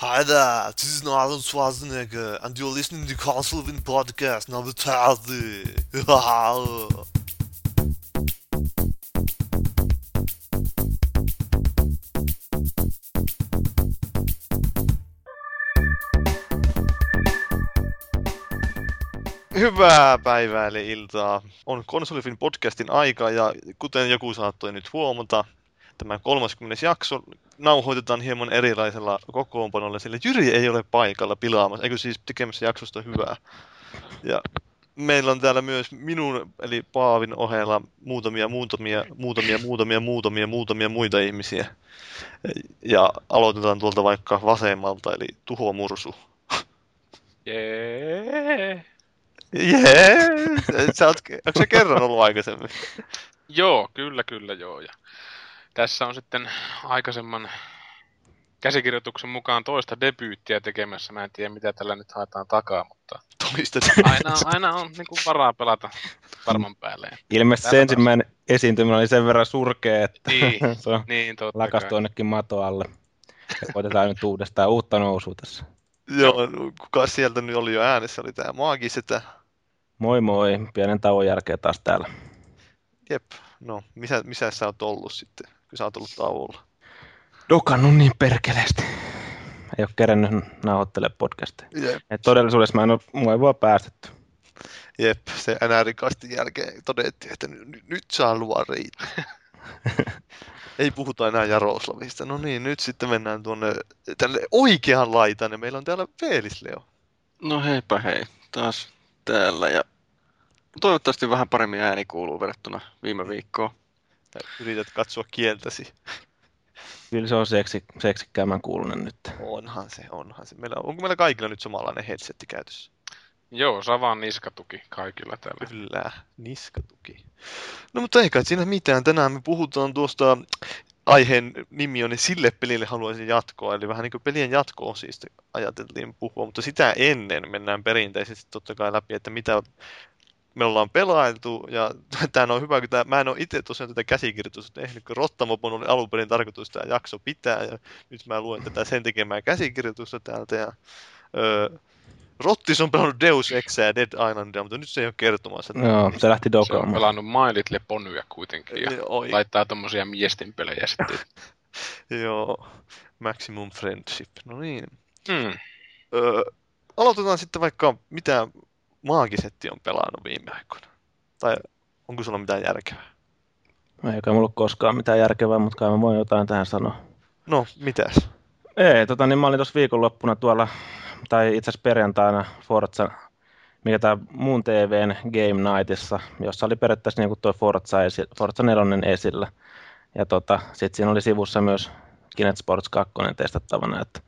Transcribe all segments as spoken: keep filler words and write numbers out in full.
Hi there, this is Arnold Schwarzenegger, and you're listening to Castle Win Podcast number thirty. Hyvää päivää eli iltaa. On Konsolifin podcastin aika ja kuten joku saattoi nyt huomata, tämä kolmaskymmenes jakso nauhoitetaan hieman erilaisella kokoonpanolla, sillä Jyri ei ole paikalla pilaamassa, eikö siis tekemässä jaksosta hyvää. Ja meillä on täällä myös minun, eli Paavin ohella muutamia, muutamia, muutamia, muutamia, muutamia, muutamia muita ihmisiä. Ja aloitetaan tuolta vaikka vasemmalta, eli Tuho Mursu. Jee. Jee! Sä oot, onko sä kerran ollut aikaisemmin? Joo, kyllä, kyllä, joo. Ja tässä on sitten aikaisemman käsikirjoituksen mukaan toista debyyttiä tekemässä. Mä en tiedä, mitä tällä nyt haetaan takaa, mutta Toista aina, aina on niin kuin varaa pelata varman päälle. Ilmeisesti se ensimmäinen esiintyminen oli sen verran surkea, että Niin, se on niin totta lakastui kai. jonnekin mato alle. Ja koitetaan nyt uudestaan uutta nousua tässä. Joo, kuka sieltä nyt oli jo äänessä, oli tää Maagisetä. Moi moi, pienen tauon jälkeen taas täällä. Jep, no, missä, missä sä oot ollut sitten, kun sä oot ollut tauolla? Dokannut niin perkeleesti. Ei ole kerennyt nauhoittelemaan podcasteja. Jep, Et todellisuudessa mä en ole, mua ei vaan päästetty. jep, se N R-kastin jälkeen todettiin, että nyt, nyt saa luvan riittää. Ei puhuta enää Jaroslavista. No niin, nyt sitten mennään tuonne tälle oikean laitaan, ja meillä on täällä Feelisleo. No heipä hei, taas täällä ja toivottavasti vähän paremmin ääni kuuluu verrattuna viime viikkoon. Yrität katsoa kieltäsi. Kyllä se on seksi, seksikkäämän kuulunen nyt. Onhan se, onhan se. Meillä, onko meillä kaikilla nyt samanlainen headsetti käytössä? Joo, Savan niskatuki kaikilla täällä. Kyllä, niskatuki. No mutta ei kai siinä mitään. Tänään me puhutaan tuosta, aiheen nimi on, niin sille pelille haluaisin jatkoa. Eli vähän niin kuin pelien jatko-osista ajateltiin puhua, mutta sitä ennen mennään perinteisesti totta kai läpi, että mitä me ollaan pelailtu. Ja tämä on hyvä, kun tämä, mä en ole itse tosiaan tätä käsikirjoitusta tehnyt, kun Rottamopon oli alun perin tarkoitus tämä jakso pitää. Ja nyt mä luen tätä sen tekemään käsikirjoitusta täältä. Ja, öö, Rottis on pelannut Deus Exia ja Dead Islandia, mutta nyt se ei ole kertomassa. Joo, se lähti Se on dokaamaan. pelannut My Little Ponyä kuitenkin ja Oi. laittaa tommosia miesten pelejä sitten. Joo, Maximum Friendship. No niin. Mm. Öö, aloitetaan sitten vaikka, mitä Maagisetti on pelannut viime aikoina. Tai onko sulla mitään järkevää? Ei kai mulla ole koskaan mitään järkevää, mutta kai mä voin jotain tähän sanoa. No, mitäs? Ei, tota niin mä olin tuossa viikonloppuna tuolla, tai itse asiassa perjantaina Forza, mikä tää muun T V:n Game Nightissa, jossa oli periaatteessa niinku toi Forza, esi- Forza neljä esillä. Ja tota, sit siinä oli sivussa myös Kinect Sports kaksi testattavana, että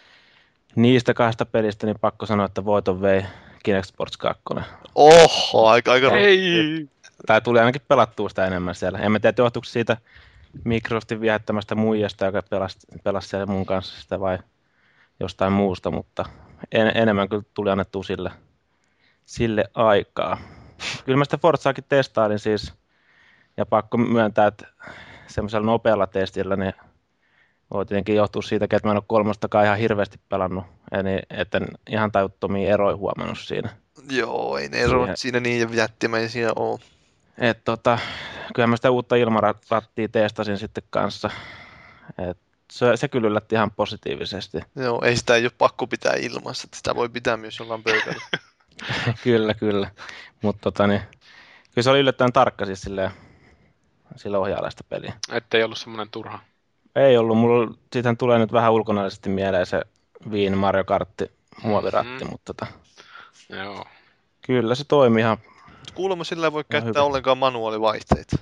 niistä kahdesta pelistä niin pakko sanoa, että voiton vei Kinect Sports kaksi. Oho, aika, aika Ei! Tai tuli ainakin pelattua sitä enemmän siellä. En mä tiedä, johtuuko siitä Microsoftin viehättämästä muijasta, joka pelasi, pelasi siellä mun kanssa sitä vai jostain muusta, mutta en, enemmän kyllä tuli annettua sille, sille aikaa. Kyllä mä sitä Forzaakin testailin siis, ja pakko myöntää, että semmoisella nopealla testillä niin voi tietenkin johtua siitä, että mä en ole kolmostakaan ihan hirveästi pelannut, eli etten ihan tajuttomia eroja huomannut siinä. Joo, ei ne erot Siihen. siinä niin jättimäisiä ole. Et tota, kyllä mä sitä uutta ilmarattia testasin sitten kanssa. Et se, se kyllä yllätti ihan positiivisesti. Joo, ei sitä ei ole pakko pitää ilmassa, että sitä voi pitää myös jollain pöydällä. Kyllä, kyllä. Mutta tota, niin, kyllä se oli yllättäen tarkka siis silleen, sillä ohjailla sitä peliä. Ettei ollut semmonen turha. Ei ollut, mulla siitähän tulee nyt vähän ulkonaisesti mieleen se Wien Mario Kartti muoviratti, Mhm. mutta tota, Joo. kyllä se toimi ihan Kuulemma sillä ei voi käyttää hyvä. ollenkaan manuaalivaihteita.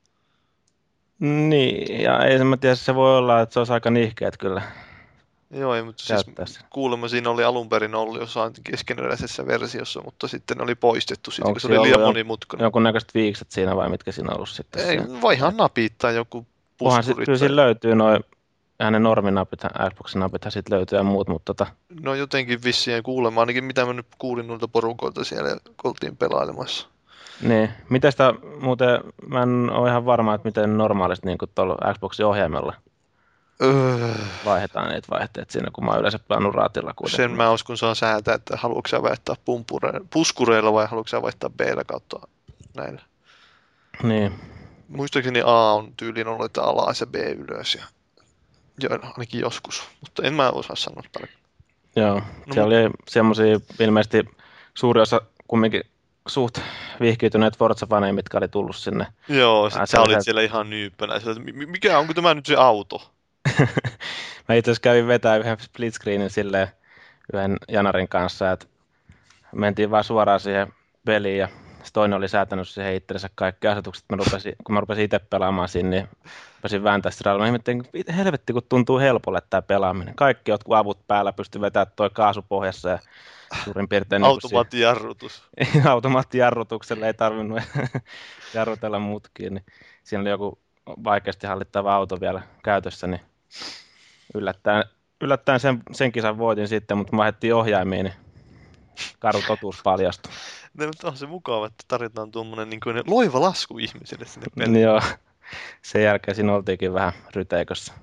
niin, ja ei mä tiedä, se voi olla, että se olisi aika nihkeet kyllä Joo, ei, mutta siis käyttää sen. kuulemma siinä oli alun perin ollut jossain keskeneräisessä versiossa, mutta sitten ne oli poistettu siitä, Onko kun se siellä oli liian ollut monimutkainen. Jonkunnäköiset viikset siinä vai mitkä siinä on ollut sitten? Ei, siellä? voihan napittaa joku Onhan sit, puskuri. kyllä tai- siinä löytyy noin, hänen norminapit, Xboxin napithan siitä löytyy ja muut, mutta tota, No jotenkin vissiin kuulemma, ainakin mitä mä nyt kuulin noilta porukoilta siellä, kun oltiin pelailemassa. niin. Miten sitä muuten, mä en ole ihan varma, että miten normaalisti niin tuolla Xboxin ohjaimella Öö, vaihdetaan niitä vaihteet siinä, kun mä oon yleensä pelannut raatilla kuitenkin. sen mä uskon saa säätää, että haluatko sä vaihtaa pumpure- puskureilla vai haluatko sä vaihtaa B-llä kautta näillä. Niin, Muistaakseni A on tyylin ollut, että alas ja B ylös. Ja... Joo, ainakin joskus, mutta en mä osaa sanoa tarkkaan. joo. No, Se mut- oli semmosia ilmeisesti suuri osa kumminkin suht vihkiytyneet Forza-faneja, mitkä oli tullut sinne. Joo, sit Ah, sä se oli olit se- siellä ihan nyyppänä. Sä, että mi- mikä, onko tämä nyt se auto? Mä itse asiassa kävin vetää yhden split screenin silleen yhden Janarin kanssa, että mentiin vaan suoraan siihen peliin ja se toinen oli säätänyt siihen itsellensä kaikki asetukset. Mä rupesin, kun mä rupesin itse pelaamaan siinä, niin rupesin vääntää sitä raudaa. Mä ihmettelin, että helvetti, kun tuntuu helpolle tämä pelaaminen. Kaikki jotkut avut päällä pystyi vetämään toi kaasu pohjassa ja suurin piirtein... Automaattijarrutus. Niin automaattijarrutuksella ei tarvinnut jarrutella mutkiin. Niin siinä oli joku vaikeasti hallittava auto vielä käytössä, niin yllättäen, yllättäen sen, sen kisan voitin sitten, mutta mä vaihdettiin ohjaimiin, niin karu totuus paljastui. Ne, mutta on se mukava, että tarjotaan tuommoinen niin kuin loiva lasku ihmisille sinne peliin. Niin joo, sen jälkeen siinä oltiinkin vähän ryteikössä.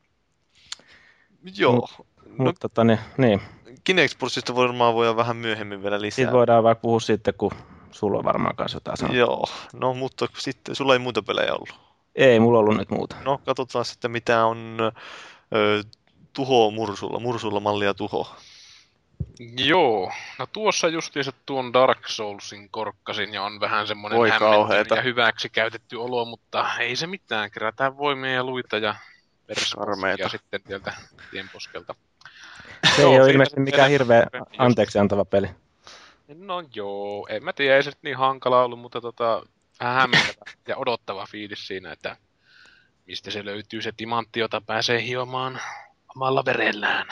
Joo. Mut- No, Mutta tota, niin, niin. Kinexpulssista varmaan voidaan vähän myöhemmin vielä lisää. Siitä voidaan vaikka puhua sitten, kun sulla on varmaan kanssa jotain sanoa. Joo, no mutta sitten sulla ei muita pelejä ollut. Ei, mulla ollut nyt muuta. No, katsotaan sitten mitä on ö, tuho mursulla, mursulla mallia tuho. Joo, no tuossa justiinsa tuon Dark Soulsin korkkasin ja on vähän semmoinen Voi hämmentynyt kauheeta. ja hyväksi käytetty olo, mutta ei se mitään, kerätään voimia ja luita ja Karmeeta. persposkia sitten sieltä tienposkelta. Se Joo, ei ole siinä ilmeisesti sitten mikään hirveä just- anteeksi antava peli. No joo, en mä tiedä, ei se nyt niin hankala ollut, mutta tota, vähän hämmentävä ja odottava fiilis siinä, että mistä se löytyy se timantti, jota pääsee hiomaan omalla verellään.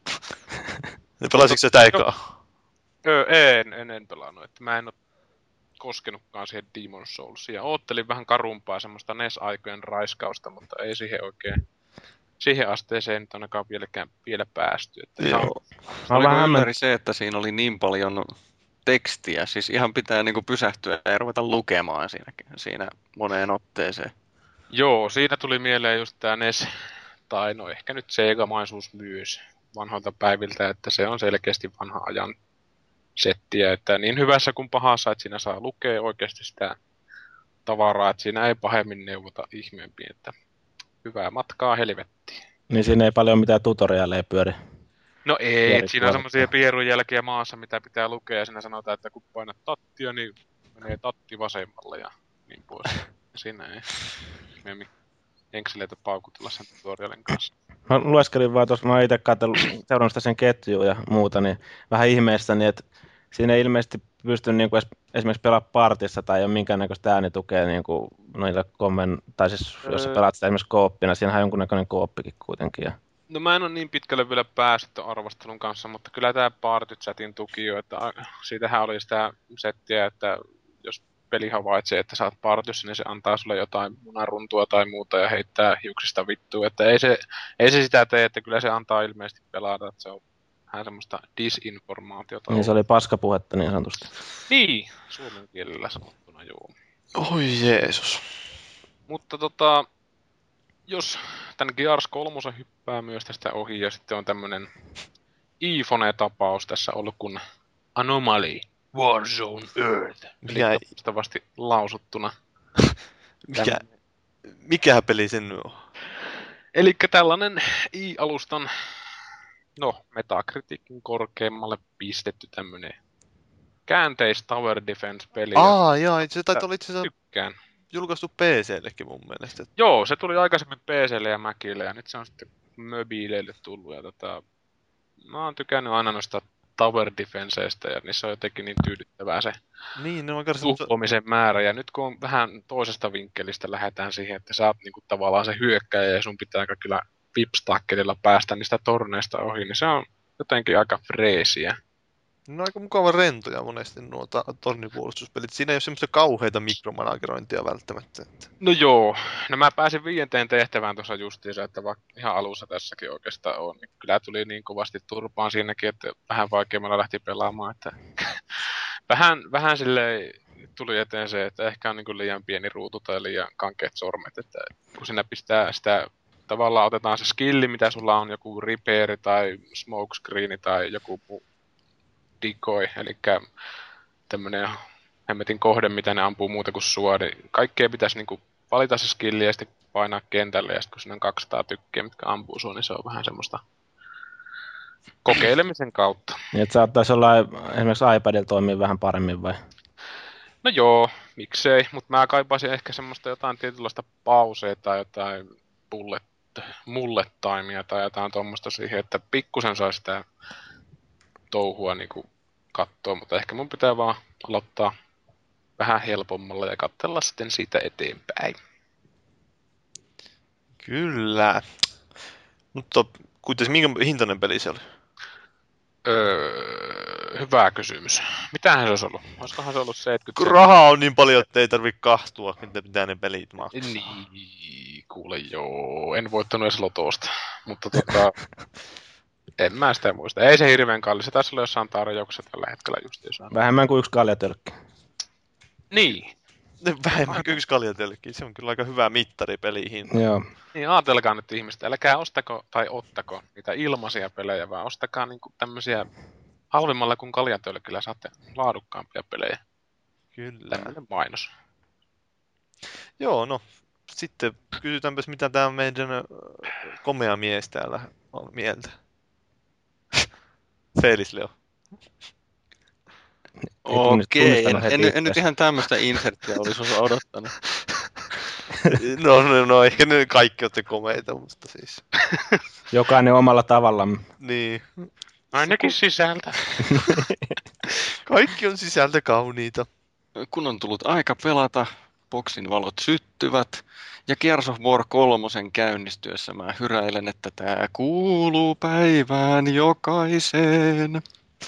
Ja pelasitko sä sitä ekaa? Öö, en, en, en pelannut, että mä en oo koskenutkaan siihen Demon Soulsiin. Ja oottelin vähän karumpaa semmoista N E S-aikojen raiskausta, mutta ei siihen oikein, siihen asteeseen nyt ainakaan vieläkään vielä päästy. Että ihan, Joo. Mä oon Oliko vähän ylläri se, että siinä oli niin paljon tekstiä? Siis ihan pitää niinku pysähtyä ja ruveta lukemaan siinä, siinä moneen otteeseen. joo, siinä tuli mieleen just tää N E S, tai no ehkä nyt Sega-maisuus myös vanhoilta päiviltä, että se on selkeästi vanha ajan settiä, että niin hyvässä kuin pahassa, että siinä saa lukea oikeasti sitä tavaraa, että siinä ei pahemmin neuvota ihmeempi, että hyvää matkaa helvettiin. Niin siinä ei paljon mitään tutoriaaleja pyöri. No ei, Pyöri et siinä on puolesta. semmosia pierunjälkiä maassa, mitä pitää lukea, ja siinä sanotaan, että kun painat tattia, niin menee tatti vasemmalle ja niin pois. Siinä ei ihmeemmin enkseleitä paukutella sen tutorialin kanssa. Mä lueskelin vaan tuossa, mä oon itse katsellut, seurannut sitä sen ketjua ja muuta, niin vähän ihmeessäni, että siinä ei ilmeisesti pysty niinku es, esimerkiksi pelaamaan partissa tai ei ole minkäännäköistä äänitukea niinku noilla kommen, tai siis jos sä Öö. pelaat sitä esimerkiksi kooppina, siinähän on jonkunnäköinen kooppikin kuitenkin. Ja... No mä en ole niin pitkälle vielä päässyt ton arvostelun kanssa, mutta kyllä tää Party Chatin tuki jo, että a- siitähän oli sitä settiä, että jos peli havaitsee, että sä oot partyssa, niin se antaa sulle jotain munaruntua tai muuta ja heittää hiuksista vittua, että ei se, ei se sitä tee, että kyllä se antaa ilmeisesti pelata, että se on vähän semmoista disinformaatiota. Niin se oli paskapuhetta niin sanotusti. Niin, suomen kielellä sanottuna, joo. Oi Jeesus. Mutta tota, jos tän Gears kolme hyppää myös tästä ohi ja sitten on tämmönen iPhone-tapaus tässä ollut kun Anomaly Warzone Earth. Mikä- Eli vastavasti lausuttuna. Mikä, mikä peli se nyt on? Eli tällainen i-alustan, no, Metacriticin korkeammalle pistetty tämmönen käänteis Tower Defense-peli. ja Aa, joo, se taitaa olla itse asiassa Tykkään. julkaistu P C:llekin mun mielestä. Joo, se tuli aikaisemmin P C:lle ja Macille ja nyt se on sitten mobiileille tullut. Ja tota, mä oon tykännyt aina noista Tower Defenseistä ja niissä on jotenkin niin tyydyttävää se Niin, ne on aika semmoista... tuhoamisen määrä. Ja nyt kun on vähän toisesta vinkkelistä lähdetään siihen, että sä oot niinku tavallaan se hyökkäjä ja sun pitää kyllä vipstakkelilla päästä niistä torneista ohi, niin se on jotenkin aika freesiä. Ne on aika mukava rentoja monesti nuo ta- tornipuolustuspelit. Siinä ei ole semmoista kauheita mikromanagerointia välttämättä. Että... No joo, no mä pääsin viienteen tehtävään tuossa justiinsa, että vaikka ihan alussa tässäkin oikeastaan on, niin kyllä tuli niin kovasti turpaan siinäkin, että vähän vaikeammalla lähti pelaamaan, että vähän, vähän silleen tuli eteen se, että ehkä on niin kuin liian pieni ruutu tai liian kankeat sormet, että kun siinä pistää sitä tavallaan otetaan se skilli, mitä sulla on, joku repairi tai smokescreeni tai joku muu decoy, eli tämmönen hemmetin kohde, mitä ne ampuu muuta kuin sua, niin kaikkea pitäisi niinku valita se skilli ja sitten painaa kentälle, ja sitten kun siinä on kaksisataa tykkiä, mitkä ampuu sua, niin se on vähän semmoista kokeilemisen kautta. Niin, että saattaisi olla esimerkiksi iPadilla toimii vähän paremmin vai? No joo, miksei, mutta mä kaipaisin ehkä semmoista jotain tietynlaista pausea tai jotain bullet, mullet timea tai jotain tuommoista siihen, että pikkusen saisi sitä touhua niinku katsoa, mutta ehkä mun pitää vaan aloittaa vähän helpommalla ja katsella sitten siitä eteenpäin. Kyllä. Mutta kuitenkin minkä hintainen peli se oli? Öö, hyvä kysymys. Mitähän se olisi ollut? Olisikohan se ollut seitsemänkymmentä? Kun rahaa on niin paljon, että ei tarvitse kahtua, mitä pitää ne pelit maksaa. Niin, kuule joo. En voittanut edes lotosta. Mutta tota, en mä sitä muista. Ei se hirveän kallis. Se taisi olla jossain tarjouksessa tällä hetkellä just jossain. Vähemmän kuin yksi kaljatölkki. Niin. Vähemmän kuin yksi kaljatelkki. Se on kyllä aika hyvä mittari pelihin. Joo. Niin ajatelkaa nyt ihmistä. Älkää ostako tai ottako niitä ilmaisia pelejä, vaan ostakaa niinku tämmösiä halvimmalla kuin kaljatölkillä saatte laadukkaampia pelejä. Kyllä. Tämmöinen mainos. Joo, no. Sitten kysytäänpäs, mitä tämä meidän ö, komea mies täällä on mieltä. Felis Leo. Okei, en, en, en nyt ihan tämmöistä inserttiä olisi osa odottanut. No, no, no, ehkä ne kaikki olette komeita, mutta siis. Jokainen omalla tavallaan. Niin. Ainakin sisältä. Kaikki on sisältä kauniita. Kun on tullut aika pelata, boksin valot syttyvät, ja Gears of War kolmosen käynnistyessä mä hyräilen, että tää kuuluu päivään jokaiseen.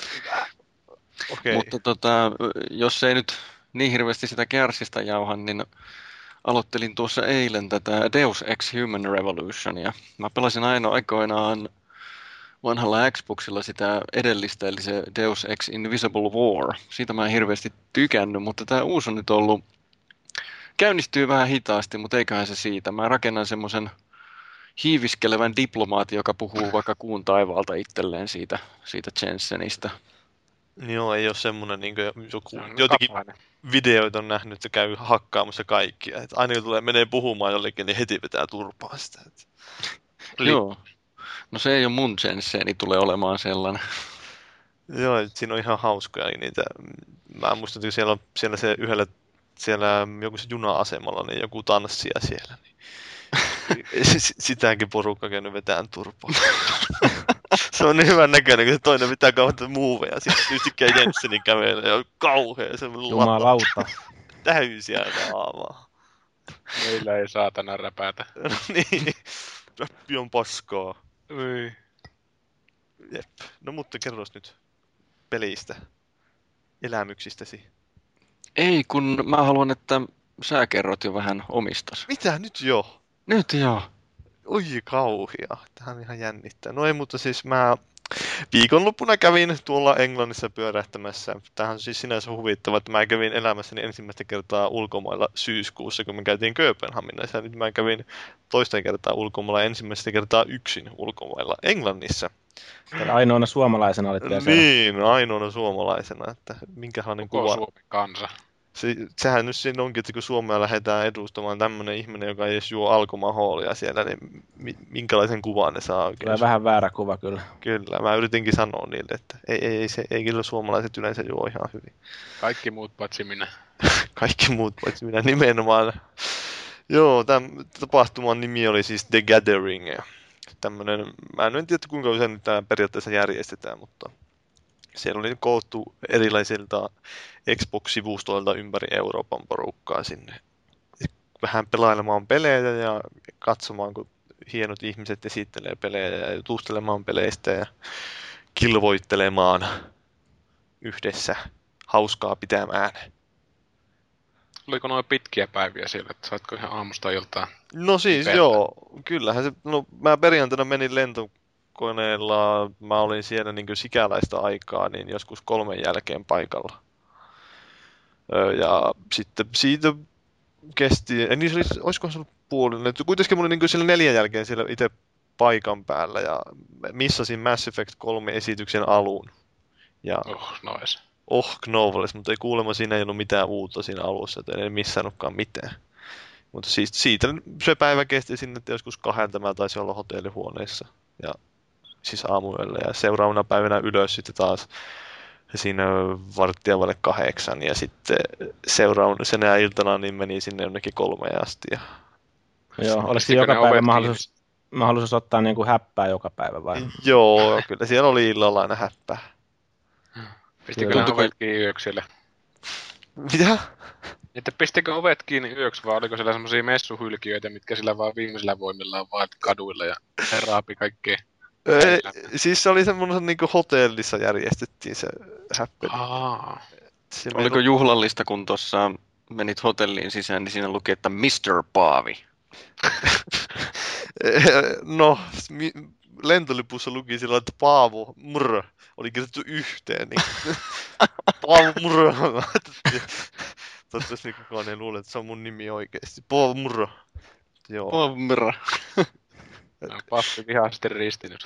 Okei. Mutta tota, jos ei nyt niin hirveästi sitä Gearsista jauha, niin aloittelin tuossa eilen tätä Deus Ex Human Revolutionia. Mä pelasin aina aikoinaan vanhalla Xboxilla sitä edellistä, eli se Deus Ex Invisible War. Siitä mä en hirveästi tykännyt, mutta tää uusi on nyt ollut, käynnistyy vähän hitaasti, mutta eiköhän se siitä. Mä rakennan semmoisen hiiviskelevän diplomaatin, joka puhuu vaikka kuun taivaalta itselleen siitä, siitä Jensenistä. Joo, ei ole semmonen niin joku, Se on jotenkin kapainen. videoita on nähnyt, että se käy hakkaamassa kaikkia. Et aina kun tulee, menee puhumaan jollekin, niin heti vetää turpaa sitä. Et. Joo. No se ei ole mun Jenseeni, tulee olemaan sellainen. Joo, et siinä on ihan hauskoja niitä. Mä muistan, että siellä on siellä se yhdellä, siellä joku se juna-asemalla, niin joku tanssia siellä. Niin. S- sitäkin porukka käynyt vetään turpaa. Se on niin hyvän näköinen, kun se toinen pitää kauheita muuveja. Sitten yhtäkkiä Jensenin kävelee ja on kauhea semmoinen Jumalauta. täysiä naamaa. Meillä ei saatana räpätä. Niin, räppi on paskaa. Ei. Jep. No mutta kerros nyt pelistä, elämyksistäsi. Ei, kun mä haluan, että sä kerrot jo vähän omistas. Mitä nyt jo? Nyt joo. Oi kauhia, tähän ihan jännittää. No ei, mutta siis mä viikonloppuna kävin tuolla Englannissa pyörähtämässä. Tämähän on siis sinänsä huvittava, että mä kävin elämässäni ensimmäistä kertaa ulkomailla syyskuussa, kun me käytiin Kööpenhaminassa. Ja nyt mä kävin toista kertaa ulkomailla ensimmäistä kertaa yksin ulkomailla Englannissa. Ainoana suomalaisena olit vielä siellä. Niin, ainoana suomalaisena, että minkälainen Koko kuva. Suomen kansa. Se, sehän nyt siinä onkin, että kun Suomea lähdetään edustamaan tämmöinen ihminen, joka ei edes juo alkomahoolia siellä, niin mi- minkälaisen kuvan ne saa oikein? Tulee vähän väärä kuva kyllä. Kyllä, mä yritinkin sanoa niille, että ei, ei, ei, se, ei kyllä suomalaiset yleensä juo ihan hyvin. Kaikki muut paitsi minä. Kaikki muut paitsi minä nimenomaan. Joo, tämän tapahtuman nimi oli siis The Gathering. Tämmönen, mä en tiedä kuinka usein tämä periaatteessa järjestetään, mutta siellä oli koottu erilaisilta Xbox-sivustoilta ympäri Euroopan porukkaa sinne. Vähän pelailemaan pelejä ja katsomaan, kun hienot ihmiset esittelee pelejä ja jutustelemaan peleistä ja kilvoittelemaan yhdessä hauskaa pitämään. Oliko noin pitkiä päiviä siellä, että saatko ihan aamusta iltaan? No siis Peltä. joo, kyllähän se, no mä perjantaina menin lentokoneella, mä olin siellä niin sikäläistä aikaa, niin joskus kolmen jälkeen paikalla. Öö, ja sitten siitä kesti, ei niin se olisi, olisiko se ollut puolille. Kuitenkin mulla oli niin siellä neljän jälkeen siellä itse paikan päällä ja missasin Mass Effect kolme esityksen alun. Ja Oh, nois. oh, Knobles, mutta ei kuulemma siinä ei ollut mitään uutta siinä alussa, että en missannutkaan mitään. Mutta siis siitä se päivä kesti sinne, että joskus kahdelta mä taisin olla hotellihuoneessa. Ja siis aamuyöllä ja seuraavana päivänä ylös sitten taas siinä varttia vaille kahdeksan ja sitten seuraavana senä iltana niin meni sinne jonnekin kolmeen asti. Ja... Joo, olisiko Pistikö joka ne päivä ovet mahdollisuus, mahdollisuus ottaa niin kuin häppää joka päivä vai? Joo, kyllä siellä oli illalla aina häppää. Pistikö Kyllä. ne ovet kiinni yöksi siellä? Mitä? Että pistikö ovet kiinni yöksi vai oliko siellä semmosia messuhylkiöitä, mitkä sillä vaan viimeisellä voimillaan vaan kaduilla ja ne raapi kaikkea? Ei, siis se oli semmoinen niin kuin hotellissa järjestettiin se häppeli. Aa. Se Oliko meni- juhlallista, kun tuossa menit hotelliin sisään, niin siinä luki, että mister Paavi. No, mi- lentolipussa luki sillä että Paavo mr oli kirjoitettu yhteen. Niin. Paavo mr. Toivottavasti niin kukaan ei luule, että se on mun nimi oikeesti. Paavo mr. Joo. Pomra. No, Paffi vihaisesti ristinyt.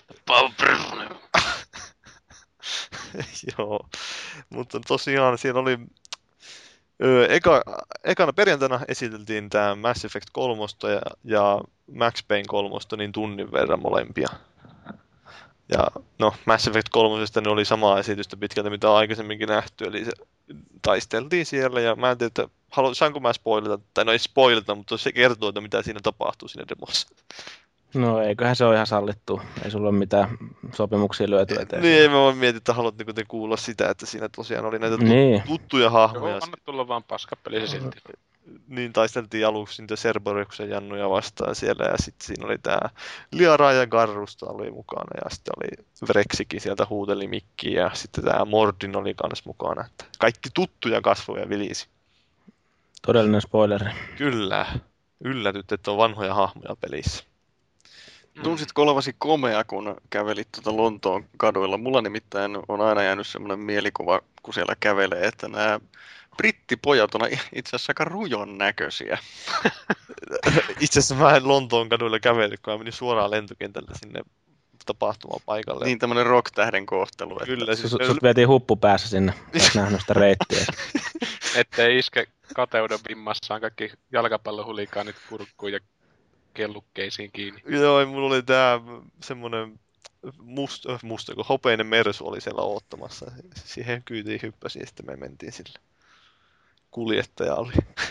Joo, mutta tosiaan siellä oli, öö, eka, ekana perjantaina esiteltiin tämä Mass Effect kolme ja, ja Max Payne kolme niin tunnin verran molempia. Ja no, Mass Effect kolme niin oli samaa esitystä pitkältä, mitä on aikaisemminkin nähty, eli se taisteltiin siellä ja mä en tiedä, että halu, saanko mä spoilata, tai no ei spoilata, mutta se kertoo, että mitä siinä tapahtuu siinä demossa. No eiköhän se ole ihan sallittu. Ei sulla ole mitään sopimuksia lyöty eteen. Niin, ei mä vaan mietin, että haluat niinku te kuulla sitä, että siinä tosiaan oli näitä tut- Niin. tuttuja hahmoja. Joo, anna tulla vaan paskapeli se silti. Niin taisteltiin aluksi niitä Cerberuksen jannuja vastaan siellä ja sitten siinä oli tää Liara ja Garrusta oli mukana ja sitten oli Vrexikin sieltä huuteli mikkiä ja sitten tää Mordin oli kans mukana. Että kaikki tuttuja kasvoja vilisi. Todellinen spoileri. Kyllä. Yllätyt, että on vanhoja hahmoja pelissä. Tunsitko olevasi komea, kun kävelit tuota Lontoon kaduilla? Mulla nimittäin on aina jäänyt semmoinen mielikuva, kun siellä kävelee, että nämä brittipojat on itse asiassa aika rujon näköisiä. Itse asiassa mä en Lontoon kaduilla kävellyt, kun mä menin suoraan lentokentällä sinne tapahtumapaikalle. Niin tämmöinen rock-tähden kohtelu. Että... Kyllä, siis Sut, sut vietiin huppu päässä sinne. Et nähnyt sitä reittiä. Ettei iske kateuden vimmassaan kaikki jalkapallohuligaanit kurkkuun ja kellukkeisiin kiinni. Joo, mulla oli tää semmonen must, äh, musta, kun hopeinen mersu oli siellä oottamassa. Siihen kyytiin hyppäsin ja sitten me mentiin sille. Kuljettaja oli.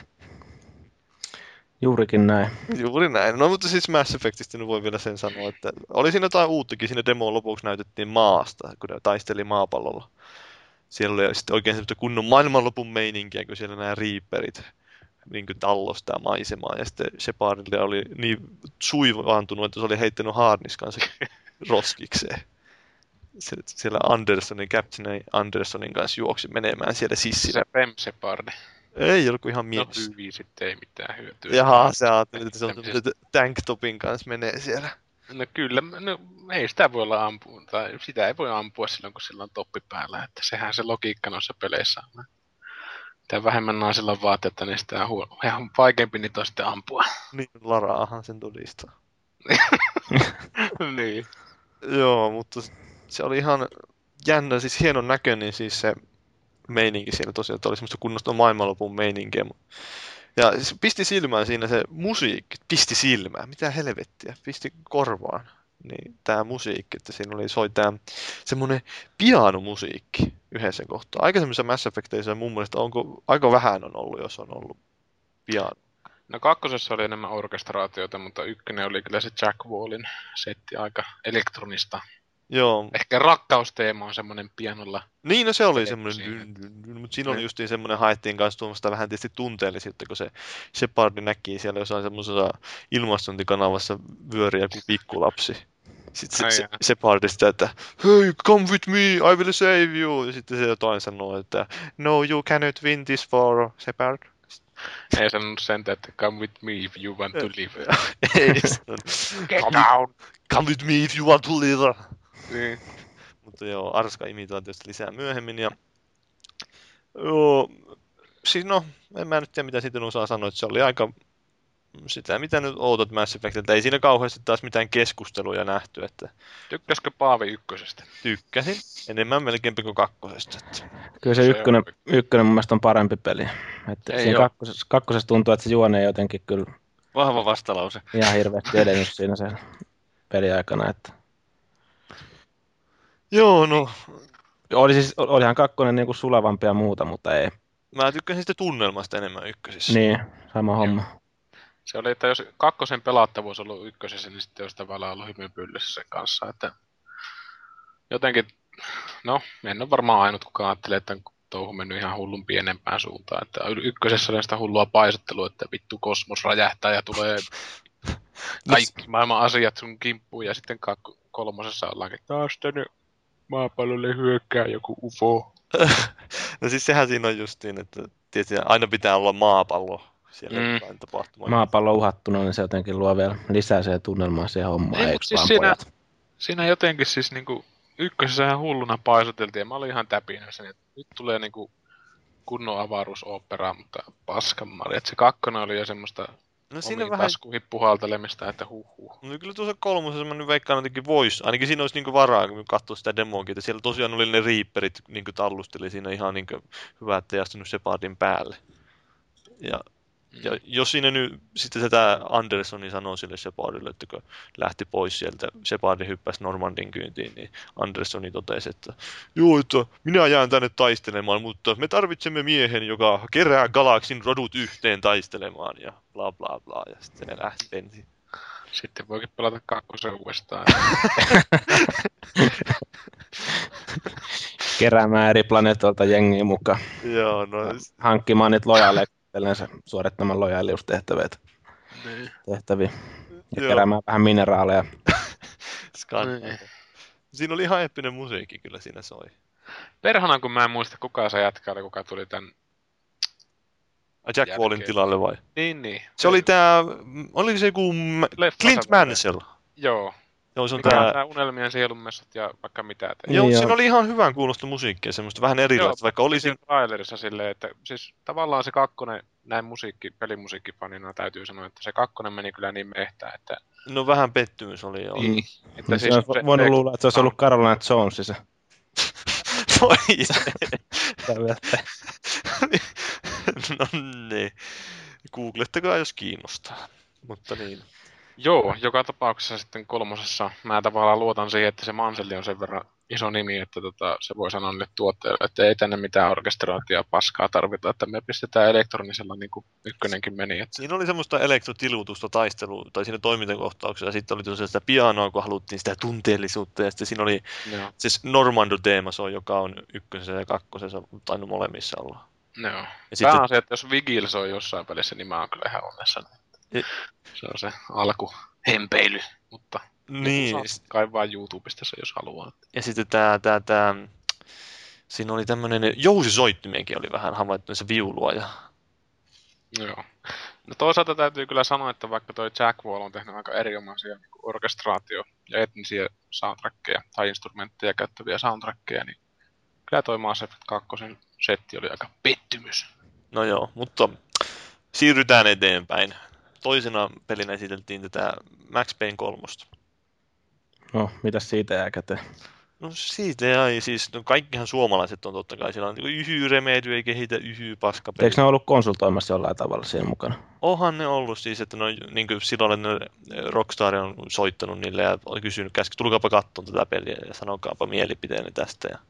Juurikin näin. Juuri näin. No mutta siis Mass Effectistä nyt voi vielä sen sanoa, että oli siinä jotain uuttakin. Siinä demon lopuksi näytettiin maasta, kun ne taisteli maapallolla. Siellä oli sitten oikein semmoista kunnon maailmanlopun meininkiä, kun siellä nämä Reaperit niin kuin tallosi tämä maisemaa. Ja sitten Shepardille oli niin suivaantunut, että se oli heittänyt haarniskansa roskikseen. Se- Siellä Andersonin, Captain Andersonin kanssa juoksi menemään siellä sissillä. Se Pem Separde. Ei ollut kuin ihan No mies. hyvin, sitten ei mitään hyötyä. Jaha, sä ajattelit, että se on Tämmöisestä. tämmöset tanktopin kanssa menee siellä. No kyllä, no ei sitä voi olla ampua, tai sitä ei voi ampua silloin, kun sillä on toppi päällä, että sehän se logiikka noissa peleissä on. Mitä vähemmän naisilla on vaatteita, niin sitä on huo- ihan vaikeampi niitä on sitten ampua. Niin, Laraahan sen todistaa. niin. Joo, mutta se oli ihan jännä, siis hienon näköinen siis se meininki siinä tosiaan, että oli semmoista kunnosta maailmanlopun meininkiä. Ja se pisti silmään siinä se musiikki, pisti silmään, mitä helvettiä, pisti korvaan. Niin tää musiikki, että siinä oli soi tää semmonen pianomusiikki yhdessä kohtaa. Aikaisemmissa Mass Effecteissä mun mielestä onko, aika vähän on ollut, jos on ollut piano. No kakkosessa oli enemmän orkestraatiota, mutta ykkönen oli kyllä se Jack Wallin setti aika elektronista. Joo, Ehkä rakkausteema on semmoinen pianolla. niin no se oli Vedetty semmoinen, siihen. mutta siinä oli Mm. justiin semmoinen, haettiin kanssa tuommoista vähän tietysti tunteellisuutta, kun se Shepard näki siellä jossain semmoisessa ilmastointikanavassa vyöriä kuin pikkulapsi. Sitten se, Ai se, jaa. Shepard sitä, että hei, come with me, I will save you. Ja sitten se jotain sanoo, että no, you cannot win this for Shepard. Ei sanonut sen, että come with me if you want to live. Ei sanonut, Get come, down! come with me if you want to live. Niin. Mutta joo, Arska-imitaatiosta lisää myöhemmin. Ja... Joo, siis no, en mä nyt tiedä mitä siitä osaa sanoa, että se oli aika sitä mitä nyt ootat Mass Effectiltä. Ei siinä kauheasti taas mitään keskusteluja nähty, että Tykkäskö Paavi ykkösestä? tykkäsin enemmän melkein kuin kakkosesta. Että. Kyllä se, Se ykkönen, on- ykkönen mun mielestä on parempi peli. Että Ei siinä oo. kakkosessa, kakkosessa tuntuu, että se juone ei jotenkin kyllä Vahva vastalause. ihan hirveästi edennyt siinä sen peliaikana. Että Joo, no oli siis, olihan kakkonen niin kuin sulavampi ja muuta, mutta ei. mä tykkäsin sitä tunnelmasta enemmän ykkösessä. Niin, sama homma. Se oli, että jos kakkosen pelattavuus on ollut ykkösessä, niin sitten olisi tavallaan ollut hyvin pyllyssä sen kanssa, että jotenkin, no, en ole varmaan ainut, kuka ajattelee, että touhu mennyt ihan hullun pienempään suuntaan, että ykkösessä oli sitä hullua paisuttelua, että vittu kosmos räjähtää ja tulee kaikki maailman asiat sun kimppuun, ja sitten kakko, kolmosessa ollaankin taas tänne maapallolle hyökkää joku U F O. No siis sehän siinä on justiin, että tietysti aina pitää olla maapallo siellä Mm. jotain tapahtumaa. Maapallo uhattuna, niin se jotenkin luo vielä lisää se tunnelmaa siihen hommaan. Ei, Eikö mut siis vaan siinä- pojat? Siinä jotenkin siis niinku ykkösessä ihan hulluna paisuteltiin ja mä olin ihan täpinössä, että nyt tulee niinku kunnon avaruusoopperaa, mutta paskanmari. Että se kakkonen oli jo semmoista No siinä omiin vähän, taskuihin puhaltelemista, että huh huh. no kyllä tuossa kolmosessa mä nyt veikkaan jotenkin vois, ainakin siinä olisi niinku varaa, kun katsoo sitä demoakin, että siellä tosiaan oli ne Reaperit niinku tallusteli siinä ihan niinku hyvä, ettei astunut Shepardin päälle. Ja, ja jos siinä nyt sitten sitä Andersoni sanoo sille Shepardille, että kun lähti pois sieltä, Shepard hyppäsi Normandin kyyntiin, niin Andersoni totesi, että joo, että minä jään tänne taistelemaan, mutta me tarvitsemme miehen, joka kerää galaksin rodut yhteen taistelemaan ja bla bla bla, ja sitten ne lähti ensin. Sitten voikin pelata kakkosen uudestaan. Keräämään eri planeetoilta jengiä mukaan. Joo, no Hankkimaan niitä lojaaleja, suorittamaan lojaaliustehtäviä. Niin. Tehtäviä. Ja Joo. keräämään vähän mineraaleja. skandaalia. Niin. Siinä oli ihan eeppinen musiikki kyllä siinä soi. Perhana, kun mä en muista kuka se jätkä oli, kuka tuli tän... Ai Jack Jälkeen. Wallin tilalle vai? Niin, niin. Se oli tää, oli se joku M- Leffassa Clint vai? Mansell. Joo. Joo, se on Mikä tää. on tää unelmien sielunmessut ja vaikka mitä. Te... Joo, Niin siinä on. oli ihan hyvän kuulosta musiikkia, semmoista vähän erilaista, vaikka oli siinä... siinä trailerissa silleen, että siis tavallaan se kakkonen, näin musiikki, pelimusiikkifanina täytyy sanoa, että se kakkonen meni kyllä niin mehtään, että... No vähän pettymys oli joo. Niin. Että Niin siis se olisi voinut luulla, että se olisi ollut Carolina Jones. Se. Voi No niin. Googlettakaa jos kiinnostaa. Mutta niin. Joo, joka tapauksessa sitten kolmosessa mä tavallaan luotan siihen, että se Manselli on sen verran iso nimi, että tota, se voi sanoa niille tuotteille, että ei tänne mitään orkestrointia paskaa tarvita, että me pistetään elektronisella niin kuin ykkönenkin meni. Että... Siinä oli semmoista elektrotilutusta taistelua, tai siinä toimintakohtauksessa, ja sitten oli tosiaan sitä pianoa, kun haluttiin sitä tunteellisuutta, ja sitten siinä oli Joo. siis Normando-teema, se on, joka on ykkösessä ja kakkosessa, tainnut molemmissa olla. Joo. Ja Tämä sitten, on se, että jos Vigil soi jossain pelissä, niin mä oon kyllä ihan onnessa. Ja- Se on se alku hempeily, mutta niin, joku saa kaivaa YouTubesta se, jos haluaa. ja sitten tää, tää, tää, siinä oli tämmönen jousisoittimienkin oli vähän havaittu, se viulua, ja Joo. No toisaalta täytyy kyllä sanoa, että vaikka toi Jack Wall on tehnyt aika erinomaisia niin orkestraatio- ja etnisiä soundtrackeja tai instrumentteja käyttäviä soundtrackeja, niin kyllä toi Mass Effect kaksi setti oli aika pettymys. no joo, mutta siirrytään eteenpäin. Toisena pelinä esiteltiin tätä Max Payne kolmosta. No, mitäs siitä jää käteen? No siitä jäi siis, no kaikkihan suomalaiset on totta kai, siellä on niin yhy Remedy ei kehitä yhy paskapeli. Eikö ne ollut konsultoimassa jollain tavalla siinä mukana? Onhan ne ollut siis, että ne on niin kuin silloin ne Rockstar on soittanut niille ja on kysynyt, käsky, tulkaapa katsomaan tätä peliä ja sanokaapa mielipiteenne tästä. Ja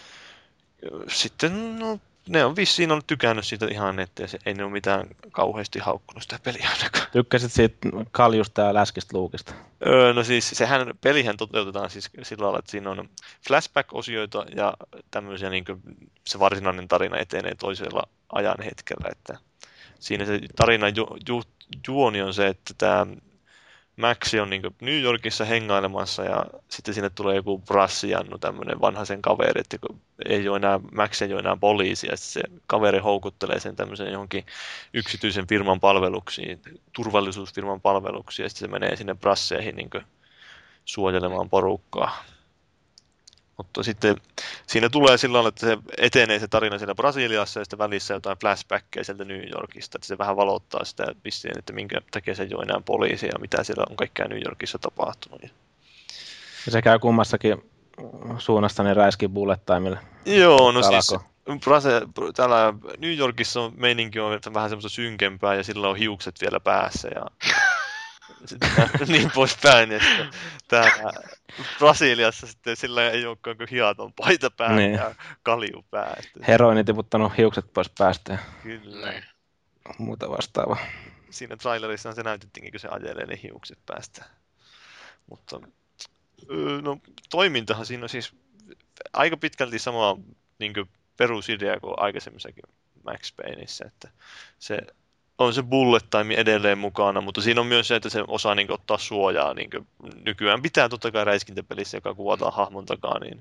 sitten no, ne on vissiin on tykännyt siitä ihan nettiä, se ei ne ole mitään kauheasti haukkunut sitä peliä ainakaan. Tykkäsit siitä kaljusta ja läskistä luukista? Öö, no siis sehän, pelihän toteutetaan siis sillä lailla, että siinä on flashback-osioita ja tämmöisiä niin kuin se varsinainen tarina etenee toisella ajan hetkellä, että siinä se tarinan ju, ju, juoni on se, että tämä Max on niin kuin New Yorkissa hengailemassa ja sitten sinne tulee joku brassijannu, tämmöinen vanha sen kaveri, että kun ei ole enää, Max ei ole enää poliisi ja se kaveri houkuttelee sen tämmöisen johonkin yksityisen firman palveluksiin, turvallisuusfirman palveluksiin ja sitten se menee sinne brasseihin niin kuin suojelemaan porukkaa. Mutta sitten siinä tulee sillä lailla, että se etenee se tarina siellä Brasiliassa ja sitten välissä jotain flashbackkejä sieltä New Yorkista, että se vähän valottaa sitä vissiin, että minkä takia se ei ole enää poliisia ja mitä siellä on kaikkea New Yorkissa tapahtunut. Ja se käy kummassakin suunnasta niin räiski bullet timelle. Joo, no Alako. siis Brase- täällä New Yorkissa on, meininki on vähän semmoista synkempää ja sillä on hiukset vielä päässä ja sitten niin poispäin. Ja sitten täällä Brasiliassa sitten sillä ei olekaan kuin hiaton paita päällä Niin. ja kalju pää. Heroini tiputtanut hiukset pois päästä ja Kyllä. Niin. muuta vastaavaa. Siinä trailerissa se näytettiinkin, kun se ajelee ne hiukset päästä. Mutta öö, no, toimintahan siinä on siis aika pitkälti sama niin kuin perusidea kuin aikaisemmissakin Max Payneissa, että se on se bullet time edelleen mukana, mutta siinä on myös se, että se osaa niin kuin, ottaa suojaa. Niin kuin, nykyään pitää totta kai räiskintäpelissä, joka kuvataan hahmon takaa, niin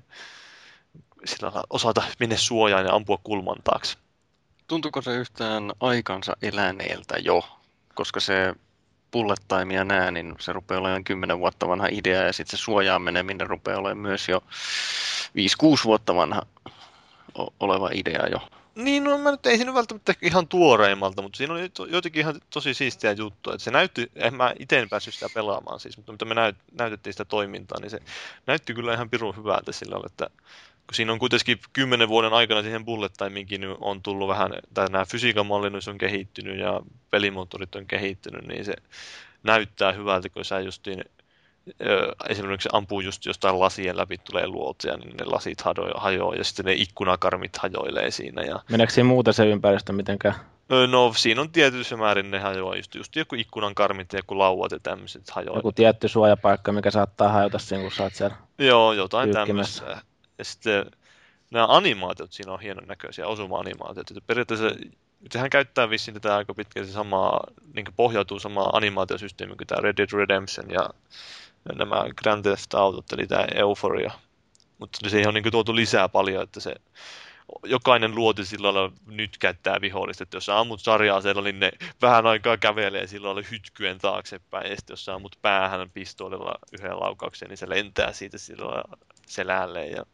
sillä osata mennä suojaan ja ampua kulman taakse. Tuntuuko se yhtään aikansa eläneeltä jo? Koska se bullet time ja nää, niin se rupeaa olemaan kymmenen vuotta vanha idea ja sitten se suojaan meneminen rupeaa olemaan myös jo viisi kuusi vuotta vanha o- oleva idea jo. Niin, no mä nyt ei siinä välttämättä ihan tuoreimmalta, mutta siinä oli to, jotenkin ihan tosi siistiä juttua. Että se näytti, en mä itse en päässyt sitä pelaamaan siis, mutta mitä me näyt, näytettiin sitä toimintaa, niin se näytti kyllä ihan pirun hyvältä sillä lailla, että kun siinä on kuitenkin kymmenen vuoden aikana siihen bullet timeinkin niin on tullut vähän, tai nämä fysiikan mallinnus on kehittynyt ja pelimoottorit on kehittynyt, niin se näyttää hyvältä, kun sä justiin esimerkiksi ampuu just jostain lasien läpi tulee luotia, niin ne lasit hajoaa ja sitten ne ikkunakarmit hajoilee siinä. Ja Meneekö siinä muuten se ympäristö mitenkään? no siinä on tietyissä määrin ne hajoaa, just, just joku ikkunankarmit ja joku lauat ja tämmöiset hajoaa. Joku tietty suojapaikka, mikä saattaa hajota siinä, kun sä oot siellä. Joo, jotain Pyykkimässä. tämmöistä. Ja sitten nämä animaatiot siinä on hienon näköisiä, osuma-animaatiot. Että periaatteessa sehän käyttää vissiin tätä aika pitkälti samaa, niin kuin pohjautuu samaa animaatiosysteemiä kuin tämä Red Dead Redemption ja nämä Grand Theft Autot, eli tämä Euphoria. Mutta siihen on niin kuin tuotu lisää paljon, että se jokainen luoti sillä lailla nyt käyttää vihollista, että jos sä ammut sarja-aseella, niin ne vähän aikaa kävelee sillä lailla hytkyen taaksepäin, ja sitten jos sä ammut päähän pistoolilla yhden laukauksen, niin se lentää siitä sillä lailla selälleen, ja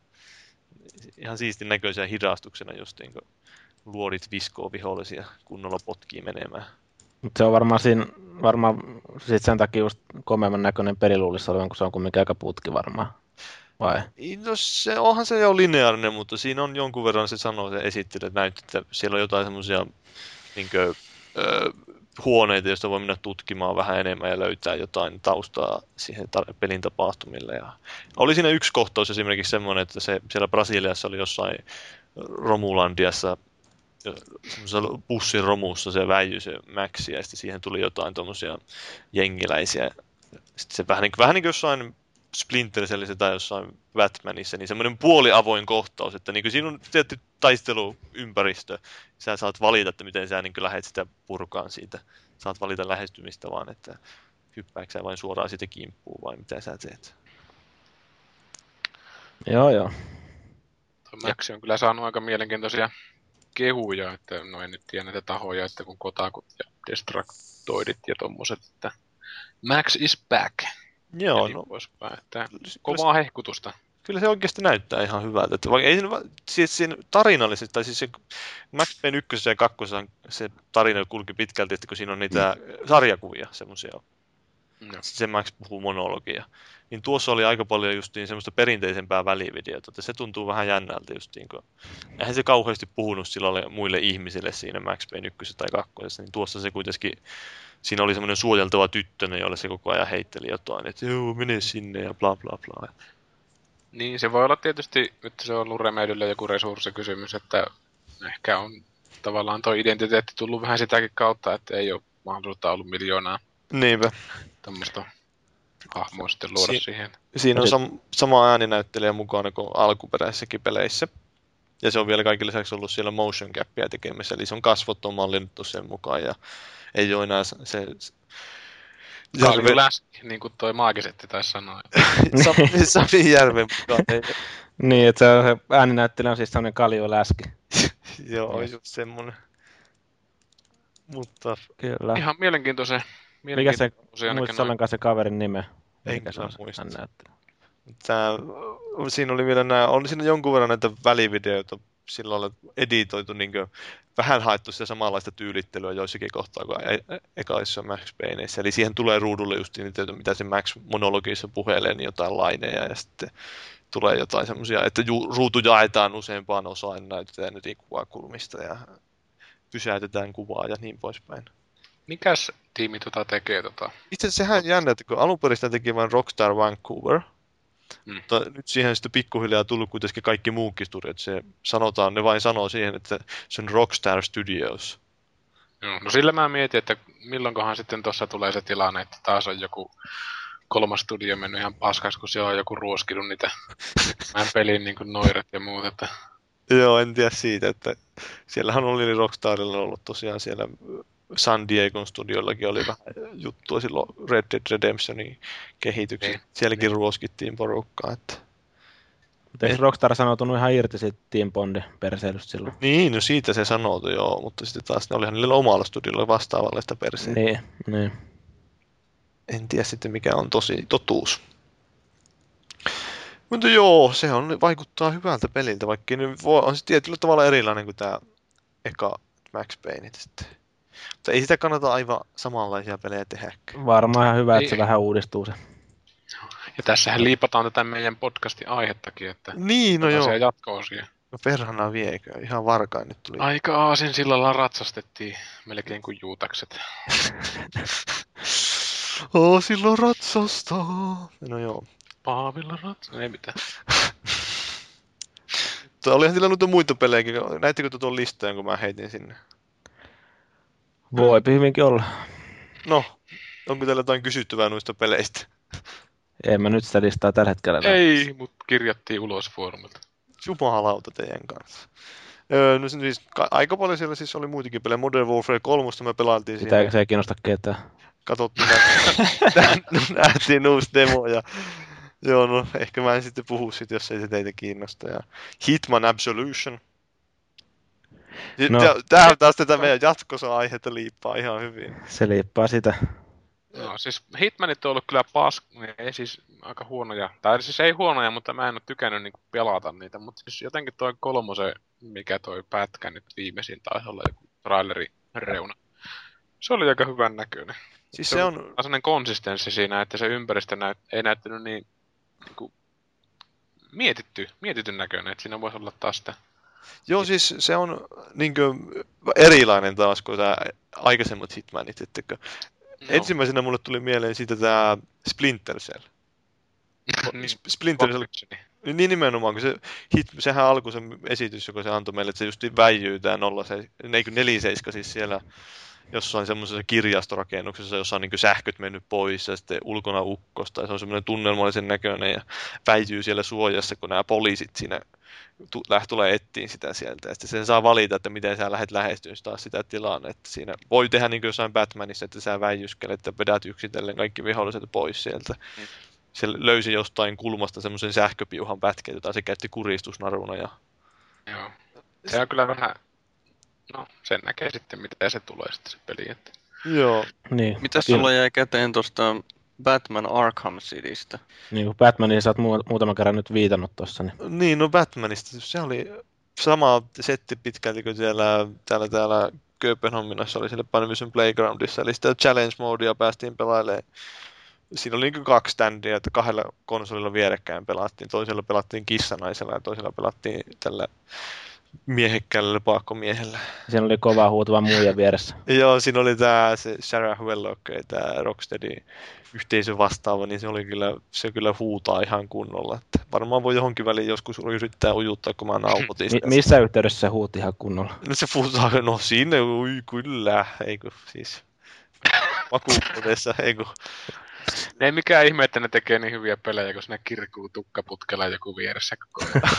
ihan siistin näköisiä hidastuksena justiin, kun luodit viskoo vihollisia kunnolla potkii menemään. Mutta se on varmaan siinä, varmaan sit sen takia just komeamman näköinen peli luulisi olevan, kun se on kumminkin aika putki varmaan. Vai? No se, onhan se jo lineaarinen, mutta siinä on jonkun verran, se sanoo, se esittely, että näytti, että siellä on jotain semmoisia niinkö, ö, huoneita, joista voi mennä tutkimaan vähän enemmän ja löytää jotain taustaa siihen tar- pelin tapahtumille. Ja oli siinä yksi kohtaus esimerkiksi semmoinen, että se siellä Brasiliassa oli jossain Romulandiassa semmoisessa bussin romussa se väijy se Maxi ja sitten siihen tuli jotain tommosia jengiläisiä. Sitten se vähän niin, vähän niin kuin jossain Splinter Cellissä tai jossain Batmanissa, niin semmoinen puoliavoin kohtaus, että niin kuin siinä on tietty taisteluympäristö. Sä saat valita, että miten sä niin lähdet sitä purkaan siitä. Saat valita lähestymistä vaan, että hyppääkö sä vain suoraan siitä kimppuun vai mitä sä teet. Joo, joo. Max on kyllä saanut aika mielenkiintoisia kehuja, että no en nyt tiedä näitä tahoja, että kun Kotakut ja Destructoidit ja tommoset, että Max is back. Joo, niin no. Poispäin, että kovaa hehkutusta. Kyllä se oikeasti näyttää ihan hyvältä. Että vaikka ei siinä, siis siinä tarinallisesti, tai siis se Max Payne yksi ja kaksi se tarina kulki pitkälti, että kun siinä on niitä mm. sarjakuvia, semmoisia. No. Se Max puhuu monologia. Niin tuossa oli aika paljon justiin semmoista perinteisempää välivideota, että se tuntuu vähän jännältä justiin, kun eihän se kauheasti puhunut sillä muille ihmisille siinä Max Payne yksi tai kaksi, niin tuossa se kuitenkin, siinä oli semmoinen suojeltava tyttönen, jolle se koko ajan heitteli jotain, että joo, mene sinne ja bla bla bla. Niin, se voi olla tietysti, että se on ollut Remedylle joku resurssikysymys, että ehkä on tavallaan tuo identiteetti tullut vähän sitäkin kautta, että ei ole mahdollisuutta ollut miljoonaa. Niinpä. Tämmöistä hahmoa sitten luoda si- siihen. Siinä on sam- sama ääninäyttelijä mukana kuin alkuperäisissäkin peleissä. Ja se on vielä kaikille lisäksi ollut siellä motion capia tekemässä, eli se on kasvot on mallinnettu sen mukaan ja ei ole enää se... Järve... läski, niin kuin toi maagisetti taisi sanoa. Sami Järven mukaan. Niin, että se, se ääninäyttelijä on siis sellainen kaljuläski. Joo, just semmonen. Mutta... Kyllä. Ihan mielenkiintoisen. Mikä se, muistat ollenkaan se kaverin nime? Enkä se muista. Tää, siinä oli vielä nää, on siinä jonkun verran näitä välivideoita sillä lailla editoitu, niin kuin, vähän haettu sitä samanlaista tyylittelyä joissakin kohtaa kuin e- e- ekaissa Max Payneissä. Eli siihen tulee ruudulle just niitä, mitä se Max monologissa puhelee, niin jotain laineja ja sitten tulee jotain semmoisia, että ju- ruutu jaetaan useampaan osaan, näytetään nyt kuvakulmista ja pysäytetään kuvaa ja niin poispäin. Mikäs tiimi tota tekee tota? Itse asiassa sehän on jännä, että kun alun perin sitä teki vain Rockstar Vancouver, Mm. mutta nyt siihen sitten pikkuhiljaa tullut kuitenkin kaikki muukin studiot. Se sanotaan, ne vain sanoo siihen, että se on Rockstar Studios. Joo, no sillä mä mietin, että milloinkohan sitten tuossa tulee se tilanne, että taas on joku kolmas studio mennyt ihan paskaksi, kun siellä on joku ruoskinut niitä mä pelin niin kuin noiret ja muut, että Joo, en tiedä siitä, että siellähän oli Rockstarilla ollut tosiaan siellä San Diegon studiollakin oli vähän juttua silloin Red Dead Redemptionin kehityksessä. Niin. Sielläkin Niin. ruoskittiin porukkaa, että Mutta eikö Rockstar sanoutunut ihan irti siitä Team Bondin perseilystä silloin? niin, no siitä se sanoutui joo, mutta sitten taas ne olihan niillä omalla studiolla vastaavalle sitä perseen. Niin, niin. En tiedä sitten mikä on tosi totuus. Mutta joo, se on, vaikuttaa hyvältä peliltä, vaikka nyt voi, on se tietyllä tavalla erilainen kuin tämä eka Max Payne sitten. Mutta ei sitä kannata aivan samanlaisia pelejä tehdäkään. Varmaan ihan hyvä, Ei. että se vähän uudistuu se. ja tässähän liipataan tätä meidän podcastin aihettakin, että Niin, no joo. tällaisia jatko-osia. No perhana viekö, ihan varkain nyt tuli. Aika aasin sillalla ratsastettiin melkein kuin juutakset. Oh, silloin ratsastaa. No joo. Paavilla ratsastaa, ei mitään. Mutta olihan sillä noita muita pelejäkin. Näittekö tuon listan, kun mä heitin sinne? Voi hyvinkin olla. No, onko teillä jotain kysyttävää noista peleistä? En mä nyt sitä listaa tällä hetkellä näe. Ei, mut kirjattiin ulos foorumilta. Jumalauta teidän kanssa. Öö, no siis ka- aika paljon siellä siis oli muitakin pelejä. Modern Warfare kolme me pelattiin Sitä siinä. eikä se ei kiinnosta ketään. Katsottiin, nä- nähtiin uusi demo ja joo, no ehkä mä en sitten puhu sit, jos ei se teitä kiinnosta. Ja Hitman Absolution. No. No. Tää on taas tätä meidän jatkosa aihetta liippaa ihan hyvin. Se liippaa sitä. No siis Hitmanit on ollut kyllä pask... ei siis aika huonoja. Tai siis ei huonoja, mutta mä en ole tykännyt niinku pelata niitä. Mutta siis jotenkin toi kolmosen, mikä toi pätkä nyt viimeisin taisi olla joku traileri reuna. Se oli aika hyvän näköinen. Siis se on, sellainen konsistenssi siinä, että se ympäristö näyt, ei näyttänyt niin, niin kuin, mietitty, mietityn näköinen, että siinä voisi olla taas sitä. joo siis se on niinkö erilainen taas kuin tää aikaisemmat Hitmanit. Että No. ensimmäisenä mulle tuli mieleen siitä tää Splinter Cell. Niin, Splinter Cell, niin nimenomaan, kun se, hit, sehän alkoi se esitys, joka se antoi meille, että se just väijyy tää nolla seitsemän siis siellä jossain semmoisessa kirjastorakennuksessa, jossa on niin sähköt mennyt pois ja sitten ulkona ukkosta ja se on semmoinen tunnelmallisen näköinen ja väijyy siellä suojassa, kun nämä poliisit siinä tu- läht- tulee ettiin sitä sieltä ja sitten sen saa valita, että miten sä lähdet lähestyä taas sitä tilannetta. Siinä voi tehdä niin kuin jossain Batmanissa, että sä väijyskelet, että vedät yksitellen kaikki viholliset pois sieltä. Mm. Se löysi jostain kulmasta semmoisen sähköpiuhan pätkän, jota se käytti kuristusnaruna. Ja... Joo. Se on kyllä vähän, no sen näkee sitten, miten se tulee sitten se peli. Että... Joo. Niin. Mitäs Kyllä. sulla jäi käteen tuosta Batman Arkham Citystä? Niin kuin Batmanin sä oot mu- muutaman kerran nyt viitannut tossa. Niin. Niin, no Batmanista. Se oli sama setti pitkälti kuin siellä, täällä, täällä Kööpenhaminassa oli siellä Panavision Playgroundissa. Eli sitä challenge-modea päästiin pelailemaan. Siinä oli niin kaksi standia, että kahdella konsolilla vierekkäin pelattiin. Toisella pelattiin kissanaisella ja toisella pelattiin tällä miehekkäällä lepakkomiehellä. Siinä oli kova huutuva muija vieressä. Joo, siinä oli tää se Sarah Wellock, tää Rocksteadin yhteisö vastaava, niin se oli kyllä, se kyllä huutaa ihan kunnolla. Että varmaan voi johonkin väliin joskus yrittää ujuttaa, kun mä nauhoitin sitä. Mi- missä yhteydessä se huuti ihan kunnolla? No se huutaa, no sinne, ui kyllä, eikö siis vakuuttuneessa, eikö. Ei mikään ihme, että ne tekee niin hyviä pelejä, kun ne kirkuu tukkaputkella joku vieressä koko ajan.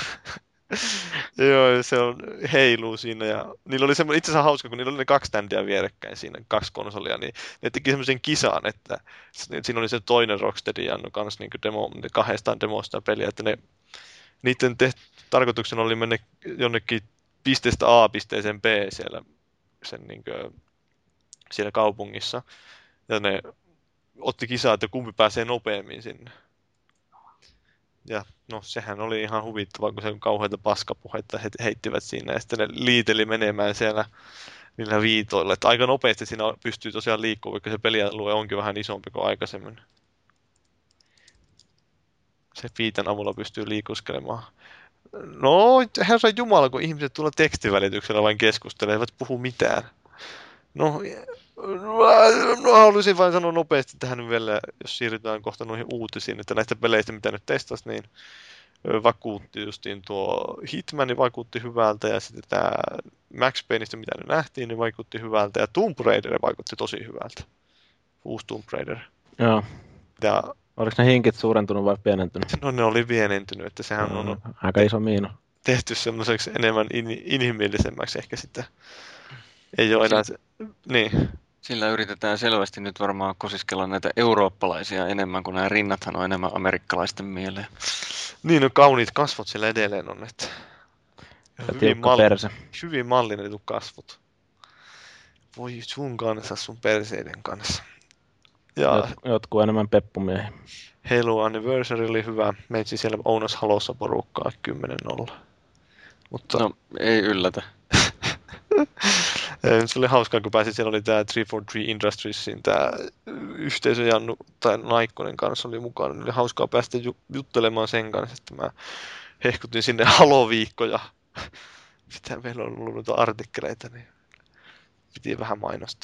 Joo, se on heiluu siinä ja niillä oli semmoinen, itse asiassa hauska, kun niillä oli ne kaksi standia vierekkäin siinä, kaksi konsolia, niin ne teki semmoisen kisan, että siinä oli se toinen Rocksteadin Jannu kanssa niin demo, kahdestaan demosta peliä, että ne, niiden te, tarkoituksena oli mennä jonnekin pisteestä A pisteeseen B siellä, sen, niin kuin, siellä kaupungissa ja ne otti kisaa, että kumpi pääsee nopeammin sinne. Ja no sehän oli ihan huvittavaa, kun se kauheita paskapuhetta he heittivät siinä ja sitten ne liiteli menemään siellä niillä viitoilla. Että aika nopeasti siinä pystyy tosiaan liikkumaan, vaikka se pelialue onkin vähän isompi kuin aikaisemmin. Se viitan avulla pystyy liikuskelemaan. No, herra jumala, kun ihmiset tuolla tekstivälityksellä vain keskustelevat, eivät puhu mitään. No, no, haluaisin vain sanoa nopeasti tähän nyt vielä, jos siirrytään kohta noihin uutisiin, että näistä peleistä, mitä nyt testasin, niin vakuutti justiin tuo Hitman vaikutti hyvältä ja sitten tämä Max Payneista, mitä nyt nähtiin, niin vaikutti hyvältä ja Tomb Raider vaikutti tosi hyvältä. Uusi Tomb Raider. Joo. Ja, oliko ne hinkit suurentunut vai pienentynyt? no ne oli pienentynyt, että sehän mm, on aika iso miinus. Tehty semmoiseksi enemmän in, inhimillisemmäksi ehkä sitten. Ei ole enää se, niin. Sillä yritetään selvästi nyt varmaan kosiskella näitä eurooppalaisia enemmän, kun nämä rinnathan on enemmän amerikkalaisten mieleen. Niin, no kauniit kasvot siellä edelleen on, että hyvin, malli, hyvin mallinnetut kasvot. Voi sun kanssa, sun perseiden kanssa. Ja Jot, jotkut enemmän peppumiehiä. Halo Anniversary oli hyvä. Meitsi siellä Ounas Halossa porukkaa kymmenen nolla. Mutta no, ei yllätä. Se oli hauskaa, kun pääsin, siellä oli tämä kolme neljä kolme Industriesin tämä yhteisö Jannu tai Naikkonen kanssa oli mukana. Niin oli hauskaa päästä ju- juttelemaan sen kanssa, että mä hehkutin sinne haloviikkoja. Mitä meillä on ollut noita artikkeleita, niin piti vähän mainostaa.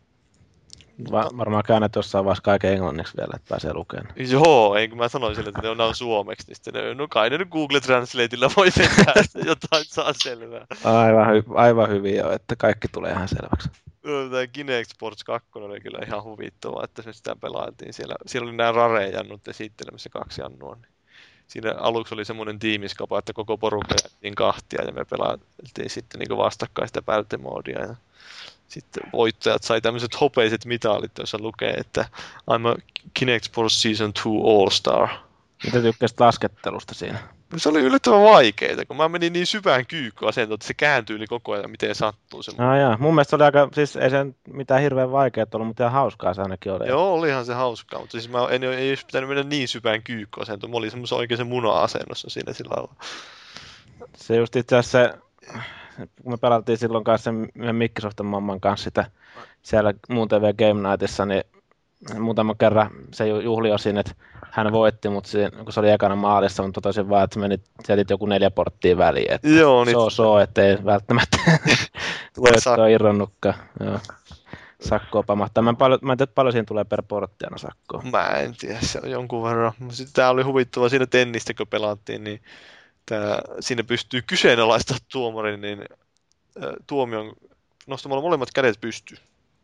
Va- varmaan käännät jossain vaiheessa kaiken englanniksi vielä, että pääsee lukemaan. Joo, ei kun mä sanoin sille, että ne on, ne on suomeksi, niin sitten ne, no kai ne Google Translateilla voi vetää, jotain saa selvää. Aivan, hy- aivan hyvin jo, että kaikki tulee ihan selväksi. Tämä Kinect Sports kaksi oli kyllä ihan huvittavaa, että me sitä pelailtiin. Siellä, siellä oli nämä Rare-jannut esittelemässä kaksi jannua. Niin siinä aluksi oli semmoinen tiimiskapa, että koko porukka jättiin kahtia ja me pelailtiin sitten niin vastakkain sitä peltemoodia. Ja sitten voittajat sai tämmöiset hopeiset mitalit, joissa lukee, että I'm a Kinect Sports Season two All-Star. Mitä tykkäsit laskettelusta siinä? Se oli yllättävän vaikeita, kun mä menin niin syvään kyykkyasentoon, että se kääntyy niin koko ajan, miten sattuu. Se ah, jaa. Mun mielestä se oli aika, siis ei se mitään hirveän vaikeaa ollut, mutta ihan hauskaa se ainakin oli. Joo, olihan se hauskaa, mutta siis mä en, ei olisi pitänyt mennä niin syvään kyykkyasentoon. Mä olin semmoisen oikein se muna-asennossa siinä sillä lailla. Se just itse asiassa se, kun me pelattiin silloin kanssa sen Microsoftin mamman kanssa sitä siellä muun T V Game Nightissa, niin muutaman kerran se juhli jo siinä, että hän voitti, mutta siinä, kun se oli ekana maalissa, mutta totesin vaan, että menit sieltä joku neljä porttia väliin. Että joo, niin. So, so, ettei välttämättä voittoa irronnutkaan. Joo. Sakkoa pamahtaa. Mä en, paljon, mä en tiedä, että paljon siinä tulee per portti aina sakkoa. Mä en tiedä, se on jonkun verran. Sitten tää oli huvittava siinä tennistä, kun pelattiin, niin tää, siinä pystyy kyseenalaista tuomarin, niin äh, tuomion nostamalla molemmat kädet pystyy.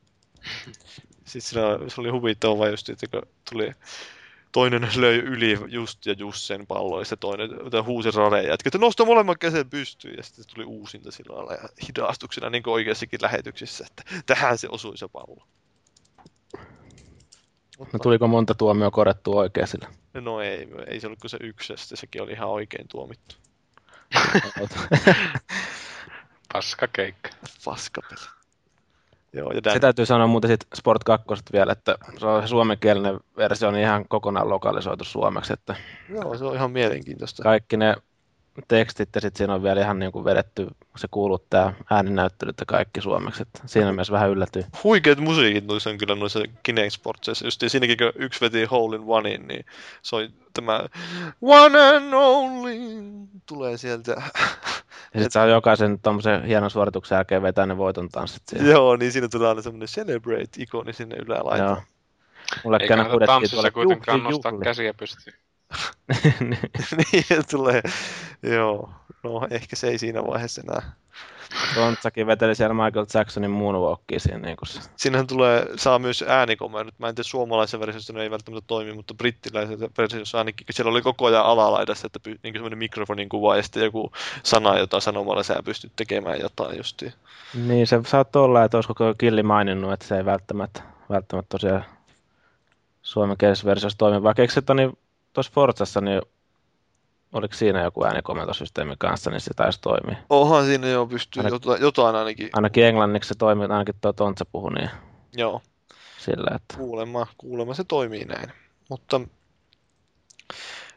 Sitten siinä, se oli huvittava vaan just, että kun tuli toinen löi yli just ja just sen pallon, ja sitten toinen huusi Rare jätkä, että nosta molemmat kädet pystyyn, ja sitten tuli uusinta sillä lailla, ja hidastuksena niin kuin oikeassakin lähetyksissä, että tähän se osui se pallo. No tuliko monta tuomioa korjattua oikein sillä? No ei, ei se ollut kuin se yksi, ja sitten sekin oli ihan oikein tuomittu. Paskakeikka. Paskapeli. Joo, ja se täytyy sanoa muuten sit Sport kaksi vielä, että se on suomenkielinen versio niin ihan kokonaan lokalisoitu suomeksi. Että joo, se on ihan mielenkiintoista. Kaikki ne tekstit ja sitten siinä on vielä ihan niin kuin vedetty, se kuuluttaa ääninäyttelyt ja kaikki suomeksi. Että siinä mielessä vähän yllätyy. Huikeat musiikit noissa on kyllä noissa Kinect Sportsissa. Just siinäkin kun yksi veti Hole in Onein, niin soi tämä One and Only tulee sieltä. Ja sitten saa jokaisen tommosen hienon suorituksen jälkeen vetää ne voiton tanssit siellä. Joo, niin siinä tulee aina semmoinen Celebrate-ikoni sinne ylälaitaan. Joo. Mulle eikä näitä tanssissa kuitenkaan juhli, nostaa juhli. käsiä pystyyn. Niin tulee, joo. No ehkä se ei siinä vaiheessa enää. Tontsakin veteli siellä Michael Jacksonin moonwalkia siinä. Niin kuin... Siinähän tulee, saa myös äänikomennot. Mä en tiedä, suomalaisen versiossa ne ei välttämättä toimi, mutta brittiläisen versiossa ainakin, siellä oli koko ajan alalaidassa, että py, niin semmoinen mikrofonin kuva ja sitten joku sana, jota sanomalla sä pystyt tekemään jotain justiin. Niin, se saattoi olla, että olisi koko Killi maininnut, että se ei välttämättä, välttämättä tosiaan suomenkielisessä versiossa toimi. Vaikka eikö se niin, tuossa Forzassa, niin oliko siinä joku äänikomentosysteemi kanssa, niin se taisi toimia. Onhan siinä jo pystyy Aina, jotain, jotain ainakin. Ainakin englanniksi se toimii, ainakin tuo Tontsa puhui niin. Joo. Sillä, että... Kuulemma, kuulemma se toimii näin. Mutta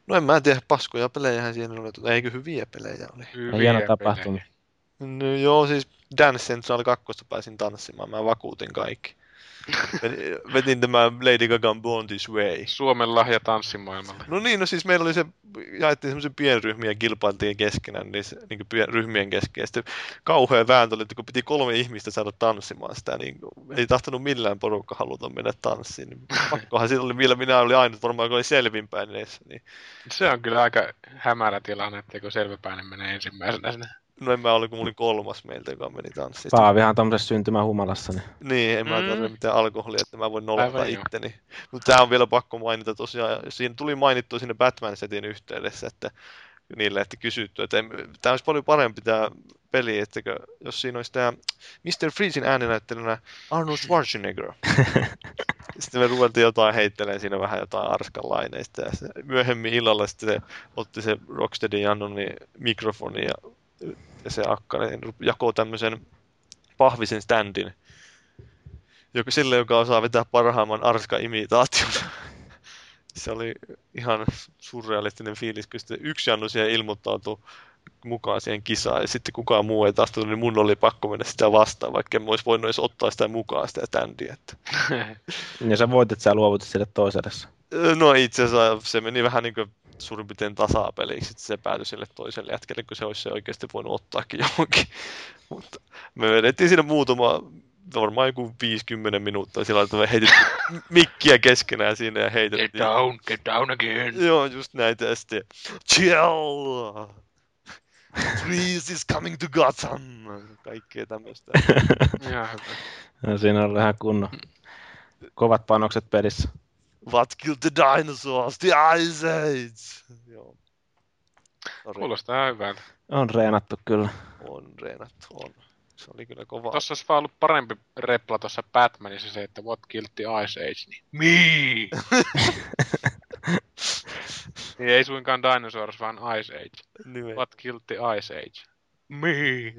No en mä tiedä, paskoja pelejähän siinä oli, eikö hyviä pelejä oli? Hieno Hyviä tapahtuma. pelejä. No joo, siis Dance Central kaksi pääsin tanssimaan, mä vakuutin kaikki. Vetin, vetin tämä Lady Gagan Born This Way. Suomen lahja tanssimaailmalle. No niin, no siis meillä oli se, jaettiin semmoisen pienryhmiä ja kilpailtiin keskenään, niin, se, niin kuin pien, ryhmien kesken. Ja sitten kauhea vääntö oli, että kun piti kolme ihmistä saada tanssimaan sitä, niin ei tahtonut millään porukka haluta mennä tanssiin. Niin pakkohan siitä oli vielä, minä olin ainut varmaan, kun oli selvinpäin edes. Niin. Se on kyllä aika hämärä tilanne, että kun selväpäinen menee ensimmäisenä sinne. No en mä ole, kun mulla oli kolmas meiltä, joka meni tanssiin. Paavihan tommosessa syntymähumalassa. Niin. Niin, en mä Mm. tarvitse mitään alkoholia, että mä voin nollata Aivan joo. itteni. Mutta tää on vielä pakko mainita tosiaan. Siinä tuli mainittua siinä Batman-setin yhteydessä, että niille ehti kysyttyä, että tämä olisi paljon parempi tämä peli, että jos siinä olisi tämä mister Freezin ääninäyttelynä Arnold Schwarzenegger. Sitten me ruvettiin jotain heittelemään siinä vähän jotain arskanlaineista ja se, myöhemmin illalla sitten se otti se Rocksteadin Jannon niin mikrofoni ja, ja se akkari jakoi tämmöisen pahvisen standin, joka, sille, joka osaa vetää parhaimman arska-imitaation. Se oli ihan surrealistinen fiilis, kun sitten yksi Jannu siihen ilmoittautui mukaan siihen kisaan, ja sitten kukaan muu ei taas tullut, niin mun oli pakko mennä sitä vastaan, vaikka en olisi voinut edes ottaa sitä mukaan, sitä standia. Ja sä voitit, sä luovutit sille toiselle. No itse asiassa se meni vähän niin kuin suurin piirtein tasapeliksi, että se päätyi sille toiselle jätkelle, kun se olisi se oikeasti voinut ottaakin johonkin. Mutta me vedettiin siinä muutama, varmaan joku viisikymmentä minuuttia sillä tavalla, että me heitettiin mikkiä keskenään siinä ja heitettiin. Get down, get down again. Joo, just näitä ja sitten chill! Freeze is coming to Gotham! Kaikkea tämmöistä. Ihan hyvä. Ja siinä on ihan kunnon kovat panokset pelissä. What killed the dinosaurs? The Ice Age! Joo. Sorry. Kuulostaa ihan hyvältä. On reenattu kyllä. On reenattu, on. Se oli kyllä kova. Tossa olisi vaan ollut parempi repla tuossa Batmanissa se, että what killed the Ice Age, niin me! Niin ei suinkaan Dinosaurs, vaan Ice Age. Nimen. What killed the Ice Age? Me!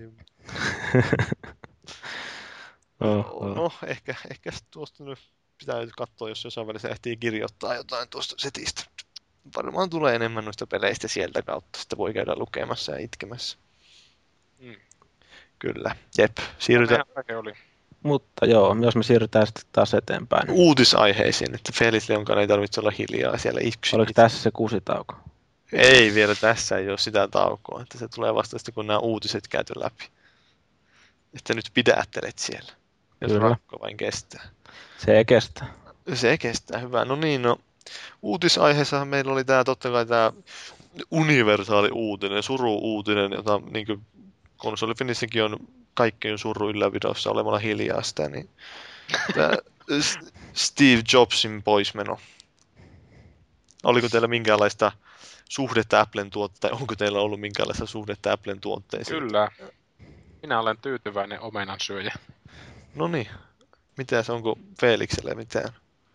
Oh, oh. No, ehkä, ehkä tuosta nyt pitää nyt katsoa, jos jossain välissä ehtii kirjoittaa jotain tuosta setistä. Varmaan tulee enemmän noista peleistä sieltä kautta. Sitten voi käydä lukemassa ja itkemässä. Mm. Kyllä. Jep. Siirrytään Nehän oli. Mutta joo, jos me siirrytään sitten taas eteenpäin. uutisaiheisiin, että Felix Leonkaan ei tarvitse olla hiljaa siellä yksin. Oliko tässä se kusitauko? Ei vielä, tässä ei ole sitä taukoa, että se tulee vasta sitten, kun nämä uutiset käyty läpi. Että nyt pidättelet siellä, jos Kyllä. rakko vain kestää. Se ei kestä. Se kestää, hyvä. No niin, no uutisaiheessahan meillä oli tämä totta kai tämä universaali uutinen, suru-uutinen, jota niin kuin konsolifinissakin on kaikkein suru ylläpidossa olemalla hiljaa sitä, niin tämä Steve Jobsin poismeno. Oliko teillä minkäänlaista suhdetta Applen tuotteeseen, onko teillä ollut minkäänlaista suhdetta Applen tuotteeseen? Kyllä. Minä olen tyytyväinen omenan syöjä. No niin. Mitäs, onko Felixelle mitään?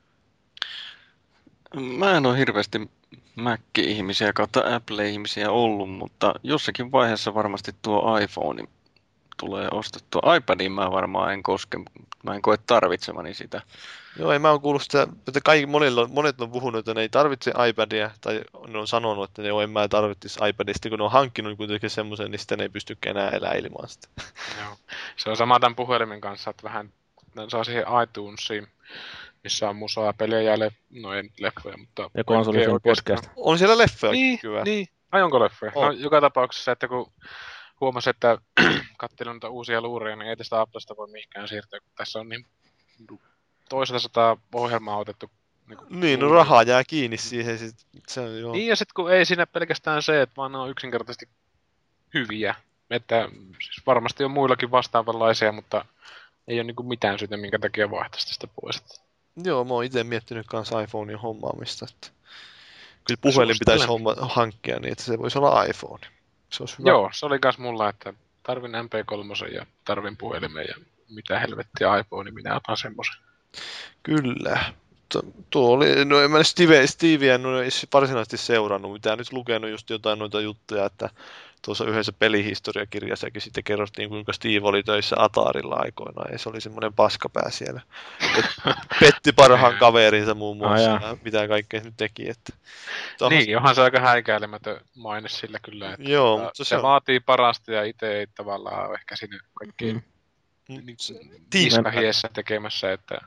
Mä en ole hirveästi Mac-ihmisiä kautta Apple-ihmisiä ollut, mutta jossakin vaiheessa varmasti tuo iPhone tulee ostettua. iPadiin mä varmaan en koske, mä en koe tarvitsemani sitä. Joo, ei mä oon kuullut sitä, että kaikki, monilla, monet on puhunut, että ne ei tarvitse iPadia, tai ne on sanonut, että joo, en mä tarvitsisi iPadista, kun ne on hankkinut kuitenkin semmoisen, niin sitten ne ei pystykään enää elää ilman sitä. Joo. Se on sama tämän puhelimen kanssa, että vähän saa siihen iTunesiin, missä on musaa, pelejä ja le- no ei nyt leffoja, mutta... Ja konsolifin oikeastaan- podcast. On siellä leffoja Niin, hyvä. niin. Ai onko leffoja? On. No, joka tapauksessa, että kun huomasi, että katselin noita uusia luuria, niin ei tästä Applesta voi mihinkään siirtyä, kun tässä on niin toista sataa ohjelmaa otettu. Niin, kuin Niin, no luuria. rahaa jää kiinni siihen. Sit, se on, joo. Niin, ja sitten kun ei siinä pelkästään se, että vaan ne on yksinkertaisesti hyviä. Että siis varmasti on muillakin vastaavanlaisia, mutta ei ole niin kuin mitään syytä, minkä takia vaihtaisi tästä pois. Joo, mä oon itse miettinyt kanssa iPhonein hommaamista. Että kyllä puhelin pitäisi homma, hankkia niin, että se voisi olla iPhone. Se olisi hyvä. Joo, se oli kans mulla, että tarvin M P kolme ja tarvin puhelimen ja mitä helvettiä iPhone, niin minä otan semmoisen. Kyllä. Tu- Tuo oli, no en mä Steve, Steveä en ole varsinaisesti seurannut, mitä nyt lukenut just jotain noita juttuja, että tuossa yhdessä pelihistoriakirjassakin sitten kerrottiin, kuinka Steve oli töissä Atarilla aikoinaan, ja se oli semmoinen paskapää siellä. Et petti parhaan kaverinsa muun muassa, Ah, ja mitä kaikkea se nyt teki. Että... Niin, onhan se aika häikäilemätön maine sillä kyllä, että Joo, tota, mutta se, se on... vaatii parasta ja itse ei tavallaan ole ehkä sinne kaikkein Mm. niskahiessä tekemässä, että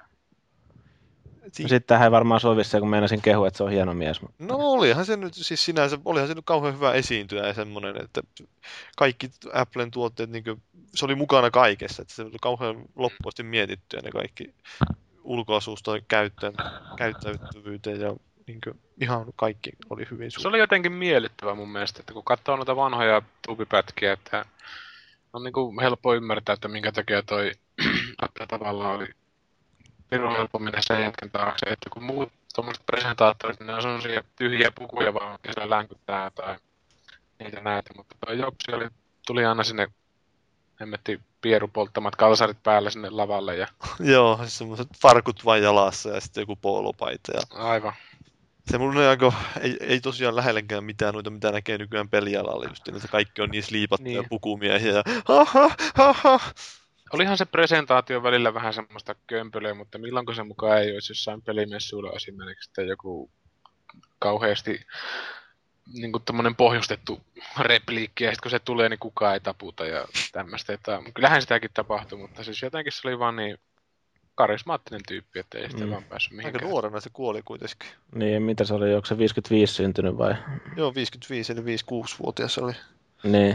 Si- Sitten tähän ei varmaan sovi se, kun meinasin kehua, että se on hieno mies. Mutta... No olihan se nyt, siis sinänsä, olihan se nyt kauhean hyvä esiintyjä ja semmoinen, että kaikki Applen tuotteet, niin kuin, se oli mukana kaikessa, että se oli kauhean loppuasti mietittyä ne kaikki ulkoasusta käyttöön, käyttäytyvyyteen ja niin kuin, ihan kaikki oli hyvin se suuri. oli jotenkin miellyttävä mun mielestä, että kun katsoo noita vanhoja tubipätkiä, että on niin kuin helppo ymmärtää, että minkä takia toi Apple tavallaan oli pirun helppo mennä sen jätkän taakse, että kun muut tuommoiset presentaattorit, ne on sellaisia tyhjiä pukuja vaan, mitkä siellä länkyttää tai niitä näitä, mutta toi Jobsi oli, tuli aina sinne hemmetti pieru polttamat kalsarit päällä sinne lavalle ja Joo, siis semmoiset farkut vain jalassa ja sitten joku poolopaita. Ja... aivan. Se mun aika, ei, ei tosiaan lähellekään mitään noita, mitä näkee nykyään pelialalla just, että kaikki on niin sliipattuja Niin. pukumiehiä ja ha ha ha ha. Olihan se presentaatio välillä vähän semmoista kömpelöä, mutta milloinko se mukaan ei olisi jossain pelimessuilla esimerkiksi sitten joku kauheasti niin kuin tommonen pohjustettu repliikki, ja sitten kun se tulee, niin kukaan ei taputa ja tämmöistä. Että, kyllähän sitäkin tapahtui, mutta siis jotenkin se oli vaan niin karismaattinen tyyppi, että ei sitä Mm. vaan päässyt Aika mihinkään. nuorena se kuoli kuitenkin. Niin, mitä se oli, onko se viisikymmentäviisi syntynyt vai? Joo, viisikymmentäviisi eli viisikymmentäkuusi-vuotias oli. Niin,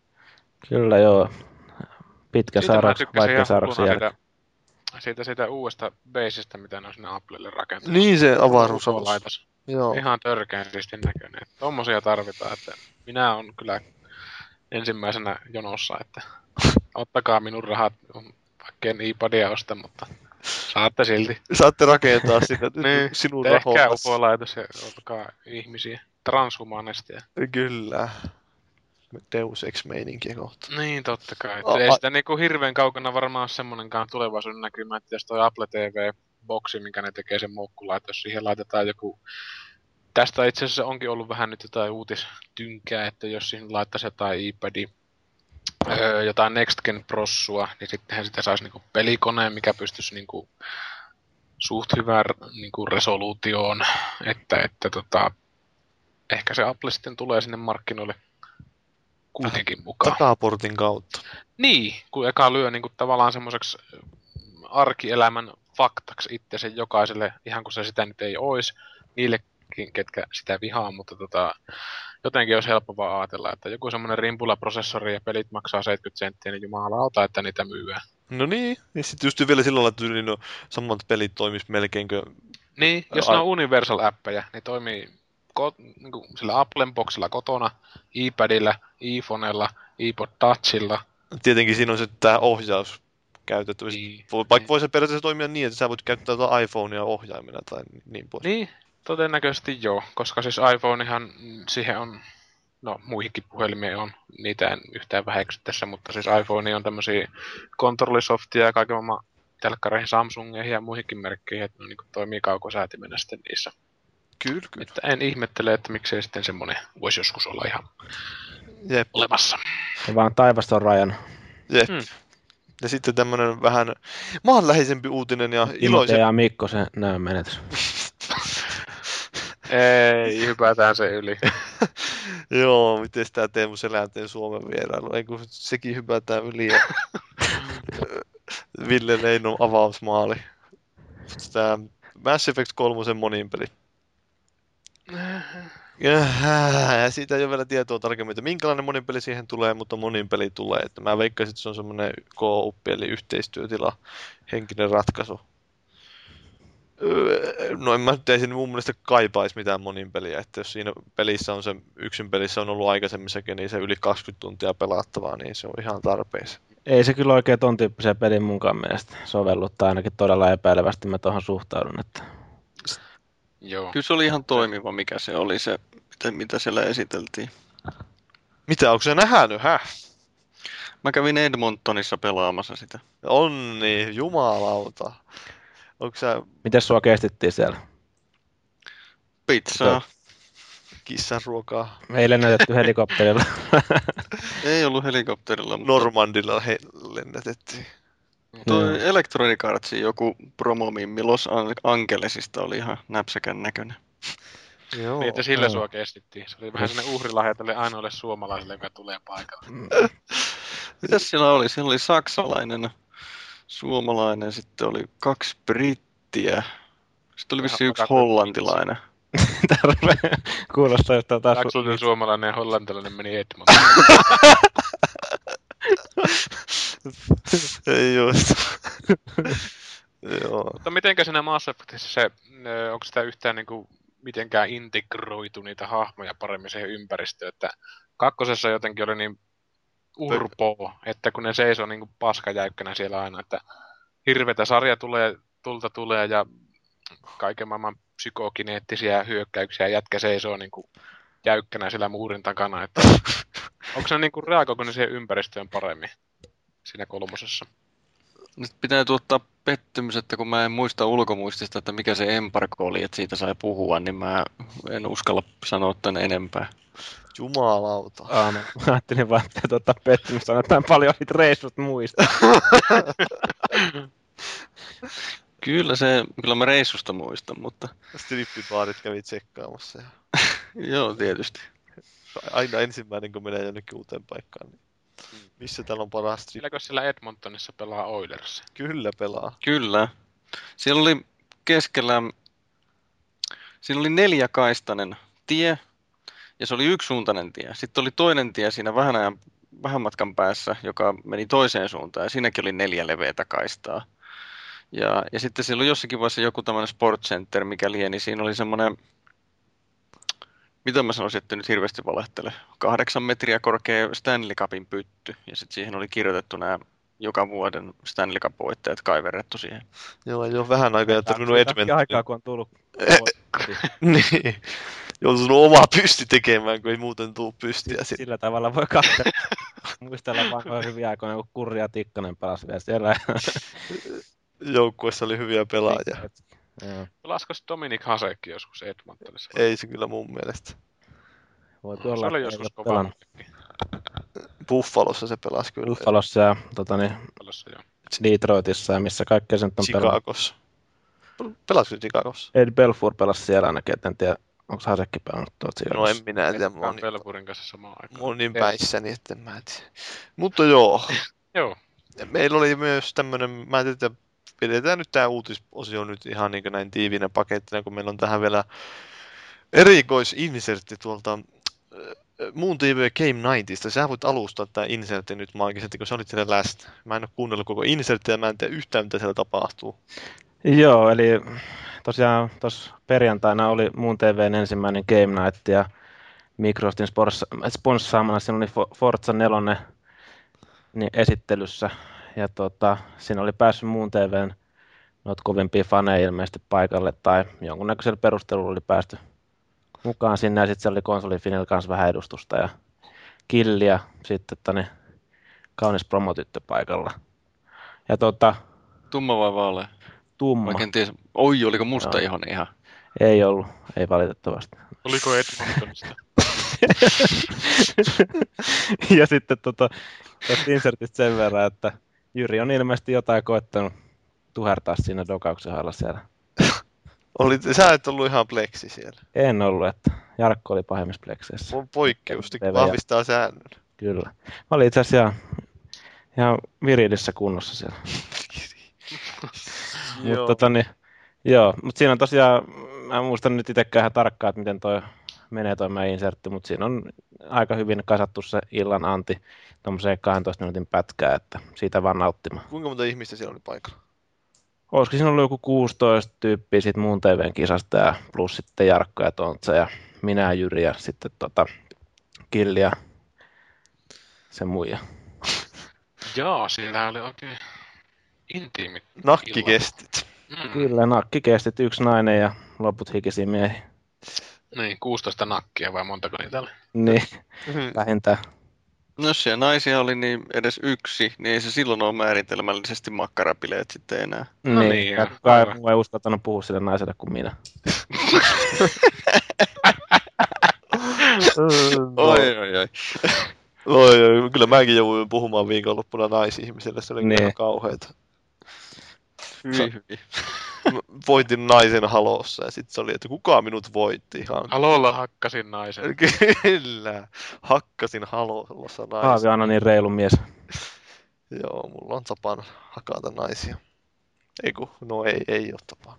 kyllä joo. Pitkä Siitä mä sairaus, tykkäsin vaikka ihan sairauksen hulluna jälkeen. siitä, siitä, siitä uudesta basesta, mitä ne on sinne Applelle rakentanut. Niin se avaruusalus. Laitos. Joo. Ihan törkeän siistin näköinen. Että tommosia tarvitaan, että minä on kyllä ensimmäisenä jonossa, että ottakaa minun rahat, vaikka en iPadia osta, mutta saatte silti. Saatte rakentaa sitä Niin, sinun tehkää rahoillasi. upolaitos ja olkaa ihmisiä. Transhumanistia. Kyllä. Deus Ex-meininkiä kohta. Niin, totta kai. A- Ei a- sitä niinku hirveän kaukana varmaan ole semmonenkaan tulevaisuuden näkymä, että jos toi Apple T V-boksi, minkä ne tekee sen moukkulaitos, jos siihen laitetaan joku... Tästä itse asiassa onkin ollut vähän nyt jotain uutistynkää, että jos siihen laittaisi jotain iPadia, öö, jotain Next Gen Prossua, niin sittenhän sitä saisi niinku pelikoneen, mikä pystyisi niinku suht hyvään niinku resoluutioon, että, että tota, ehkä se Apple sitten tulee sinne markkinoille kuitenkin mukaan. Takaportin kautta. Niin, kun eka lyö niin kuin tavallaan semmoiseksi arkielämän faktaksi itsensä jokaiselle, ihan kun se sitä nyt ei olisi, niillekin, ketkä sitä vihaa, mutta tota, jotenkin olisi helppo vaan ajatella, että joku semmoinen rimpulaprosessori ja pelit maksaa seitsemänkymmentä senttiä, niin jumalauta, että niitä myyään. No niin, ja sitten just vielä sillä lailla, että tyyliin no, samat pelit toimis melkeinkö... Niin, jos Ai- ne on Universal-appeja, niin toimii ko- niin kuin sillä Applen boxilla kotona, iPadilla, iPhonella, iPod Touchilla. Tietenkin siinä on se tää ohjaus käytetty. Niin, Voi- Vaikka niin. voi se periaatteessa toimia niin, että sä voit käyttää tuota iPhonea ohjaimena tai niin pois. Niin, todennäköisesti joo, koska siis iPhonehan mm, siihen on, no muihinkin puhelimia on, niitä en yhtään väheksy tässä, mutta siis iPhone on tämmöisiä kontrollisoftia ja kaiken maailman telkkareihin, Samsungeihin ja muihinkin merkkeihin, että ne niin toimii kaukosäätimenä sitten niissä. Kyllä, kyllä. Että en ihmettele, että miksei sitten semmoinen voisi joskus olla ihan Jep, olemassa. Ja vaan taivasta on rajana. jep. Hmm. Ja sitten tämmönen vähän maanläheisempi uutinen ja Timote iloisempi. ja Mikko, se näön menetys. Ei, hypätään se yli. Joo, miten tää Teemu Selänteen Suomen vierailu? Ei kun sekin hypätään yli ja Ville Leinon avausmaali. Tää Mass Effect kolme monin peli. Ja siitä ei ole vielä tietoa tarkemmin, että minkälainen moninpeli siihen tulee, mutta moninpeli tulee. Että mä veikkaisin, että se on semmoinen co-op eli yhteistyötila, henkinen ratkaisu. Öö, No en mä nyt ei sinne mun mielestä kaipaisi mitään moninpeliä, että jos siinä pelissä on se, yksin pelissä on ollut aikaisemmissakin, niin se yli kaksikymmentä tuntia pelattavaa, niin se on ihan tarpeessa. Ei se kyllä oikein ton tyyppisen pelin munkaan mielestä sovelluttaa, ainakin todella epäilevästi mä tuohon suhtaudun. Että... Joo. Kyllä se oli ihan toimiva, mikä se oli se, mitä, mitä siellä esiteltiin. Mitä, onko se nähnyt, häh? Mä kävin Edmontonissa pelaamassa sitä. Onni, jumalauta. Onko sä Miten sua kestittiin siellä? Pizzaa. kissan ruokaa. Me ei lennätetty helikopterilla. Ei ollut helikopterilla, mutta Normandilla he lennätettiin. toi Electronic Artsin joku promomimmi Los Angelesista oli ihan näpsäkän näköinen. Joo. Niin, että sillä Joo. sua kestittiin. Se oli vähän sellainen uhrilahja tälle ainoalle suomalaiselle, joka tulee paikalle. Mitäs siellä oli? Siellä oli saksalainen, suomalainen, sitten oli kaksi brittiä. Sitten oli vissiin yksi hollantilainen. Tää kuulostaa, että taas... Saksalainen, suomalainen ja hollantilainen meni Edmonton. Ei just. Joo. Mutta mitenkä siinä Mass Effectissä se, onko sitä yhtään niinku mitenkään integroitu niitä hahmoja paremmin siihen ympäristöön, että kakkosessa jotenkin oli niin urpoa, että kun ne seisoo niinku paskajäykkänä siellä aina, että hirvetä sarja tulee, tulta tulee ja kaiken maailman psykokineettisiä hyökkäyksiä jätkä seisoo niinku jäykkänä siellä muurin takana, että onko se niinku reagoiko ne siihen ympäristöön paremmin siinä kolmosessa? Nyt pitää tuottaa pettymys, että kun mä en muista ulkomuistista, että mikä se embargo oli, että siitä sai puhua, niin mä en uskalla sanoa tänne enempää. Jumalauta. Aa, mä ajattelin vaan, että tuota pettymystä on jotain paljon niitä reissut muista. Kyllä se, kyllä mä reissusta muistan, mutta Strippibaarit kävi tsekkaamassa. Ja joo, tietysti. aina ensimmäinen, kun menee jonnekin uuteen paikkaan, niin missä täällä on paras strippi? Silläkö siellä Edmontonissa pelaa Oilers? Kyllä pelaa. Kyllä. Siellä oli keskellä, siinä oli neljäkaistainen tie, ja se oli yksisuuntainen tie. Sitten oli toinen tie siinä vähän ajan, vähän matkan päässä, joka meni toiseen suuntaan, ja siinäkin oli neljä leveätä kaistaa. Ja, ja sitten siellä oli jossakin vaiheessa joku tämmöinen Sport Center, mikä lieni. Siinä oli semmoinen, mitä mä sanoisin, että nyt hirveästi valehtele, kahdeksan metriä korkea Stanley Cupin pytty. Ja sitten siihen oli kirjoitettu nämä joka vuoden Stanley Cup-voittajat kaiverrettu siihen. Joo, ei ole vähän aikaa jättänyt Edmonton. Aikaa, kun on tullut. Niin. Joutunut omaa pysti tekemään, kun ei muuten tule pystiä. Sillä tavalla voi katsella. Muistella vaan, kun hyviä aikoina, kun Kurri ja Tikkanen pelasi vielä siellä. Joukkueessa oli hyviä pelaajia. Pelasiko Dominic Hasekki joskus Edmontonissa? Ei se kyllä mun mielestä. Voi Se olla, oli joskus kova. Buffalossa se pelasi kyllä. Buffalossa ja totani, Pelossa, joo. Detroitissa ja missä kaikkea se nyt on pelannut. Chicagossa. Pelasiko Chicagossa? Ed Belfour pelasi siellä ainakin, et en tiedä, onko Hasekki pelannut tuolta No en sijoitussa. minä tiedä. Mä oon niin, Pelpurin kanssa samaan aikaan. mä oon niin päissäni, että en mä tiedä. Mutta joo. Joo. Meillä oli myös tämmönen, mä en tiedä, että pidetään nyt tää uutisosio nyt ihan niin kuin näin tiivinä pakettina, kun meillä on tähän vielä erikoisinsertti tuolta äh, Moon T V Game yhdeksänkymmentä. Sä voit alustaa tää insertti nyt maagisesti, kun sä olit siellä läsnä. Mä en oo kuunnellut koko inserttiä ja mä en tiedä yhtään, mitä siellä tapahtuu. Joo, eli tosiaan tuossa perjantaina oli Moon T V:n ensimmäinen Game Night ja Microsoftin sponssaamana siinä oli Fo- Forza neljä niin esittelyssä. Ja tota, siinä oli päässyt Moon T V:n noita kovimpia faneja ilmeisesti paikalle tai jonkunnäköisellä perustelulla oli päästy mukaan sinne ja sitten siellä oli konsolifinilla kanssa vähän edustusta ja Killi ja sitten tani kaunis promotyttö paikalla. Ja tota, Tumma vai vaalea? tumma. Mä kenties, oi, oliko musta Joo. ihon ihan? Ei ollut, ei valitettavasti. Oliko Edmontonista? Ja sitten tota, tästä insertistä sen verran, että Jyri on ilmeisesti jotain koettanut tuhertaa siinä dokauksen alla siellä. Oli, sä et ollut ihan pleksi siellä. En ollut, että Jarkko oli pahimmissa plekseissä. Mun poikkeus, T V ja- vahvistaa säännön. Kyllä. Mä olin itse asiassa ihan, ihan viridissä kunnossa siellä. Mutta Joo. tota, niin, joo, mut siinä on tosiaan, mä en muista nyt itsekään ihan tarkkaan, että miten toi menee toi meidän insertti, mutta siinä on aika hyvin kasattu se illan anti tommoseen kahdentoista minuutin pätkää, että siitä vaan nauttimaan. Kuinka monta ihmistä siellä oli paikalla? Olisiko siinä ollut joku kuusitoista tyyppiä siitä Moon T V:n kisasta ja plus sitten Jarkko ja Tontsa ja minä ja Jyri ja sitten tota Killi ja se muija. Jaa, siellä oli oikein intiimit. Nakkikestit. Mm. Kyllä, nakkikestit, yksi nainen ja loput hikisiä miehiä. Niin, kuusitoista nakkia vai montako niitä oli? Niin, vähintään. No jos siellä naisia oli niin edes yksi, niin ei se silloin ole määritelmällisesti makkarapileet sitten enää. No niin, niin, ja joo. kukaan Aivan. muu ei uskaltanut puhua sille naiselle kuin minä. Oi, oi, oi. Oi, oi, kyllä mäkin jouduin puhumaan viikonloppuna naisihmiselle, se oli Niin. kyllä kauheeta. Hyi, hyi. Voitin naisen halossa ja sitten se oli, että kuka minut voitti ihan. Halolla hakkasin naisen. Kyllä, hakkasin halossa naisen. Haavi on aina niin reilu mies. Joo, mulla on tapana hakata naisia. Eiku, no ei, ei ole tapana.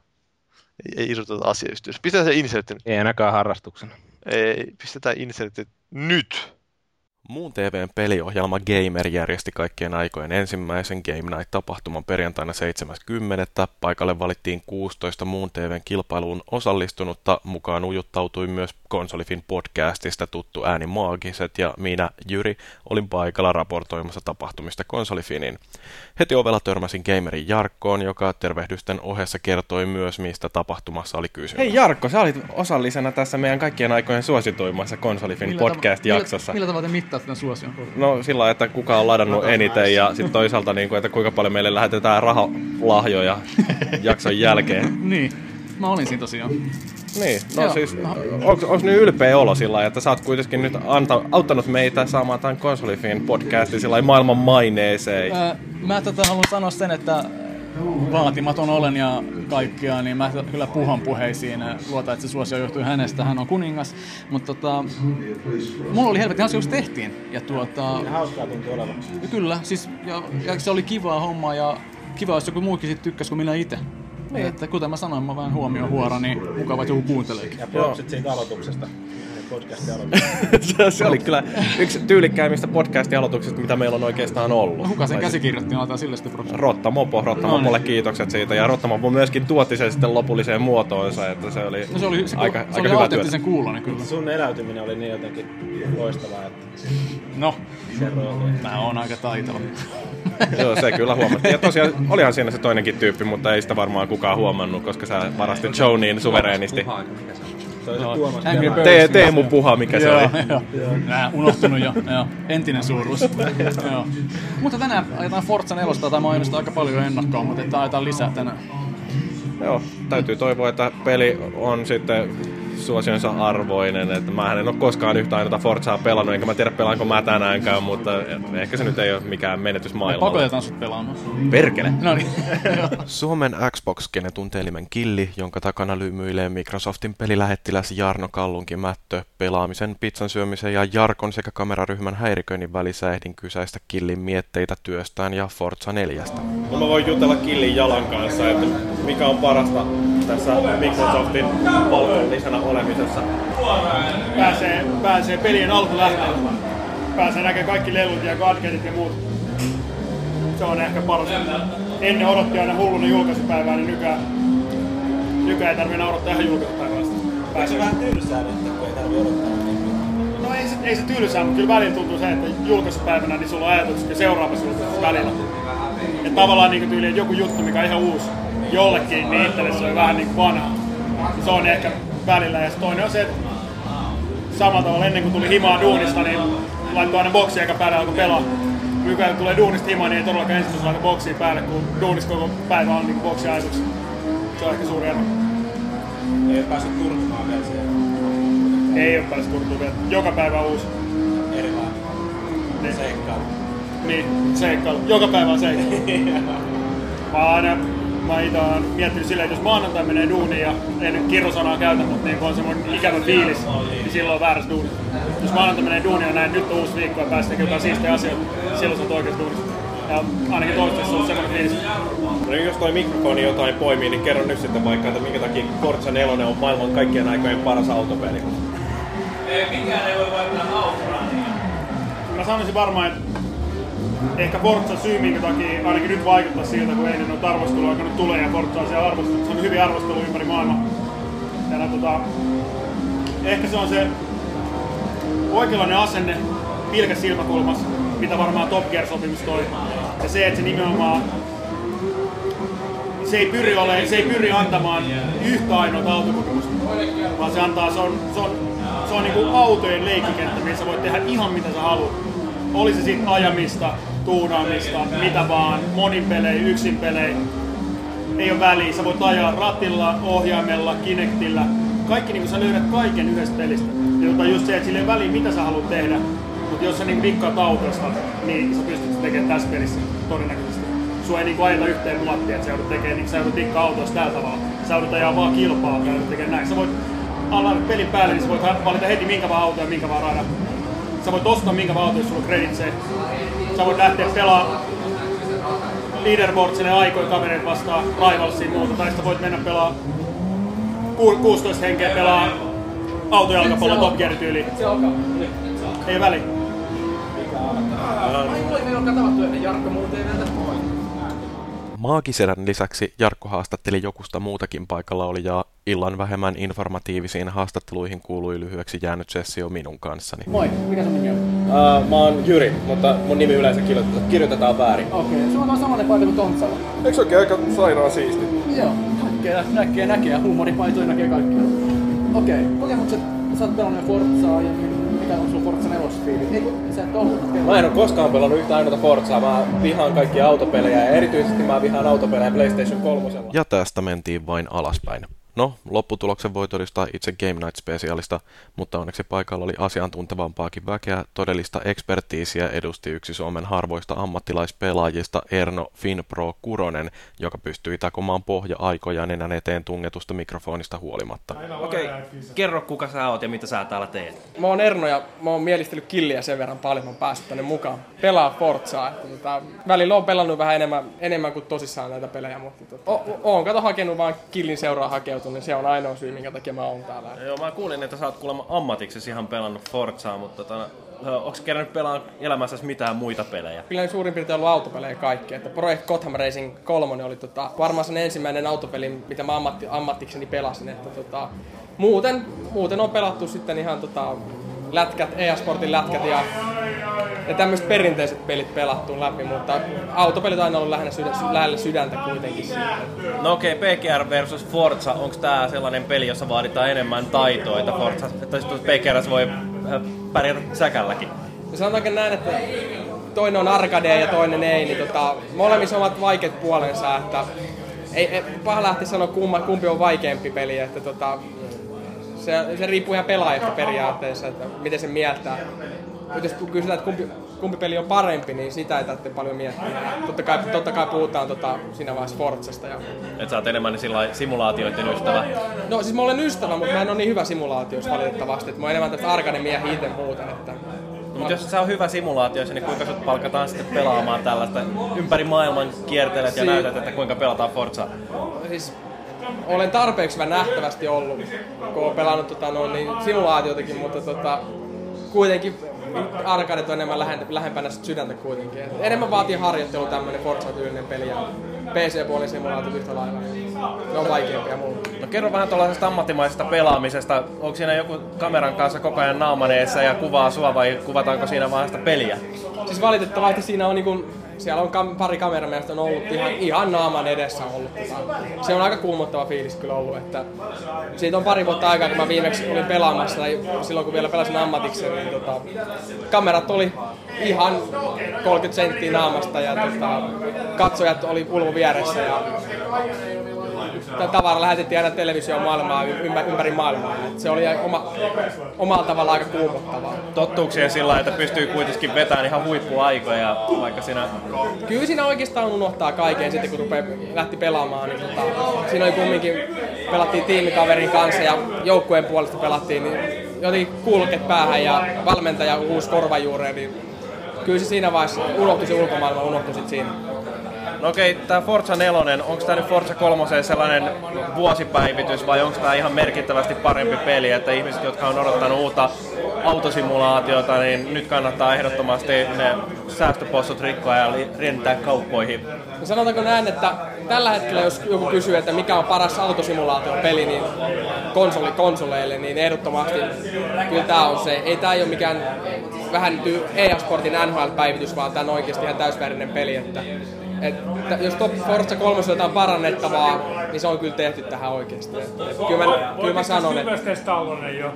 Ei, ei irroteta asiayhteydessä. Pistetään se insertti nyt. Ei ainakaan harrastuksena. Ei, pistetään insertti nyt. Muun T V:n peliohjelma Gamer järjesti kaikkien aikojen ensimmäisen Game Night-tapahtuman perjantaina seitsemäs kymmenettä Paikalle valittiin kuusitoista Muun T V:n kilpailuun osallistunutta. Mukaan ujuttautui myös Konsolifin podcastista tuttu ääni Maagiset ja minä, Jyri, olin paikalla raportoimassa tapahtumista Konsolifiniin. Heti ovella törmäsin gamerin Jarkkoon, joka tervehdysten ohessa kertoi myös, mistä tapahtumassa oli kysymys. Hei Jarkko, sä olit osallisena tässä meidän kaikkien aikojen suosituimmassa Konsolifin Millä podcast-jaksossa. Millä, millä tavalla te mittaatte tämän suosion? No sillä lailla, että kuka on ladannut eniten ja sitten toisaalta, niin kuin, että kuinka paljon meille lähetetään rahalahjoja jakson jälkeen. Niin, mä olin siinä tosiaan. Niin, no Joo. siis, onko, onko nyt ylpeä olo sillä lailla, että sä oot kuitenkin nyt anta, auttanut meitä saamaan tämän Konsolifin podcastin sillä lailla maailman maineeseen? Ää, mä tota haluan sanoa sen, että vaatimaton olen ja kaikkia, niin mä kyllä puhon puheisiin. Luotan, että se suosio johtuu hänestä, hän on kuningas. Mutta tota, mulla oli helvetin hauska, kun se tehtiin. Ja tuota, Hauskaa tuntuu olevan. kyllä, siis, ja, ja se oli kivaa hommaa ja kiva, jos joku muukin sit tykkäs kuin minä itse. Niin. Että kuten mä sanoin, mä vähän huomioon huora, niin mukava, että joku kuunteleekin. Ja propsit siitä aloituksesta. Podcastin aloituksesta. Se oli kyllä yksi tyylikkäimmistä podcast-aloituksista, mitä meillä on oikeastaan ollut. No, kuka sen käsikirjoitti, aletaan sille sitten propsit. Rotta Mopo, Rotta No Mopolle niin. kiitokset siitä. Ja Rotta Mopo myöskin tuotti sen sitten lopulliseen muotoonsa, että se oli, No se oli, se, aika, se aika oli hyvä työtä. autenttisen kuulonen kyllä. Sun eläytyminen oli niin jotenkin loistavaa, että No, se rooli. mä oon aika taitava. Joo, se kyllä huomattiin. Ja tosiaan olihan siinä se toinenkin tyyppi, mutta ei sitä varmaan kukaan huomannut, koska sä varastit show niin suvereenisti. Se oli se Joo. Tuomas Angry Pelaa. Birds. Te, Teemu Puha, mikä se Joo, oli. joo. Nää, unohtunut jo. Joo. Entinen suuruus. Joo. Mutta tänään ajetaan Forza nelosta, tai mä oon aika paljon ennakkoa, mutta että ajetaan lisää tänään. Joo, täytyy toivoa, että peli on sitten suosionsa arvoinen. Että mähän en ole koskaan yhtä ainoata Forzaa pelannut, enkä mä tiedä pelaanko mä tänäänkään, mutta ehkä se nyt ei ole mikään menetys Me maailmalla. pakotetaan sut pelaamaan. Perkele! No niin. Suomen Xbox-kene tunteelimen Killi, jonka takana lymyilee Microsoftin pelilähettiläs Jarno Kallunki-Mättö, pelaamisen, pizzan syömisen ja Jarkon sekä kameraryhmän häiriköinnin välissä ehdin kysäistä Killin mietteitä työstään ja Forza neljästä. No mä voin jutella Killin Jalan kanssa, että mikä on parasta tässä Microsoftin palvelullisena olemisessa. Pääsee, pääsee pelien alkulähteelle. Pääsee näkemään kaikki lelut ja gadgetit ja muut. Se on ehkä parasta. Ennen odotti aina hulluna julkaisupäivää, niin nykyään, nykyään ei tarvitse enää odottaa ihan julkaisupäivää. Pääsee vähän tylsää nyt, kun ei tarvitse odottaa niin pitkään. No ei se, ei se tylsää, mutta kyllä välillä tuntuu se, että julkaisupäivänä niin sulla on ajatukset ja seuraavassa julkaisussa välillä. Ja tavallaan niin tyyli, että joku juttu, mikä on ihan uusi jollekin, niin itselle se on vähän niin kuin vanha. Se on ehkä välillä. Ja toinen on se, että samalla tavalla ennen kuin tuli himaa duunista, niin laittoi aina boksia eikä päälle alkoi pelaa. Nykyään kun tulee duunista himaa, niin ei todellakaan ensimmäisenä laita boksia päälle, kun duunista koko päivä on niin boksia ajatuksia. Se on ehkä suuri ero. Ei ole päässyt turtumaan vielä siellä. Ei ole päässyt turtumaan vielä. Joka päivä on uusi. Erilainen. Niin. Seikkailu. Niin, seikkailu. Joka päivä on seikkailu. Mä aina, mä ite oon miettinyt silleen, että jos maanantai menee duuniin ja en nyt kirrosanaa käytä, mutta niin kun on semmoinen ikävä fiilis, niin silloin on väärässä duunissa. Jos maanantai menee duuniin ja näin, nyt on uusi viikko ja päästä tekemään jotain siistejä asioita, silloin sä oot oikeassa duunissa. Ja ainakin toistaiseksi on semmoinen fiilis. No jos toi mikrofoni jotain poimii, niin kerro nyt sitten vaikka, että minkä takia Forza neljä on maailman kaikkien aikojen paras autopeli. Mikään ei voi vaihtaa autoraania. Mä sanoisin varmaan, että ehkä Forza syy, minkä takia ainakin nyt vaikuttaa siltä, kun eilen noita arvosteluja alkanut tulee ja Forza on siellä arvosteltu. Se on hyvin arvostelu ympäri maailmaa. Ja nää, tota, ehkä se on se oikeanlainen asenne pilkäs silmäkulmassa, mitä varmaan Top Gear-sopimus toi. Ja se, että se nimenomaan se ei pyri, ole, se ei pyri antamaan yhtä ainoa autokokemusta, vaan se antaa, se on, se on, se on niinku autojen leikkikenttä, missä voit tehdä ihan mitä sä haluat. Oli se sitten ajamista, tuunaamista, mitä vaan, monin pelejä, yksin pelejä. Ei ole väliä, sä voit ajaa ratilla, ohjaimella, Kinectillä, kaikki niin sä löydät kaiken yhdestä pelistä. Joka on just se, että sillä ei väliä mitä sä haluat tehdä, mutta jos sä niin dikkaat autosta, niin sä pystyt tekemään tässä pelissä todennäköisesti. Sua ei niin ajeta yhteen muottiin, että sä joudut tekemään, niin sä joudut dikkaa autosta tällä tavalla. Sä joudut ajaa vaan kilpaa, sä joudut tekemään näin. Sä voit alla pelin päälle, niin sä voit valita heti minkä vaan auto ja minkä vaan radan. Sä voit ostaa minkä vaan auto, jos sulla on kreditsee. Sä voit lähteä pelaamaan leaderboardsille aikoja kavereita vastaan, rivalsiin muuta, tai sitten voit mennä pelaa kuusitoista henkeä pelaa autojalkapallon Top Gear -tyyliin. Ei väliä. Maagisedän lisäksi Jarkko haastatteli jokusta muutakin paikalla oli ja illan vähemmän informatiivisiin haastatteluihin kuului lyhyeksi jäänyt sessio minun kanssani. Moi, mikä sun nimi on? Uh, mä oon Jyri, mutta mun nimi yleensä kirjoitetaan, kirjoitetaan väärin. Okei, okay. Sulla on samanen paita kuin Tontsalla. Eikö se oikein aika sairaan siisti? Joo, näkee, näkee, näkee ja huumoripaitoja näkee kaikkia. Okei, okay. Kokemukset, sä oot pelannut Forzaa ja mikä on sun Forza neljä-fiili? Ei, sä et ollut. Mä en oo koskaan pelannut yhtä ainoata Forzaa, mä vihaan kaikkia autopelejä ja erityisesti mä vihaan autopelejä PlayStation kolme. Ja tästä mentiin vain alaspäin. No, lopputuloksen voi todistaa itse Game Night-spesiaalista, mutta onneksi paikalla oli asiantuntevampaakin väkeä. Todellista ekspertiisiä edusti yksi Suomen harvoista ammattilaispelaajista Erno Finpro Kuronen, joka pystyi takomaan pohja-aikoja nenän eteen tungetusta mikrofonista huolimatta. Okei, okay. Kerro kuka sä oot ja mitä sä täällä teet. Mä oon Erno ja mä oon mielistellyt killiä sen verran paljon, mä oon päässyt tänne mukaan. Pelaa Forzaa. Että, tota, välillä oon pelannut vähän enemmän, enemmän kuin tosissaan näitä pelejä, mutta tota, o- oon kato hakenut vaan killin seuraa hakeutunut, niin se on ainoa syy, minkä takia mä oon täällä. Joo, mä kuulin, että sä oot kuulemma ammatiksesi ihan pelannut Forzaa, mutta tota, onks kerännyt pelaa elämässäsi mitään muita pelejä? Kyllä suurin piirtein ollut autopelejä kaikki. Että Project Gotham Racing kolme oli tota, varmaan sen ensimmäinen autopeli, mitä mä ammatti, ammatikseni pelasin. Että, tota, muuten, muuten on pelattu sitten ihan tota, lätkät, E A Sportin lätkät ja, ja tämmöiset perinteiset pelit pelattu läpi, mutta autopelit on aina ollut lähellä, sydä, lähellä sydäntä kuitenkin siitä. No okei, okay, P G R versus Forza, onko tää sellainen peli, jossa vaaditaan enemmän taitoa, että Forza, että P G R voi pärjätä säkälläkin? Ja sanotaanko näin, että toinen on arcade ja toinen ei, niin tota, molemmissa ovat vaikeat puolensa, että ei, ei paha lähti sanoa kumma, kumpi on vaikeampi peli, että tota, se, se riippuu ihan pelaajasta periaatteessa, että miten se mieltää. Jos kysytään, että kumpi, kumpi peli on parempi, niin sitä ei tarvitse paljon miettiä. Totta kai, totta kai puhutaan tota, siinä vaiheessa Forzasta. Ja... Et sä oot enemmän simulaatioiden ystävä? No siis mä olen ystävä, mutta mä en ole niin hyvä simulaatioissa valitettavasti. Mä oon enemmän tästä arcade-miehiä itse muuten. Että... No, mutta jos sä on hyvä simulaatioissa, niin kuinka sut palkataan sitten pelaamaan tällaista? Ympäri maailman kiertelet ja si- näytät, että kuinka pelataan Forzaa? Siis... Olen tarpeeksi hyvä nähtävästi ollut, kun olen pelannut tota, no, niin, simulaatiotakin, mutta tota, kuitenkin arcadet on enemmän lähempänä sydäntä kuitenkin. Et enemmän vaatii harjoittelu tämmönen Forza-tyylinen peli ja P C-puolin simulaatiot yhtä lailla. Ne on vaikeampia mulle. No kerro vähän tuollaisesta ammattimaisesta pelaamisesta. Onko siinä joku kameran kanssa koko ajan naaman eessä ja kuvaa sua vai kuvataanko siinä vaan sitä peliä? Siis valitettavasti siinä on niinku... Siellä on kam- pari kameramiestä on ollut ihan, ihan naaman edessä ollut. Se on aika kuumottava fiilis kyllä ollut. Että siitä on pari vuotta aikaa, kun mä viimeksi olin pelaamassa, tai silloin kun vielä pelasin ammatiksen, niin tota, kamerat oli ihan kolmekymmentä senttiä naamasta ja tota, katsojat oli ulvo vieressä. Ja tavara lähetettiin aina televisioon maailmaa ympäri maailmaa. Et se oli oma, omalla tavalla aika kuumottavaa. Tottuuksien sillä, että pystyy kuitenkin vetämään ihan huippuaikoja, vaikka siinä... Kyllä siinä oikeastaan unohtaa kaiken sitten, kun rupeaa, lähti pelaamaan. Niin tota, siinä oli kumminkin, pelattiin tiimikaverin kanssa ja joukkueen puolesta pelattiin, niin jotenkin kuulokkeet päähän ja valmentaja uusi korvajuureen, niin kyllä se siinä vaiheessa unohtui se ulkomaailma, unohtui sit siinä. No okei, tää Forza neljä, onko tää nyt Forza kolme sellainen vuosipäivitys vai onko tää ihan merkittävästi parempi peli, että ihmiset, jotka on odottanut uutta autosimulaatiota, niin nyt kannattaa ehdottomasti ne säästöpossut rikkoa ja rientää kauppoihin? No sanotaanko näin, että tällä hetkellä jos joku kysyy, että mikä on paras autosimulaatiopeli niin konsoli, konsoleille, niin ehdottomasti kyllä tää on se. Ei tää ei ole mikään vähän E A Sportin N H L-päivitys, vaan tää on oikeasti ihan täysvärinen peli. Että että jos Top Forza kolme on jotain parannettavaa, niin se on kyllä tehty tähän oikeesti. Kyllä mä, kyllä mä sanon, että... Voitteko Tallonen jo?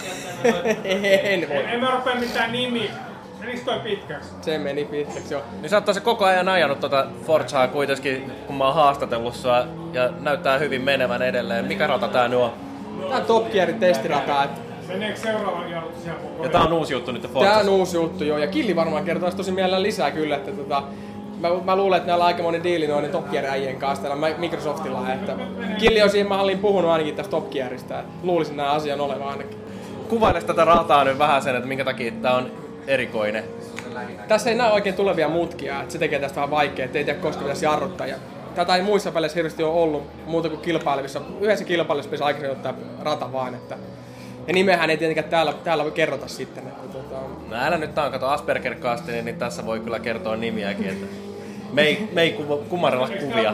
En voi. En mä rupea mitään nimiä. Menikö toi pitkäksi? Se meni pitkäksi, joo. Niin sä oot tossa koko ajan ajanut tota Forzaa kuitenkin, kun mä oon haastatellut sua, ja näyttää hyvin menevän edelleen. Mikä rata tää nyt on? tää on Top Gearin testirata. Et... Meneekö seuraavan jarrutus ihan koko ajan? Ja tää on uusi juttu nyt Forzassa. Tää on uusi juttu, joo. Ja Killi varmaan kertoisi tosi mielellään lisää kyllä, että tota... Mä, mä luulen, että näillä on aikamoinen diili noiden Top Gear-äijien kanssa täällä Microsoftilla. Että Killi on siihen hallin puhunut ainakin tästä Top Gearista. Luulisin nämä asian olevan ainakin. Kuvaile tätä rataa nyt vähän sen, että minkä takia tää on erikoinen. Tässä ei näe oikein tulevia mutkia, että se tekee tästä vähän vaikeaa, ettei tiedä koska pitäisi jarruttaa. Ja tätä ei muissa väleissä hirveästi ole ollut muuta kuin kilpailevissa. Yhdessä kilpailussa pitäisi aikaisemmin ottaa rata vaan. Että... Ja nimehän ei tietenkään täällä, täällä voi kerrota sitten. Että, tota... No älä nyt tää on, kato Asperger-kastinen, niin tässä voi kyllä kertoa nimiäkin. Että... Me ei, me ei ku, kumarrella kuvia.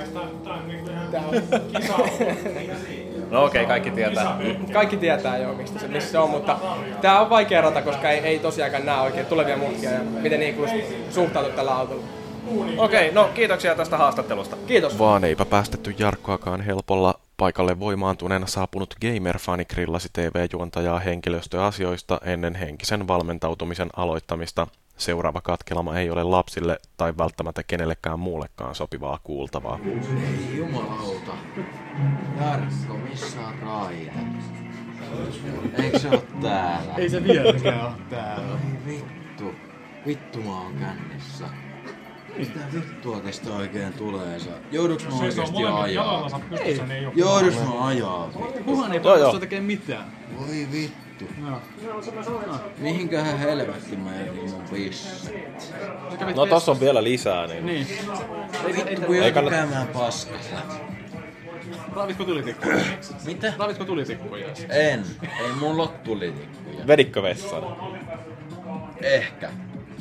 No okei, okay, kaikki tietää. Kaikki tietää jo, mistä se, missä se on, mutta tää on vaikea rata, koska ei, ei tosiaankaan näe oikein tulevia mutkia ja miten niin suhtautuu tällä autolla. Okei, okay, no kiitoksia tästä haastattelusta. Kiitos. Vaan eipä päästetty Jarkkoakaan helpolla. Paikalle voimaantuneena saapunut Gamer-fani grillasi T V-juontajaa henkilöstöasioista ennen henkisen valmentautumisen aloittamista. Seuraava katkelma ei ole lapsille tai välttämättä kenellekään muullekaan sopivaa kuultavaa. Ei jumalauta. Jarkko, missä on Raide? Eikö se oo täällä? Ei se vieläkään oo täällä. Ei vittu. Vittu mä oon kännissä. Mitä vittua tästä oikein tulee? Jouduks mä oikeesti ajaa? Ei. Jouduks mä ajaa? Kuhan ei pakko tekee mitään. Voi vittu. No. Mihinköhän helvettiin mä jätin mun pisset? No tossa on vielä lisää, niin... Niin. Vittu kun joku käymään paskassa. Raavitko tulitikkuja? Mitä? Raavitko tulitikkuja? En. Ei mulla oo tulitikkuja. Veditkö vessaan? Ehkä.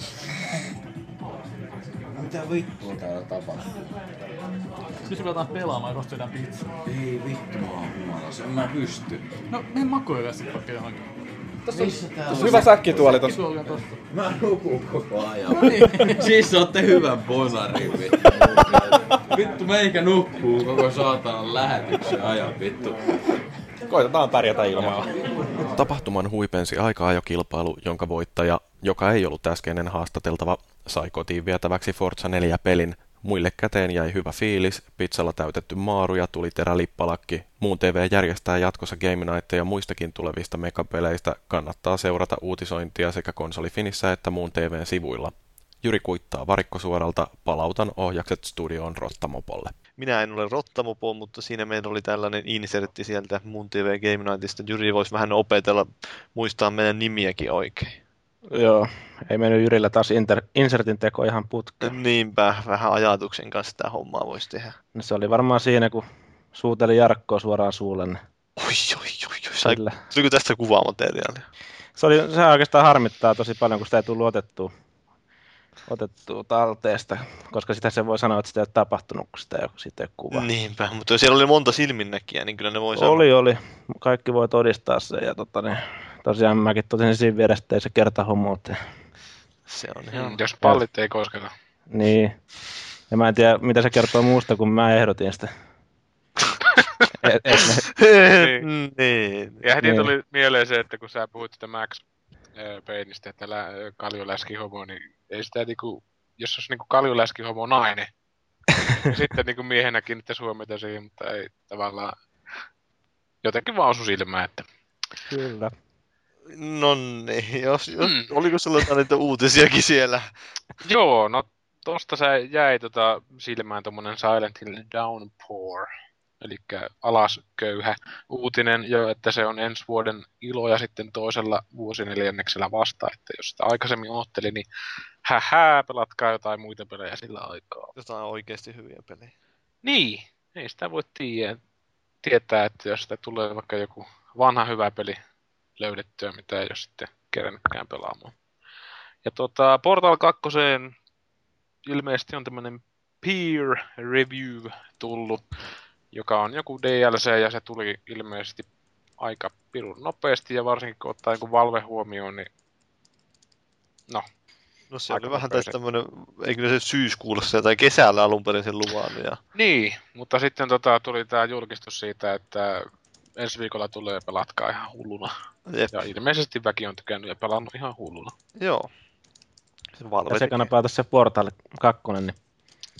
Mitä vittua täällä tapahtuu? Nyt ruvetaan pelaamaan ja kostetaan pizzaa. Ei vittu, mä oon humalassa. En mä pysty. No, mene makuille sitten vaikka johonkin. Tossa Missä tää on? Hyvä säkkituoli tossa. Säkkituoli on tossa. Mä nukun koko ajan. No niin. Siis ootte hyvän bonarin vittu. Vittu meikä nukkuu koko saatanan lähetyksen ajan vittu. Koitetaan pärjätä ilmaa. Tapahtuman huipensi aika-ajokilpailu, jonka voittaja, joka ei ollut äskeinen haastateltava, sai kotiin vietäväksi Forza neljä pelin. Muille käteen jäi hyvä fiilis, pizzalla täytetty maaru ja tuli terälippalakki. Muun T V järjestää jatkossa Game Nightteja muistakin tulevista megapeleistä. Kannattaa seurata uutisointia sekä konsolifinissä että Muun T V:n sivuilla. Jyri kuittaa varikkosuoralta, palautan ohjakset studioon Rottamopolle. Minä en ole Rottamopo, mutta siinä meillä oli tällainen insertti sieltä Muun T V Game Nightista. Jyri voisi vähän opetella, muistaa meidän nimiäkin oikein. Joo, ei mennyt Jyrillä taas inter, insertin teko ihan putkeen. Niinpä, vähän ajatuksen kanssa sitä hommaa voisi tehdä. No se oli varmaan siinä, kun suuteli Jarkkoa suoraan suulle. Oi, oi, oi, oi. Sai, tuliko tästä kuvamateriaalia? Se, oli, se oikeastaan harmittaa tosi paljon, kun sitä ei tullut otettua, otettua talteesta, koska sitä se voi sanoa, että sitä ei ole tapahtunut, kun sitä ei ole, siitä ei ole kuvaa. Niinpä, mutta jos siellä oli monta silminnäkijää, niin kyllä ne voi sanoa. Oli, oli. Kaikki voi todistaa sen ja tota, niin, tosiaan mäkin tosin siinä vierestä, ei se kerta homoute. Se on ihan... Jos pallit ei kosketa. Niin. Ja mä en tiedä, mitä se kertoo muusta, kun mä ehdotin sitä. et, et ne... niin. niin. Ja heti tuli niin. mieleen se, että kun sä puhuit sitä Max Paynistä, että lä- kaljuläskihomo, niin ei sitä niinku, jos olisi niinku kaljuläskihomo nainen, niin sitten niinku miehenä kiinnittäisi huomiota siihen, mutta ei tavallaan jotenkin vaan osu silmään, että... Kyllä. No niin, jos, jos, mm. oliko sulla niitä uutisiakin siellä? Joo, no tosta se jäi tota silmään tommonen Silent Hill Downpour, eli alasköyhä uutinen jo, että se on ensi vuoden ilo ja sitten toisella vuosineljänneksellä vasta, että jos sitä aikaisemmin otteli, niin hähää, pelatkaa jotain muita pelejä sillä aikaa. Jotain oikeasti hyviä pelejä. Niin, ei sitä voi tiedä, tietää, että jos sitä tulee vaikka joku vanha hyvä peli löydettyä, mitä ei ole sitten kerännytkään pelaamaan. Ja tota, Portal kaksi ilmeisesti on tämmönen peer review tullut, joka on joku D L C ja se tuli ilmeisesti aika pirun nopeasti ja varsinkin kun ottaa joku Valve huomioon, niin no. No se oli vähän tästä tämmönen, eikö se syyskuulossa tai kesällä alun perin sen luvan. Ja... Niin, mutta sitten tota, tuli tää julkistus siitä, että ensi viikolla tulee pelatkaa ihan hulluna. Jep. Ja ilmeisesti väki on tykännyt ja pelannut ihan hulluna. Joo. Se ja se kannattaa tässä se Portal kaksi, niin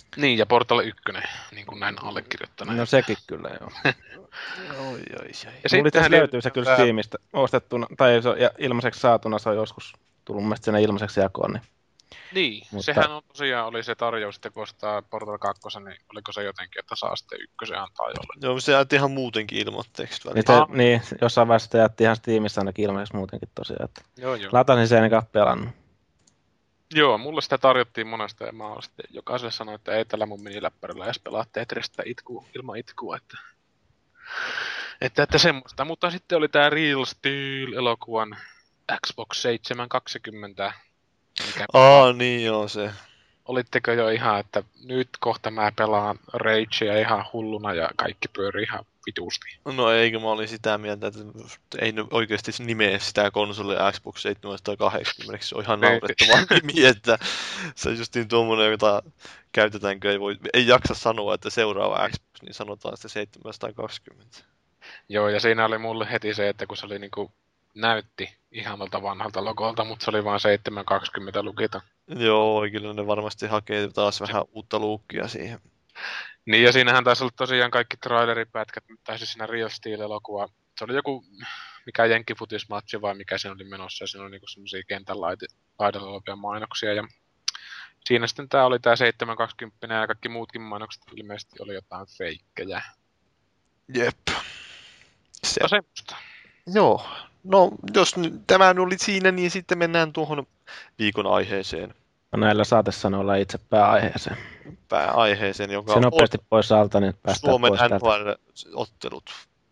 Niin, ja Portal yksi, niin kuin näin allekirjoittaneen. No sekin kyllä, joo. Oi, oi, oi. Ja mulla itse löytyy se kyllä Steamista ostettuna, tai se on ilmaiseksi saatuna, se on joskus tullut mun mielestä sinne ilmaiseksi jakoon. Niin, niin mutta... sehän on tosiaan oli se tarjous, että kun ostaa Portal kaksi, niin oliko se jotenkin, että saa sitten ykkösen antaa jolle. Joo, se jätti ihan muutenkin ilmoitteeksi niin, te, niin, jossain vaiheessa sitä jätti ihan Steamissa ainakin ilmaiseksi muutenkin tosiaan. Että joo, joo. latasin sen enkä pelannut. Joo, mulle sitä tarjottiin monesta ja mä oon sitten jokaiselle sanoin, että ei tällä mun miniläppärillä edes pelaa Tetristä itku, ilman itkua, että... Että, että semmoista, mutta sitten oli tää Real Steel-elokuvan Xbox seitsemänsataakaksikymmentä. Mikä Aa, niin joo se. Olitteko jo ihan, että nyt kohta mä pelaan Ragea ihan hulluna ja kaikki pyörii ihan vitusti? No eikö mä olin sitä mieltä, että ei oikeasti nimeä sitä konsolia Xbox seitsemänsataakahdeksankymmentä, se on ihan naurettava nimi, että se on justiin tuommoinen, jota käytetäänkö, ei, voi, ei jaksa sanoa, että seuraava Xbox, niin sanotaan sitten seitsemänsataakaksikymmentä. Joo, ja siinä oli mulle heti se, että kun se oli niinku, näytti ihanalta vanhalta logolta, mutta se oli vain seitsemänsataakaksikymmentä lukita. Joo, kyllä ne varmasti hakee taas vähän uutta luukkia siihen. Niin, ja siinähän taisi olla tosiaan kaikki traileripätkät, tai siis siinä Real Steel-elokuva. Se oli joku, mikä jenkkifutismatsi vai mikä siinä oli menossa, ja siinä oli niinku semmosia kentän laidalla olevia mainoksia, ja siinä sitten tää oli tää seitsemänsataakaksikymmentä, ja kaikki muutkin mainokset ilmeisesti oli jotain feikkejä. Jep. Se. No semmoista. Joo. No, jos tämä oli siinä, niin sitten mennään tuohon viikon aiheeseen. No näillä saatesanoilla itse pääaiheeseen. Pääaiheeseen, joka se nopeasti pois alta, niin päästään Suomen pois N H L-ottelut.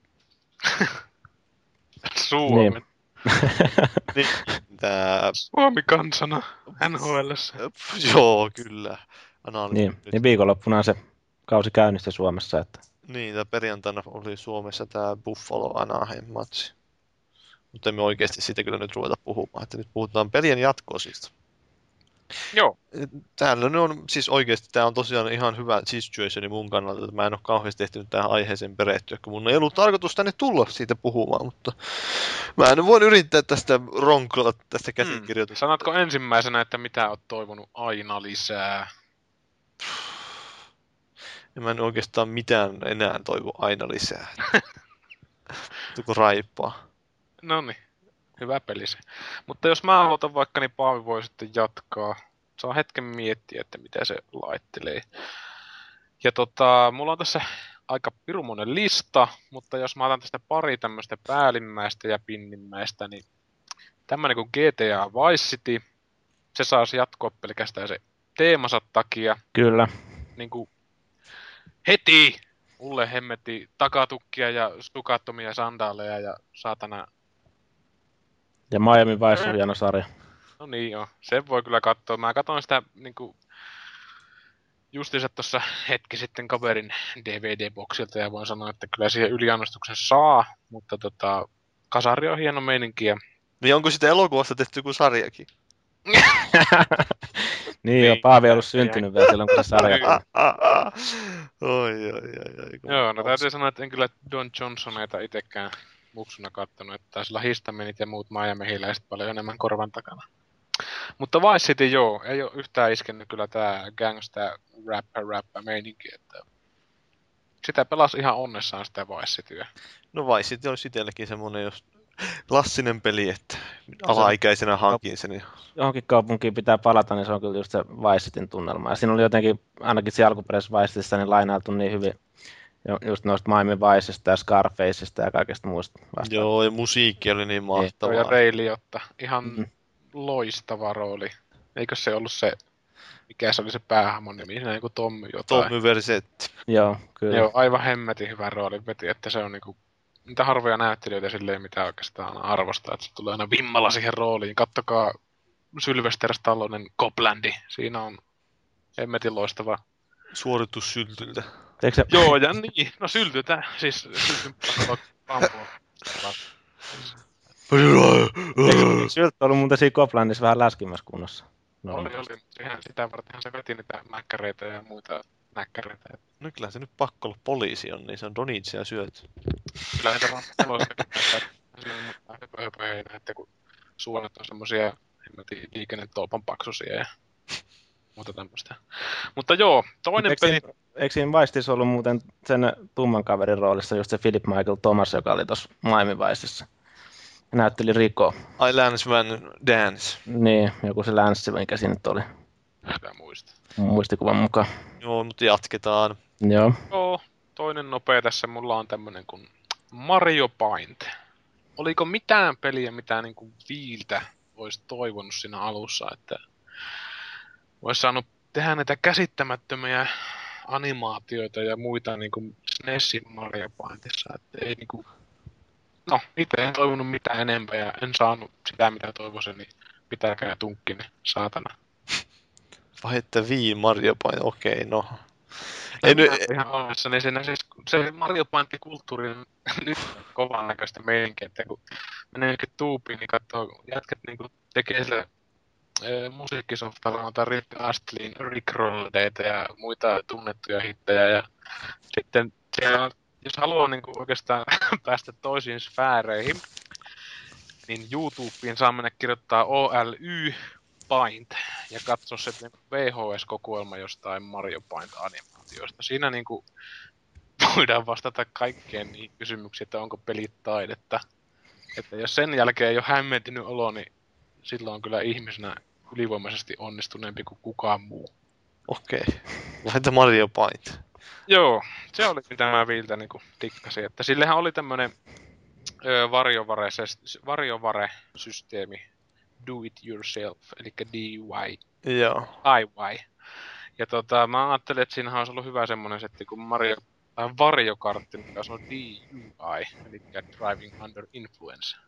Suomen. Niin. niin, tää... Suomi kansana N H L:ssä. Joo, kyllä. Niin, niin viikonloppuna se kausi käynnistyi Suomessa. Että... Niin, tämä perjantaina oli Suomessa tämä Buffalo-Anaheim-matsi. Mutta emme oikeasti siitä kyllä nyt ruveta puhumaan, että nyt puhutaan pelien jatko-osista. Joo. Täällä on siis oikeasti, tämä on tosiaan ihan hyvä situationi mun kannalta, että mä en ole kauheasti ehtinyt tähän aiheeseen perehtyä, kun mun ei ollut tarkoitus tänne tulla siitä puhumaan, mutta mä en voi yrittää tästä ronkolla tästä käsikirjoitusta. Hmm. Sanatko ensimmäisenä, että mitä oot toivonut aina lisää? Ja mä en oikeastaan mitään enää toivo aina lisää. Tuko raippaa. Noniin, hyvä peli se. Mutta jos mä aloitan vaikka, niin Paavi voi sitten jatkaa. Saa hetken miettiä, että mitä se laittelee. Ja tota, mulla on tässä aika pirumoinen lista, mutta jos mä otan tästä pari tämmöistä päällimmäistä ja pinnimmäistä, niin tämmönen kuin G T A Vice City, se saisi jatkoa pelkästään se teemansa takia. Kyllä. Niin kuin heti mulle hemmetti takatukkia ja stukattomia sandaaleja ja saatana. Ja Miami Vice on hieno sarja. No niin joo, sen voi kyllä katsoa. Mä katsoin sitä niinku justiinsa tuossa hetki sitten kaverin D V D-boksilta ja voin sanoa, että kyllä siihen yliannostuksen saa, mutta tota, kasari on hieno meininki. Ja... Niin onko sitä elokuvasta tehty joku sarjakin? Niin joo, Paavi ei ollut syntynyt vielä silloin, kun se sarja tuli. Oi, oi, oi, oi. Joo, no täytyy sanoa, että en kyllä Don Johnsoneita itsekään muksuna kattonut, että taisi olla histamenit ja muut Miami-mehiläiset paljon enemmän korvan takana. Mutta Vice City joo, ei ole yhtään iskenyt kyllä tää gangsta rappa rappa meininki, että sitä pelasi ihan onnessaan sitä Vice Cityä. No Vice City olisi itselläkin semmonen jos klassinen peli, että alaikäisenä hankin sen. Johonkin kaupunkiin pitää palata, niin se on kyllä just se Vice Cityn tunnelma. Ja siinä oli jotenkin, ainakin siinä alkuperäisessä Vice Cityssä, niin lainailtu niin hyvin just noista Miami Viceista ja Scarfaceista ja kaikesta muusta vastaan. Joo, ja musiikki oli niin mahtavaa. Ja Ray Liotta, ihan mm-hmm. loistava rooli. Eikö se ollut se, mikä se oli se päähamon nimi, siinä joku Tommy jotain. Tommy Versetti. Joo, kyllä. Joo, aivan hemmetin hyvä rooli veti, että se on niinku niitä harvoja näyttelijöitä silleen, mitä oikeastaan arvostaa, että se tulee aina vimmalla siihen rooliin. Kattokaa Sylvester Stallonen Coplandi, siinä on hemmetin loistava suoritus syltyltä. Se... Joo, ja niin, no syltytä, siis syltyn pampua. Syltty on ollut muuten siinä Coplandissa vähän läskimmässä kunnossa. No, oli, oli. Sehän sitä vartenhan se veti niitä mäkkäreitä ja muita näkkäreitä. No kyllä se nyt pakko olla poliisi on, niin se on donitsia syöt. Kyllä niitä ranskalaisia höpö höpö heinä, että kun suonet on semmosia liikennetolpan paksusia ja muuta tämmöistä. Mutta joo, toinen eikö peli... Siinä, eikö siinä Viceissa ollut muuten sen tumman kaverin roolissa just se Philip Michael Thomas, joka oli tuossa Miami Viceissa? Näytteli Rico. Ai Lance Van Dance. Niin, joku se Lance, mikä siinä nyt oli. Sitä muista. Muistikuvan mukaan. Joo, mutta jatketaan. Joo. Joo, toinen nopea tässä mulla on tämmönen kuin Mario Paint. Oliko mitään peliä, mitä niinku Viiltä olisi toivonut siinä alussa, että olisi saanut tehdä näitä käsittämättömiä animaatioita ja muita niinku S N E Sin Mario Paintissa, että ei niinku... No, itse en toivonut mitään enempää ja en saanut sitä, mitä toivoisin, niin pitäkää tunkkini, saatana. Vai että Wii Mario Paint, okei, okay, no. En nyt... Ihan onnessa, niin siinä siis, se Mario Paint-kulttuuri on nyt kovan näköistä meininkiä, että kun menee jokin tuubiin, niin katsoo, jätkät niin tekee sille e, musiikkisoftalla noita Rick Astleyn Rickrolladeita ja muita tunnettuja hittejä, ja sitten siellä, jos haluaa niin kuin oikeastaan päästä toisiin sfääreihin, niin YouTubeen saa mennä kirjoittaa O L Y Paint ja katsoa se niin V H S-kokoelma jostain Mario Paint-animaatioista. Siinä niin kuin voidaan vastata kaikkeen niihin kysymyksiin, että onko pelit taidetta. Että jos sen jälkeen ei ole hämmentynyt olo, niin silloin on kyllä ihmisenä ylivoimaisesti onnistuneempi kuin kukaan muu. Okei. Laita Mario Paint. Joo, se oli mitä mä Viiltä niin tikkasin. Että sillehän oli tämmönen ö, variovare-systeemi. Do it yourself, eli D I Y. Joo. I Y. Ja tota, mä ajattelin, että siinähän olisi ollut hyvä semmonen setti kuin Mario, äh, varjokartti, mikä on D U I, eli Driving Under Influence.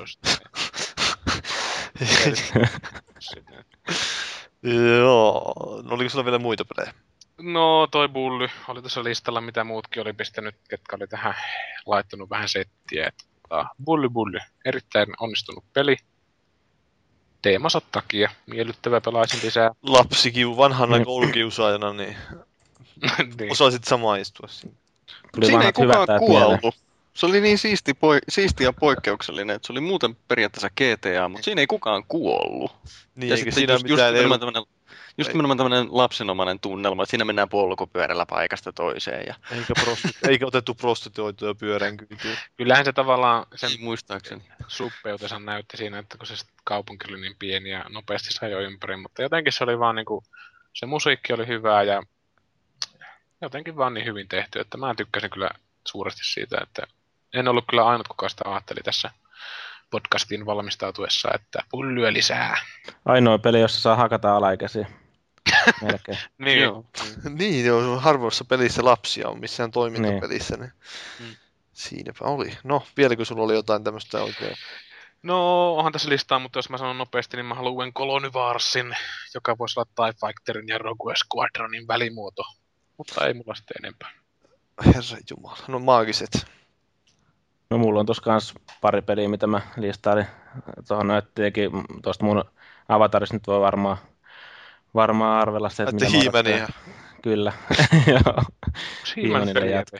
Joo, no oliko sulla vielä muita pelejä? No toi Bully oli tuossa listalla, mitä muutkin oli pistänyt, ketkä oli tähän laittanut vähän settiä. Että, tota, Bully Bully, erittäin onnistunut peli. Teemansa takia. Miellyttävä pelaisin lisää. Lapsikiu, vanhana koulukiusaajana, niin, niin. Osaisit samaistua siinä. Siinä ei kukaan kuollut. Se oli niin siisti, poi- siisti ja poikkeuksellinen, että se oli muuten periaatteessa G T A, mutta siinä ei kukaan kuollut. Niin, ja eikä sitten siinä just, mitään... just nimenomaan Just nimenomaan tämmöinen lapsenomainen tunnelma, että siinä mennään polkupyörällä paikasta toiseen. Ja... Eikä, prosti- eikä otettu prostituoituja pyörän kyytiin. Kyllähän se tavallaan sen muistaakseni suppeutensa näytti siinä, että kun se kaupunki oli niin pieni ja nopeasti sai jo ympäri, mutta jotenkin se oli vaan niinku, se musiikki oli hyvää ja jotenkin vaan niin hyvin tehty, että mä tykkäsin kyllä suuresti siitä, että en ollut kyllä ainut, kuka sitä ajatteli tässä podcastin valmistautuessa, että pullyä lisää. Ainoa peli, jossa saa hakata alaikäisiä. Melkein. niin. Joo. niin, joo, harvoissa pelissä lapsia on missään toimintapelissä, niin mm. siinäpä oli. No, vieläkö sulla oli jotain tämmöistä oikein? No, onhan tässä listaa, mutta jos mä sanon nopeasti, niin mä haluan uuden Colony Warsin, joka voisi olla TIE Fighterin ja Rogue Squadronin välimuoto. Mutta ei mulla sitten enempää. Herra Jumala, no maagiset. No mulla on tossa kans pari peliä, mitä mä listailin. Tuohon näyttiinkin, tuosta mun avatarista nyt voi varmaan varmaan arvella se, että mitä He-Mania. Kyllä. Joo. He-Manille jätti.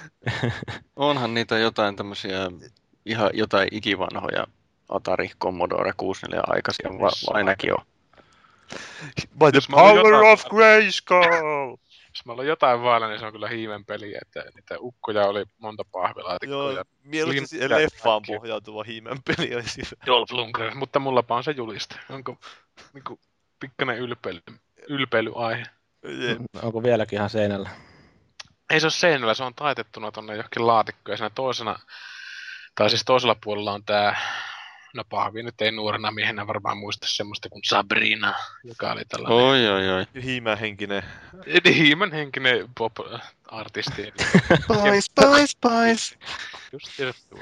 Onhan niitä jotain tämmösiä, ihan jotain ikivanhoja Atari, Commodore kuusikymmentäneljä aikaisia, va- ainakin on. By the power of Grayskull! Jos mä olin jotain vailla, niin se on kyllä He-Man peli, että niitä ukkoja oli monta pahvilaatikkoa. Joo, mieluusti leffaan pohjautuva He-Man peli olisi hyvä. Dolph Lundgren, mutta mullapa on se juliste. Onko niinku pikkainen ylpeily, ylpeilyaihe? Jep. Onko vieläkin ihan seinällä? Ei se ole seinällä, se on taitettuna tonne johonkin laatikkoon. Ja siinä toisena, tai siis toisella puolella on tää, no pahvi nyt ei nuorena miehenä varmaan muista semmoista kuin Sabrina, joka oli tällainen... Oi, oi, oi. He-Man henkinen. He-Man henkinen pop-artisti. Boys, boys, boys! Just tietysti.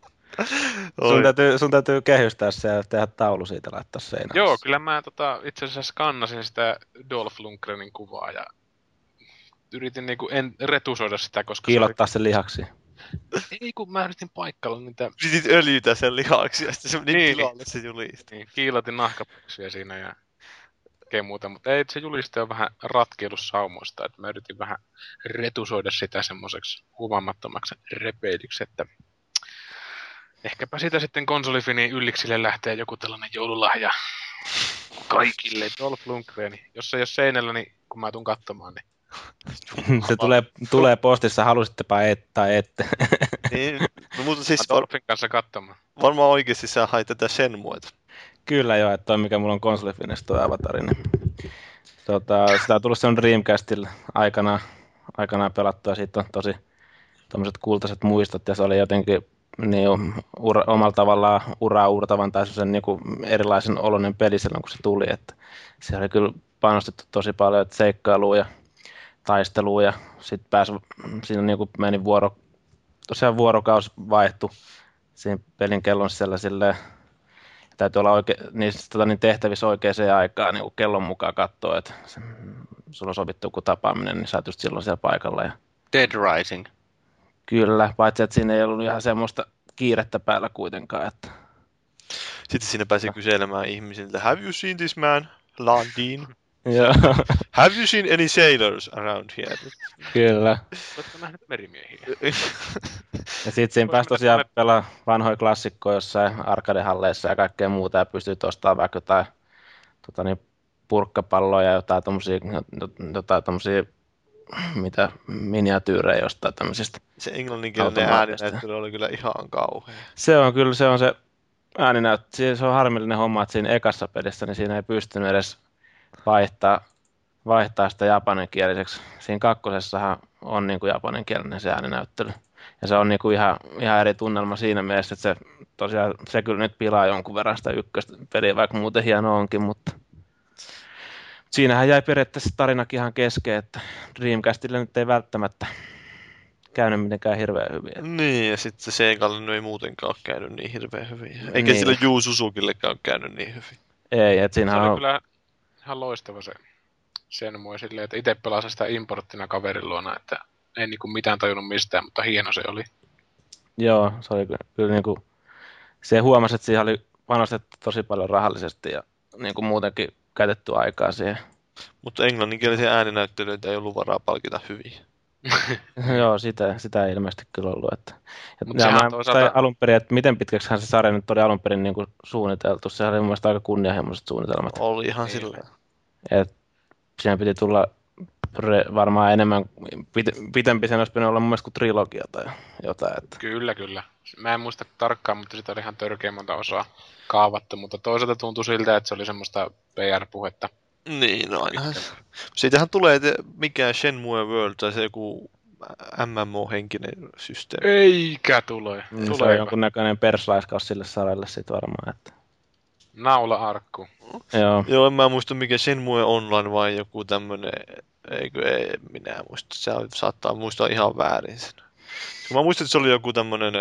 Sun täytyy, sun täytyy kehystää se ja tehdä taulu siitä laittaa seinään. Joo, kyllä mä tota, itse asiassa skannasin sitä Dolph Lundgrenin kuvaa ja yritin niinku en retusoida sitä, koska kiilottaa se oli... sen lihaksi. Ei, kun mä yritin paikkailla niitä... Yritit öljytä sen lihaksi ja sitten se meni niin, tilalle se juliste. Niin, kiilotin nahkapuksia siinä ja kaikkea muuta, mutta ei, se juliste on vähän ratkeillut saumoista, että mä yritin vähän retusoida sitä semmoiseksi huomaamattomaksi repeilyksi, että ehkäpä siitä sitten konsolifiniin ylliksille lähtee joku tällainen joululahja Kaikille Dolph Lundgren. Jos se ei ole seinällä, niin kun mä tuun katsomaan, niin... Se tulee, tulee postissa, halusittepa et tai ette. Niin, no, mutta siis Mä Dolphin kanssa katsomaan. varmaan oikeasti sä hait tätä Shenmueta. Kyllä joo, että toi mikä mulla on konsolifinessä tuo avatari. Niin. Tota, sitä on tullut sen Dreamcastilla aikanaan, aikanaan pelattua, siitä on tosi tommoset kultaiset muistot, ja se oli jotenkin niin, ura, omalla tavallaan uraa uurtavan tai sen niin erilaisen oloinen peli silloin, kun se tuli. Että se oli kyllä panostettu tosi paljon että seikkailuun ja taisteluun, ja sitten pääsi, siinä niin meni vuoro, tosiaan vuorokausi vaihtui siinä pelin kellon sisällä silleen, täytyy olla oike, niin, tota, niin tehtävissä oikeaan aikaan niin kellon mukaan katsoa, että se, sulla on sovittu joku tapaaminen, niin sä oot just silloin siellä paikalla. Ja... Dead Rising. Kyllä, paitsi että siinä ei ollut ihan semmoista kiirettä päällä kuitenkaan. Että... Sitten siinä pääsi kyselemään ihmisiltä, have you seen this man, Landin? Joo. Have you seen any sailors around here? Kyllä. Oletko nähnyt merimiehiä? Ja sitten siinä pääsi tosiaan pelaa vanhoja klassikkoja jossain arcade-halleissa ja kaikkea muuta, ja pystyy ostamaan vaikka jotain tota niin, purkkapalloja ja jotain tommosia, jotain tommosia mitä miniatyyrejä jostain tämmöisistä. Se englanninkielinen ääninäyttely oli kyllä ihan kauhea. Se on kyllä, se on se ääninäyttely, se on harmillinen homma, että siinä ekassa pelissä, niin siinä ei pystynyt edes vaihtaa, vaihtaa sitä japaninkieliseksi. Siinä kakkosessahan on niin kuin japaninkielinen se ääninäyttely. Ja se on niin kuin ihan, ihan eri tunnelma siinä mielessä, että se tosiaan se kyllä nyt pilaa jonkun verran sitä ykköstä peliä, vaikka muuten hieno onkin, mutta siinähän jäi periaatteessa tarinakin ihan kesken, että Dreamcastille nyt ei välttämättä käynyt mitenkään hirveän hyvin. Niin, ja sitten se Segalle ei muutenkaan ole käynyt niin hirveän hyvin. Eikä niin. sillä Yu Suzukillekaan ole käynyt niin hyvin. Ei, että siinähän se oli on... kyllä ihan loistava se Shenmue silleen, että itse pelasin sitä importtina kaverin luona, että ei niinku mitään tajunnut mistään, mutta hieno se oli. Joo, se oli kyllä niin kuin, se huomasi, että siihen oli panostettu tosi paljon rahallisesti ja niin kuin muutenkin käytetty aikaa siihen. Mutta englanninkielisiä ääninäyttelyitä ei ollut varaa palkita hyvin. Joo, sitä, sitä ei ilmeisesti kyllä ollut. Että, Mut ja mä toisaalta... alun perin, että miten pitkäksihän se sarja nyt oli alun perin niin kuin suunniteltu. Sehän oli mun mielestä aika kunnianhimoiset suunnitelmat. Oli ihan sillä. Et siihen piti tulla varmaan enemmän, pitempi sen olisi pitänyt olla mun mielestä kuin trilogia tai jotain. Että. Kyllä, kyllä. Mä en muista tarkkaan, mutta sitä oli ihan törkeä monta osaa kaavattu, mutta toisaalta tuntui siltä, että se oli semmoista P R-puhetta. Niin, no ainahan. Siitähän tulee te, mikä Shenmue World tai se joku M M O-henkinen systeemi. Eikä tule. Mm, tule se on jonkunnäköinen perslaiskaus sille sarjalle sitten varmaan. Että. Naula-arkku. Joo. Joo, en mä muista mikä Shenmue Online vai joku tämmönen, eikö ei minä muista. Se saattaa muistaa ihan väärin sen. Mä muistan, että se oli joku tämmönen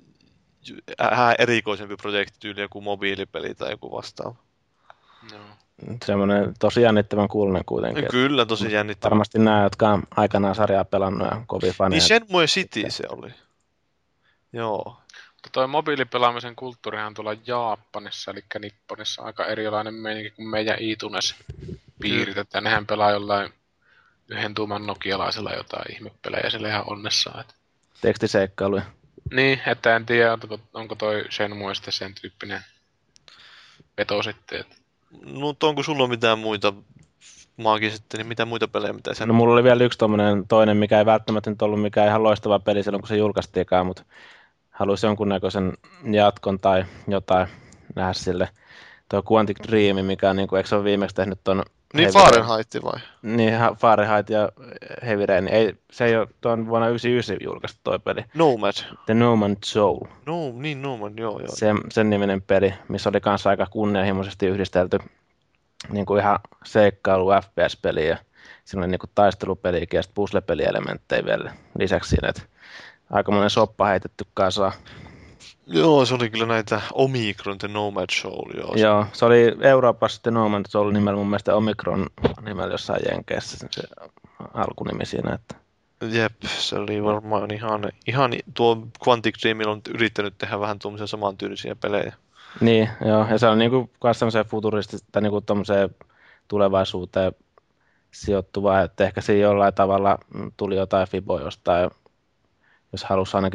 vähän erikoisempi projektityyli, joku mobiilipeli tai joku vastaava. No. Semmoinen tosi jännittävän kuulunen kuitenkin. Kyllä, tosi jännittävän. Varmasti nämä, jotka on aikanaan sarjaa pelannut ja kovin faneja. Niin Shenmue City se oli. Joo. Mutta toi mobiilipelaamisen kulttuurihan tuolla Japanissa, eli Nipponissa, aika erilainen meininki kuin meidän iTunes-piirit, että nehän pelaa jollain yhden tuuman nokialaisella jotain ihmepelejä sillä ihan onnessaan. Että... Tekstiseikkailuja. Niin, että en tiedä, onko, onko toi Shenmue sitten sen tyyppinen veto sitten. Että... No, onko sulla mitään muita maakin sitten, niin mitä muita pelejä, mitä sen... No mulla oli vielä yksi tommonen toinen, mikä ei välttämättä nyt ollut mikään ihan loistava peli silloin, kun se julkaistiinkaan, mutta haluaisi jonkunnäköisen jatkon tai jotain nähdä sille. Tuo Quantic Dream, mikä on, niin kuin, eikö se ole viimeksi tehnyt ton... Niin Fahrenheit vai? Niin, Fahrenheit ja Heavy Rain. Ei, se ei ole tuon vuonna yhdeksänkymmentäyhdeksän julkaistu toi peli. Nomad. The Nomad Soul. No, niin Nomad, joo joo. Se, sen niminen peli, missä oli kanssa aika kunnianhimoisesti yhdistelty niin kuin ihan seikkailu F P S-peli ja semmoinen niin kuin taistelupeli ja sitten puzzle-pelielementtejä vielä lisäksi siinä, että aika monen soppa heitetty kasaan. Joo, se oli kyllä näitä Omicron, The Nomad Soul. Joo, joo se oli Euroopassa The Nomad Soul nimellä, mun mielestä Omicron nimellä jossain Jenkeissä se alkunimi siinä. Että. Jep, se oli varmaan ihan, ihan tuo Quantic Dreamilla on yrittänyt tehdä vähän tuommoisia samantyylisiä pelejä. Niin, joo, ja se on niinku myös semmoiseen futuristista, niinku tommoseen tulevaisuuteen sijoittuvaa, että ehkä siinä jollain tavalla tuli jotain fiboa jostain, jos halusi ainakin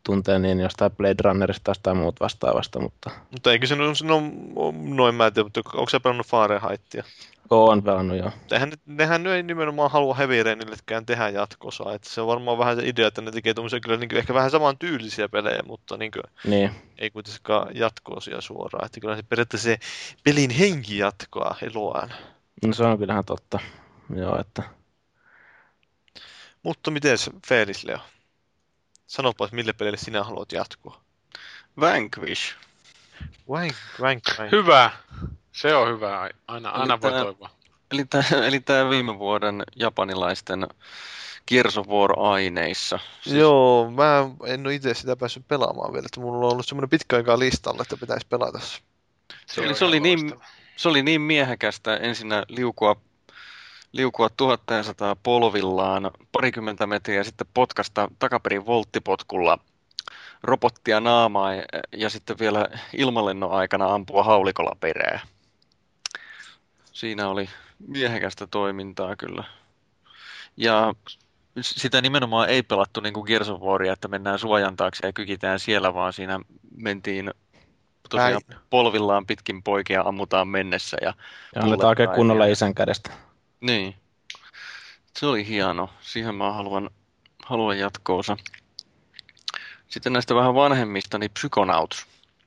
tuntee niin jostain Blade Runnerista tai muut vastaavasta, mutta... Mutta eikö se no, no, noin mä en tiedä, mutta onko sä pelannut Fahrenheitia? Oon pelannut, joo. Eihän, nehän ei nimenomaan halua Heavy Rainillekään tehdä jatkosaa, että se on varmaan vähän se idea, että ne tekee tuommoisia kyllä niin ehkä vähän saman tyylisiä pelejä, mutta niin kuin, niin. ei kuitenkaan jatkoosia suoraan, että kyllä se periaatteessa se pelin henki jatkoa eloaan. No se on kyllähän totta, joo, että... Mutta miten Felis, Leo? Sanopas, mille pelille sinä haluat jatkoa? Vanquish. Wank, wank, wank. Hyvä. Se on hyvä. Aina, aina voi tää, toivoa. Eli tämä eli tää viime vuoden japanilaisten Gears of War-aineissa. Siis... Joo, mä en ole itse sitä päässyt pelaamaan vielä, että mulla on ollut semmoinen pitkä aikaa listalla, että pitäisi pelata se. Se oli, se oli, niin, se oli niin miehekästä ensinnä liukua, liukua tuhatsataa polvillaan parikymmentä metriä ja sitten potkasta takaperin volttipotkulla robottia naamaa ja, ja sitten vielä ilmalennon aikana ampua haulikolla perään. Siinä oli miehekästä toimintaa kyllä. Ja sitä nimenomaan ei pelattu niin kuin Gears of Waria, että mennään suojan taakse ja kykitään siellä, vaan siinä mentiin tosiaan Näin. polvillaan pitkin poikia, ammutaan mennessä. Ja, ja annetaan oikein kunnolla ja... isän kädestä. Niin. Se oli hieno. Siihen mä haluan, haluan jatkoosa. Sitten näistä vähän vanhemmista, niin Psychonauts.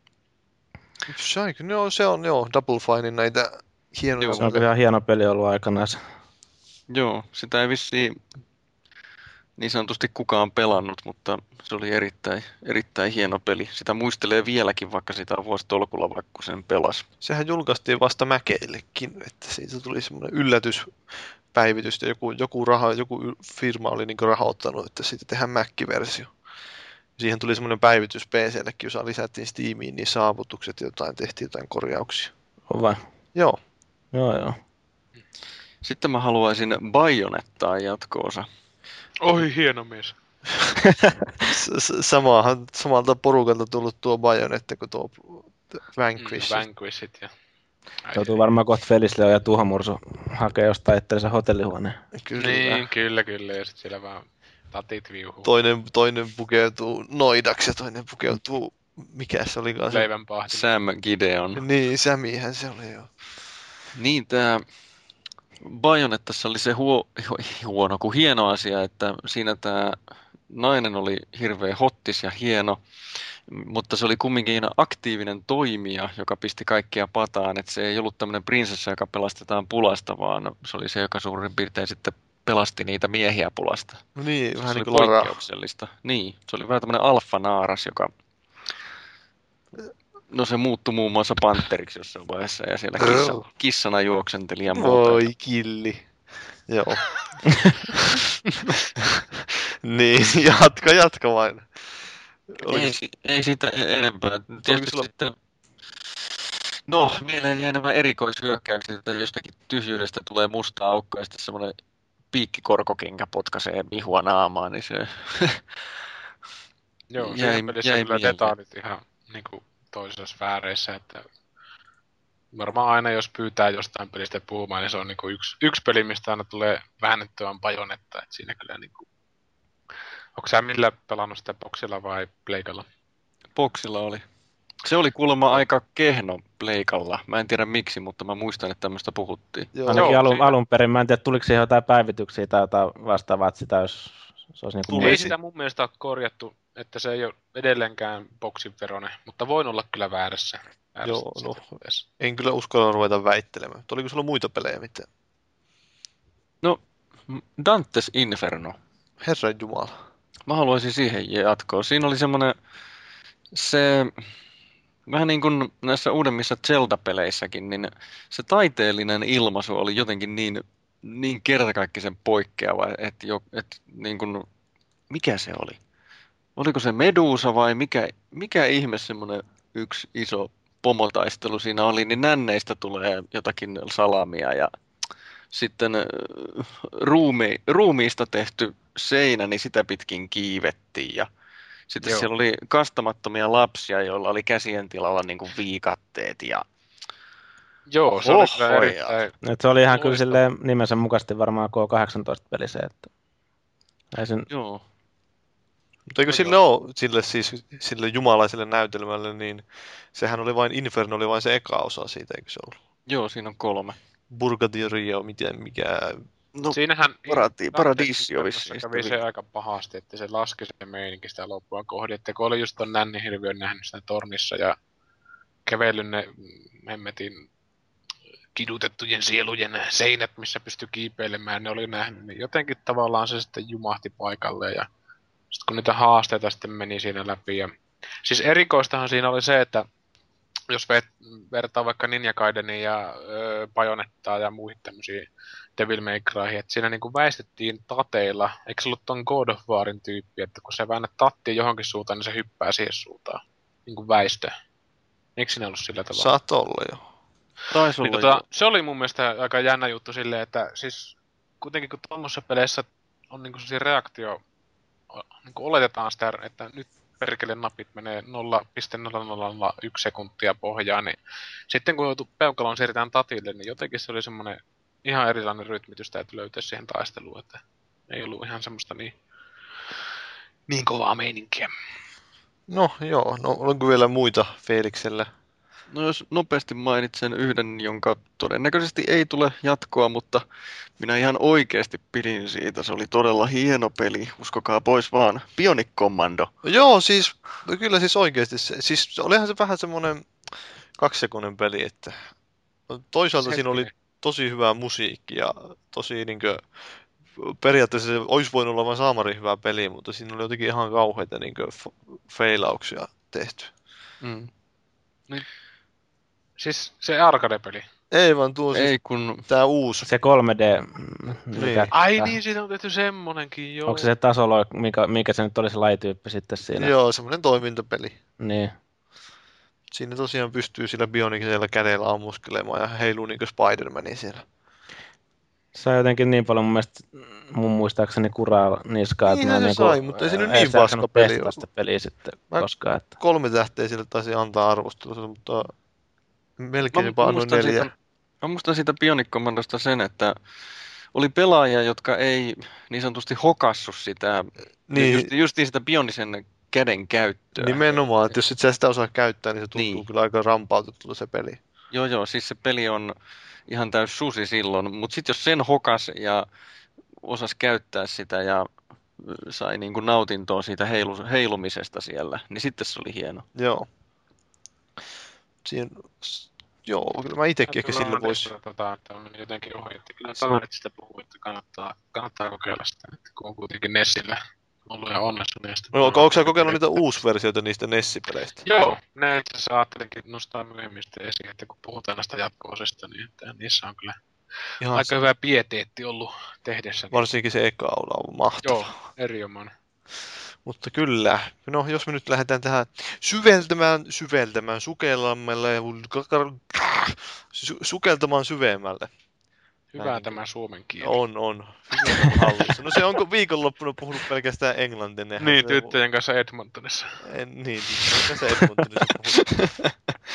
No, se on joo, Double Finein näitä hienoja. Se on ihan hieno peli ollut aikanaan. Joo, sitä ei vissiin niin sanotusti kukaan pelannut, mutta se oli erittäin, erittäin hieno peli. Sitä muistelee vieläkin, vaikka sitä on vuositolkulla, vaikka sen pelas. Sehän julkaistiin vasta Mäkeillekin, että siitä tuli semmoinen yllätyspäivitys, ja joku, joku, raha, joku firma oli niin rahoittanut, että siitä tehdään Mac-versio. Siihen tuli semmoinen päivitys P C:llekin, jossa lisättiin Steamiin niin saavutukset ja jotain, tehtiin jotain korjauksia. On vai? Joo. Joo, joo. Sitten mä haluaisin Bayonettaa jatkoosa. Oi, hieno mies. Samahan, samalta porukalta tullut tuo Bayonetta kuin tuo Vanquish. Mm, Vanquishit ja... Joutuu varmaan kohta Felisle ja Tuhomursu hakea jostain etteensä hotellihuoneen. Kyllä. Niin, kyllä, kyllä. Ja sitten siellä vaan tatit viuhuu. Toinen, toinen pukeutuu noidaksi ja toinen pukeutuu... Mikä se olikaan se? Leivänpahti. Sam Gideon. Niin, Samihän se oli jo. Niin, tää... Bayonettassa oli se huo, huono kuin hieno asia, että siinä tämä nainen oli hirveän hottis ja hieno, mutta se oli kumminkin aktiivinen toimija, joka pisti kaikkia pataan, että se ei ollut tämmöinen prinsessa, joka pelastetaan pulasta, vaan se oli se, joka suurin piirtein sitten pelasti niitä miehiä pulasta. No niin, se vähän oli niin kuin Lara. poikkeuksellista. Niin, se oli vähän tämmöinen alfanaaras, joka... No se muuttui muun muassa panteriksi jossain vaiheessa ja siellä kissa, kissana juoksenteli ja muuta. Voi killi. Joo. Niin, jatka, jatka vain. Ei, ei siitä enempää. Tietysti sulla... sitten, no, mieleen jäi nämä erikoishyökkäykset, että jostakin tyhjyydestä tulee musta aukko ja sitten semmoinen piikkikorkokenkä potkaisee mihua naamaan, niin se Joo, jäi, jäi kyllä detailit ihan niinku toisissa sfääreissä, että varmaan aina jos pyytää jostain pelistä puhumaan, niin se on niinku yksi, yksi peli, mistä aina tulee väännettyä Bayonetta, että siinä kyllä niinku... Onko sä millä pelannut sitä boksilla vai pleikalla? Boksilla oli. Se oli kuulemma aika kehno pleikalla. Mä en tiedä miksi, mutta mä muistan, että tämmöistä puhuttiin. Joo. Ainakin alun, alun perin, mä en tiedä, tuliko siihen jotain päivityksiä tai jotain vastaavaa, että sitä jos se olisi niin kuin... Ei sitä mun mielestä ole korjattu, että se ei ole edelleenkään boksin veronen, mutta voin olla kyllä väärässä. väärässä Joo, no, en kyllä uskalla ruveta väittelemään. Oliko sulla muita pelejä mitään? No, Dantes Inferno. Herran Jumala. Mä haluaisin siihen jatkoa. Siinä oli semmoinen, se, vähän niin kuin näissä uudemmissa Zelda-peleissäkin, niin se taiteellinen ilmaisu oli jotenkin niin, niin kertakaikkisen poikkeava, että, jo, että niin kuin, mikä se oli? Oliko se Medusa vai mikä, mikä ihme semmoinen yksi iso pomotaistelu siinä oli, niin nänneistä tulee jotakin salamia ja sitten ruumi, ruumiista tehty seinä, niin sitä pitkin kiivettiin ja sitten Joo. siellä oli kastamattomia lapsia, joilla oli käsien tilalla niin kuin viikatteet ja Joo, se oli kyllä erittäin... Se oli ihan kyllä silleen nimensä mukaisesti varmaan K kahdeksantoista peli se, että... Sen... Joo. Mutta eikö No sille ole, sille, siis, sille jumalaiselle näytelmälle, niin sehän oli vain, Inferno oli vain se eka osa siitä, eikö se ollut? Joo, siinä on kolme. Purgatorio, miten, mikä... No, Siinähän parati, Paradisio vissiin. kävi se aika pahasti, että se laski se meininki sitä loppua kohdin. Että kun oli just ton Nänni-hirviön nähnyt sitä tornissa ja kävellyt ne hemmetin kidutettujen sielujen seinät, missä pystyi kiipeilemään, ne oli nähnyt, niin jotenkin tavallaan se sitten jumahti paikalle. Ja sitten kun niitä haasteita sitten meni siinä läpi. Ja... Siis erikoistahan siinä oli se, että jos vertaa vaikka Ninja Gaidenia ja öö, Bajonettaa ja muihin tämmöisiä Devil May Cryhin, että siinä niinku väistettiin tateilla. Eikö se ollut ton God of Warin tyyppi, että kun se väännät tattiin johonkin suuntaan, niin se hyppää siihen suuntaan. Niinku väistö. Eikö siinä ollut sillä tavalla? Saat olla jo. Taisi Niin, olla tota, jo. se oli mun mielestä aika jännä juttu silleen, että siis kuitenkin kun tuommoisessa peleissä on niinku sellaisia reaktio, niinku oletetaan sitä, että nyt perkele napit menee nolla pilkku nolla nolla nolla yksi sekuntia pohjaan, niin sitten kun joutuu peukalon siirretään tatille, niin jotenkin se oli semmoinen ihan erilainen rytmitys täytyy löytää siihen taisteluun, että ei ollut ihan semmoista niin, niin kovaa meininkiä. No joo, no onko vielä muita Feeliksellä? No jos nopeasti mainitsen yhden, jonka todennäköisesti ei tule jatkoa, mutta minä ihan oikeasti pidin siitä. Se oli todella hieno peli, uskokaa pois vaan. Bionic Commando. Joo, siis no kyllä siis oikeasti. Se, siis olihan se vähän semmoinen kaksisekunnin peli, että toisaalta siinä oli tosi hyvää musiikki ja tosi niinkö periaatteessa se olisi voinut olla vain saamari hyvä peli, mutta siinä oli jotenkin ihan kauheita niinkö feilauksia tehty. Mm. Niin. Siis se arcade-peli. Ei vaan tuo Ei siis kun... tää uusi. Se kolme D. Niin. Ai niin, siitä on tehty semmonenkin, joo. Onko se se tasolo, mikä, mikä se nyt oli se lajityyppi sitten siinä? Joo, semmoinen toimintapeli. Niin. Siinä tosiaan pystyy sillä bionikisella kädellä ammuskelemaan ja heiluu niinku Spider-Manin siellä. Se on jotenkin niin paljon mun mielestä, mun muistaakseni kuraa niskaa, että Niinhän mä se sai, mutta ei se nyt niin paska peli testata sitä peliä sitten Mä koskaan. Että... Kolme tähteä sille taisi antaa arvostelussa, mutta melkein jopa annoin muistan neljä. Siitä, mä muistan siitä Bionic Commandosta sen, että oli pelaajia, jotka ei niin sanotusti hokassu sitä, Niin. just, justiin sitä bionisen käden käyttöä. Nimenomaan, että jos et sä sitä osaa käyttää, niin se tuntuu Niin. kyllä aika rampautetulta se peli. Joo, joo, siis se peli on ihan täys susi silloin, mutta sitten jos sen hokas ja osasi käyttää sitä ja sai niinku nautintoa siitä heilu, heilumisesta siellä, niin sitten se oli hieno. Joo. Siinä, joo, kyllä mä itekin ehkä sille vois... Tota, että on jotenkin ohi, että kyllä kaverit sitä puhuu, että kannattaa, kannattaa kokeilla sitä, että kun on kuitenkin Nessillä ollut ja onnistuneesti. No, onko sä kokeillut niitä uusversioita niistä Nessi-peleistä? Joo, ne itse asiassa ajattelinkin nostaa myöhemmin sitten esiin, että kun puhutaan näistä jatko-osista, niin että niissä on kyllä Ihan aika se, hyvä pieteetti ollut tehdessä. varsinkin se eka on ollut mahtava. Joo, erinomainen. Mutta kyllä, no jos me nyt lähdetään tähän syveltämään, syveltämään, sukellammelle, su- sukeltamaan syvemmälle. Hyvä Näin. tämä suomen kieli. On, on. Hyvin hallussa. No se onko viikonloppuna puhunut pelkästään englantia? Nehän Niin, se- tyttöjen kanssa Edmontonissa. En, niin, tyttöjen kanssa Edmontonissa puhunut.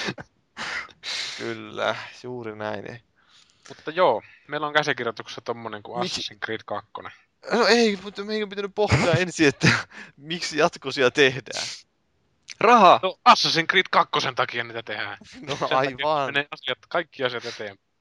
Kyllä, juuri näin. Mutta joo, meillä on käsikirjoituksessa tommonen kuin Miksi- Assassin's Creed kaksi. No ei, mutta meidän on pitänyt pohtia ensin, että miksi jatkosia tehdään. Raha! No Assassin's Creed kaksi takia niitä tehdään. No Sen takia aivan. menee asiat, kaikki asiat eteenpäin.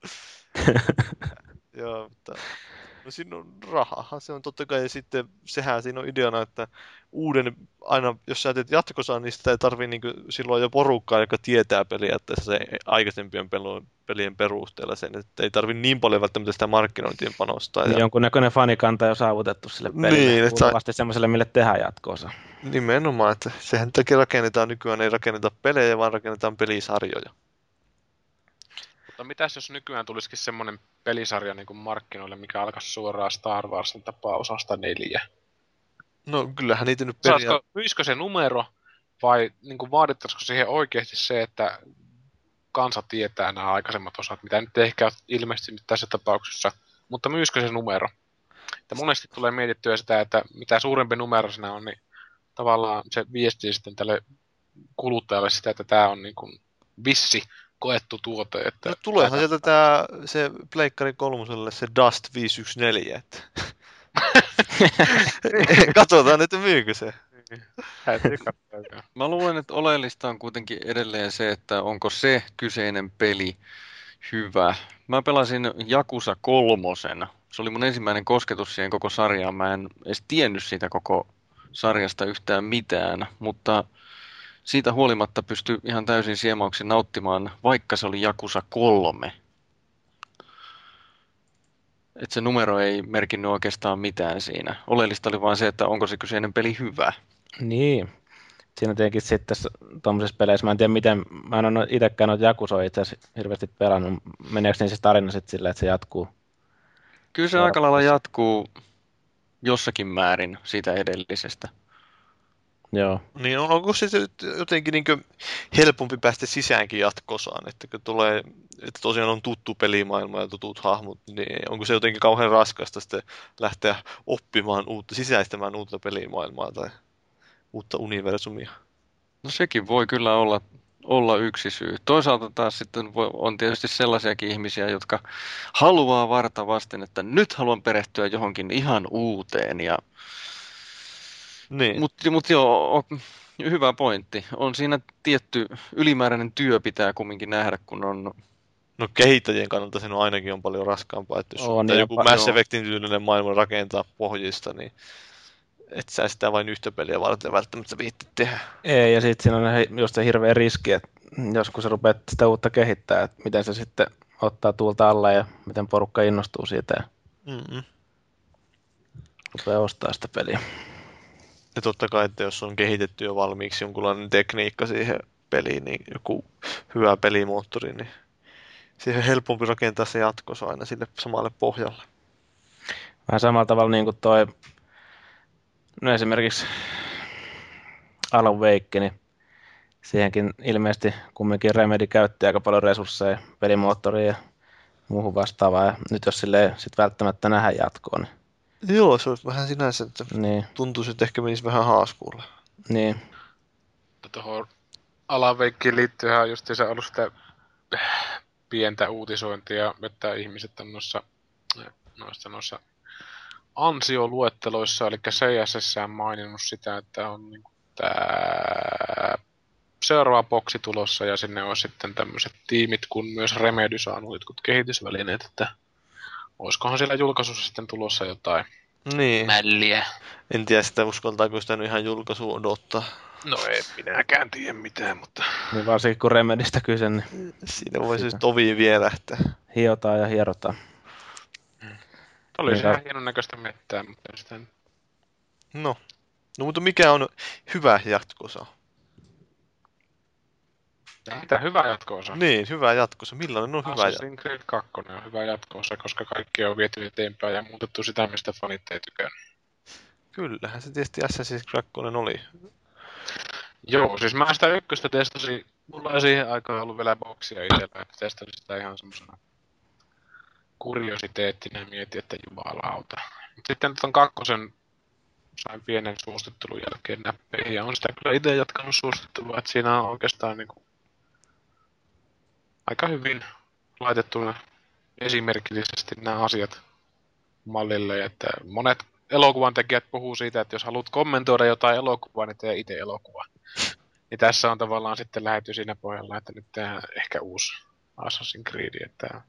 Joo, mutta no siinä on rahahan, se on totta kai, ja sitten sehän siinä on ideana, että uuden, aina jos sä teet jatkosaa, niin sitä ei tarvii niin silloin jo porukkaa, joka tietää periaatteessa se aikaisempien pelu- pelien perusteella sen, että ei tarvii niin paljon välttämättä sitä markkinointiin panostaa. Ja Jonkunnäköinen fanikanta on jo saavutettu sille pelille, Niin, että sa- vasta semmoiselle, mille tehdään jatkoosa. nimenomaan, että sehän takia rakennetaan nykyään, ei rakenneta pelejä, vaan rakennetaan pelisarjoja. Mutta mitäs jos nykyään tulisikin semmonen pelisarja niin kuin markkinoille, mikä alkaisi suoraan Star Warsin tapaa osasta neljä? No kyllähän niitä nyt Saisiko, periaatteessa... myisikö se numero vai niin kuin vaadittaisiko siihen oikeasti se, että kansa tietää nämä aikaisemmat osat, mitä nyt ei ehkä ole ilmeisesti nyt tässä tapauksessa, mutta myisikö se numero? Että monesti tulee mietittyä sitä, että mitä suurempi numero siinä on, niin tavallaan se viestii sitten tälle kuluttajalle sitä, että tämä on niin kuin vissi koettu tuote. Että No tuleehan sieltä tää, se Pleikkari kolmoselle se Dust viisi yksi neljä, että... Katsotaan, että myykö se. Täytyy katsoa. Mä luulen, että oleellista on kuitenkin edelleen se, että onko se kyseinen peli hyvä. Mä pelasin Jakusa kolmosen. Se oli mun ensimmäinen kosketus siihen koko sarjaan. Mä en edes tiennyt siitä koko sarjasta yhtään mitään, mutta siitä huolimatta pystyi ihan täysin siemauksin nauttimaan, vaikka se oli Jakusa kolme. Että se numero ei merkinnyt oikeastaan mitään siinä. Oleellista oli vaan se, että onko se kyseinen peli hyvä. Niin. Siinä tietenkin sitten tuommoisissa peleissä, mä en tiedä miten, mä en ole itsekään noita Jakusoja itse asiassa hirveästi pelannut. Meneekö niin se tarina sitten silleen, että se jatkuu? Kyllä se aika lailla jatkuu jossakin määrin siitä edellisestä. Joo. Niin onko se jotenkin niin helpompi päästä sisäänkin jatkosaan, että kun tulee, että tosiaan on tuttu pelimaailma ja tutut hahmot, niin onko se jotenkin kauhean raskasta sitten lähteä oppimaan uutta, sisäistämään uutta pelimaailmaa tai uutta universumia? No sekin voi kyllä olla, olla yksi syy. Toisaalta taas sitten voi, on tietysti sellaisiakin ihmisiä, jotka haluaa varta vasten, että nyt haluan perehtyä johonkin ihan uuteen. Ja... Niin. Mutta mut joo, hyvä pointti. On siinä tietty ylimääräinen työ pitää kumminkin nähdä, kun on... No kehittäjien kannalta sen on ainakin on paljon raskaampaa, että jos on, on niin joku Mass Effectin tyylinen maailma rakentaa pohjista, niin et sä sitä vain yhtä peliä varten välttämättä viitti tehdä. Ei, ja sitten siinä on just se hirveä riski, että joskus sä rupeat sitä uutta kehittää, että miten se sitten ottaa tuulta alle ja miten porukka innostuu siitä ja Mm-mm. rupeaa ostaa sitä peliä. Ja totta kai, että jos on kehitetty jo valmiiksi jonkunlainen tekniikka siihen peliin, niin joku hyvä pelimoottori, niin siihen on helpompi rakentaa se jatkossa aina sille samalle pohjalle. Vähän samalla tavalla niin kuin toi, no esimerkiksi Alan Wake, niin siihenkin ilmeisesti kumminkin Remedy käytti aika paljon resursseja pelimoottoriin ja muuhun vastaavaa. Ja nyt jos silleen sit välttämättä nähdä jatkoon, niin Joo, se olisi vähän sinänsä, että niin, tuntuisi, että ehkä menisi vähän haaskuulle. niin. Tuohon Alan Wakeen liittyyhän just se ollut sitä pientä uutisointia, että ihmiset on noissa, noissa, noissa ansioluetteloissa, eli C S S on maininnut sitä, että on niin tämä seuraava boksi tulossa, ja sinne on sitten tämmöiset tiimit, kun myös Remedy saanut jotkut kehitysvälineet, että olisikohan siellä julkaisussa sitten tulossa jotain Niin. mälliä. En tiedä sitä, uskaltaako sitä nyt ihan julkaisua odottaa. No ei minäkään tiedä mitään, mutta... Niin varsinkin kun Remedystä kyse, niin Siinä voisi siis tovi vierähtää. hiotaan ja hierotaan. Oli Niin, se ihan hienon näköistä mettää, mutta sitä... No. No mutta mikä on hyvä jatkosa? Mitä hyvä jatko-osa? Niin, hyvä jatkosa. Millainen on hyvä jatkosa? Assassin's Creed kaksi on hyvä jatko-osa, koska kaikki on viety eteenpäin ja muutettu sitä, mistä fanit ei tykännyt. Kyllähän se tietysti Assassin's Creed kaksi oli. Joo, siis mä sitä ykköstä testasin, mulla ei siihen aikaan ollut vielä boksia itsellä, että testasin sitä ihan semmosena kuriositeettina ja mietin, että jumalauta. Mut sitten ton kakkosen sain pienen suostuttelun jälkeen näppeihin ja on sitä kyllä itse jatkanut suostuttelua, että siinä on oikeastaan niinku aika hyvin laitettu esimerkillisesti nämä asiat mallille, että monet elokuvan tekijät puhuu siitä, että jos haluat kommentoida jotain elokuvaa, niin tee itse elokuva. Niin tässä on tavallaan sitten lähdetty siinä pohjalla, että nyt tehdään ehkä uusi Assassin's Creed, että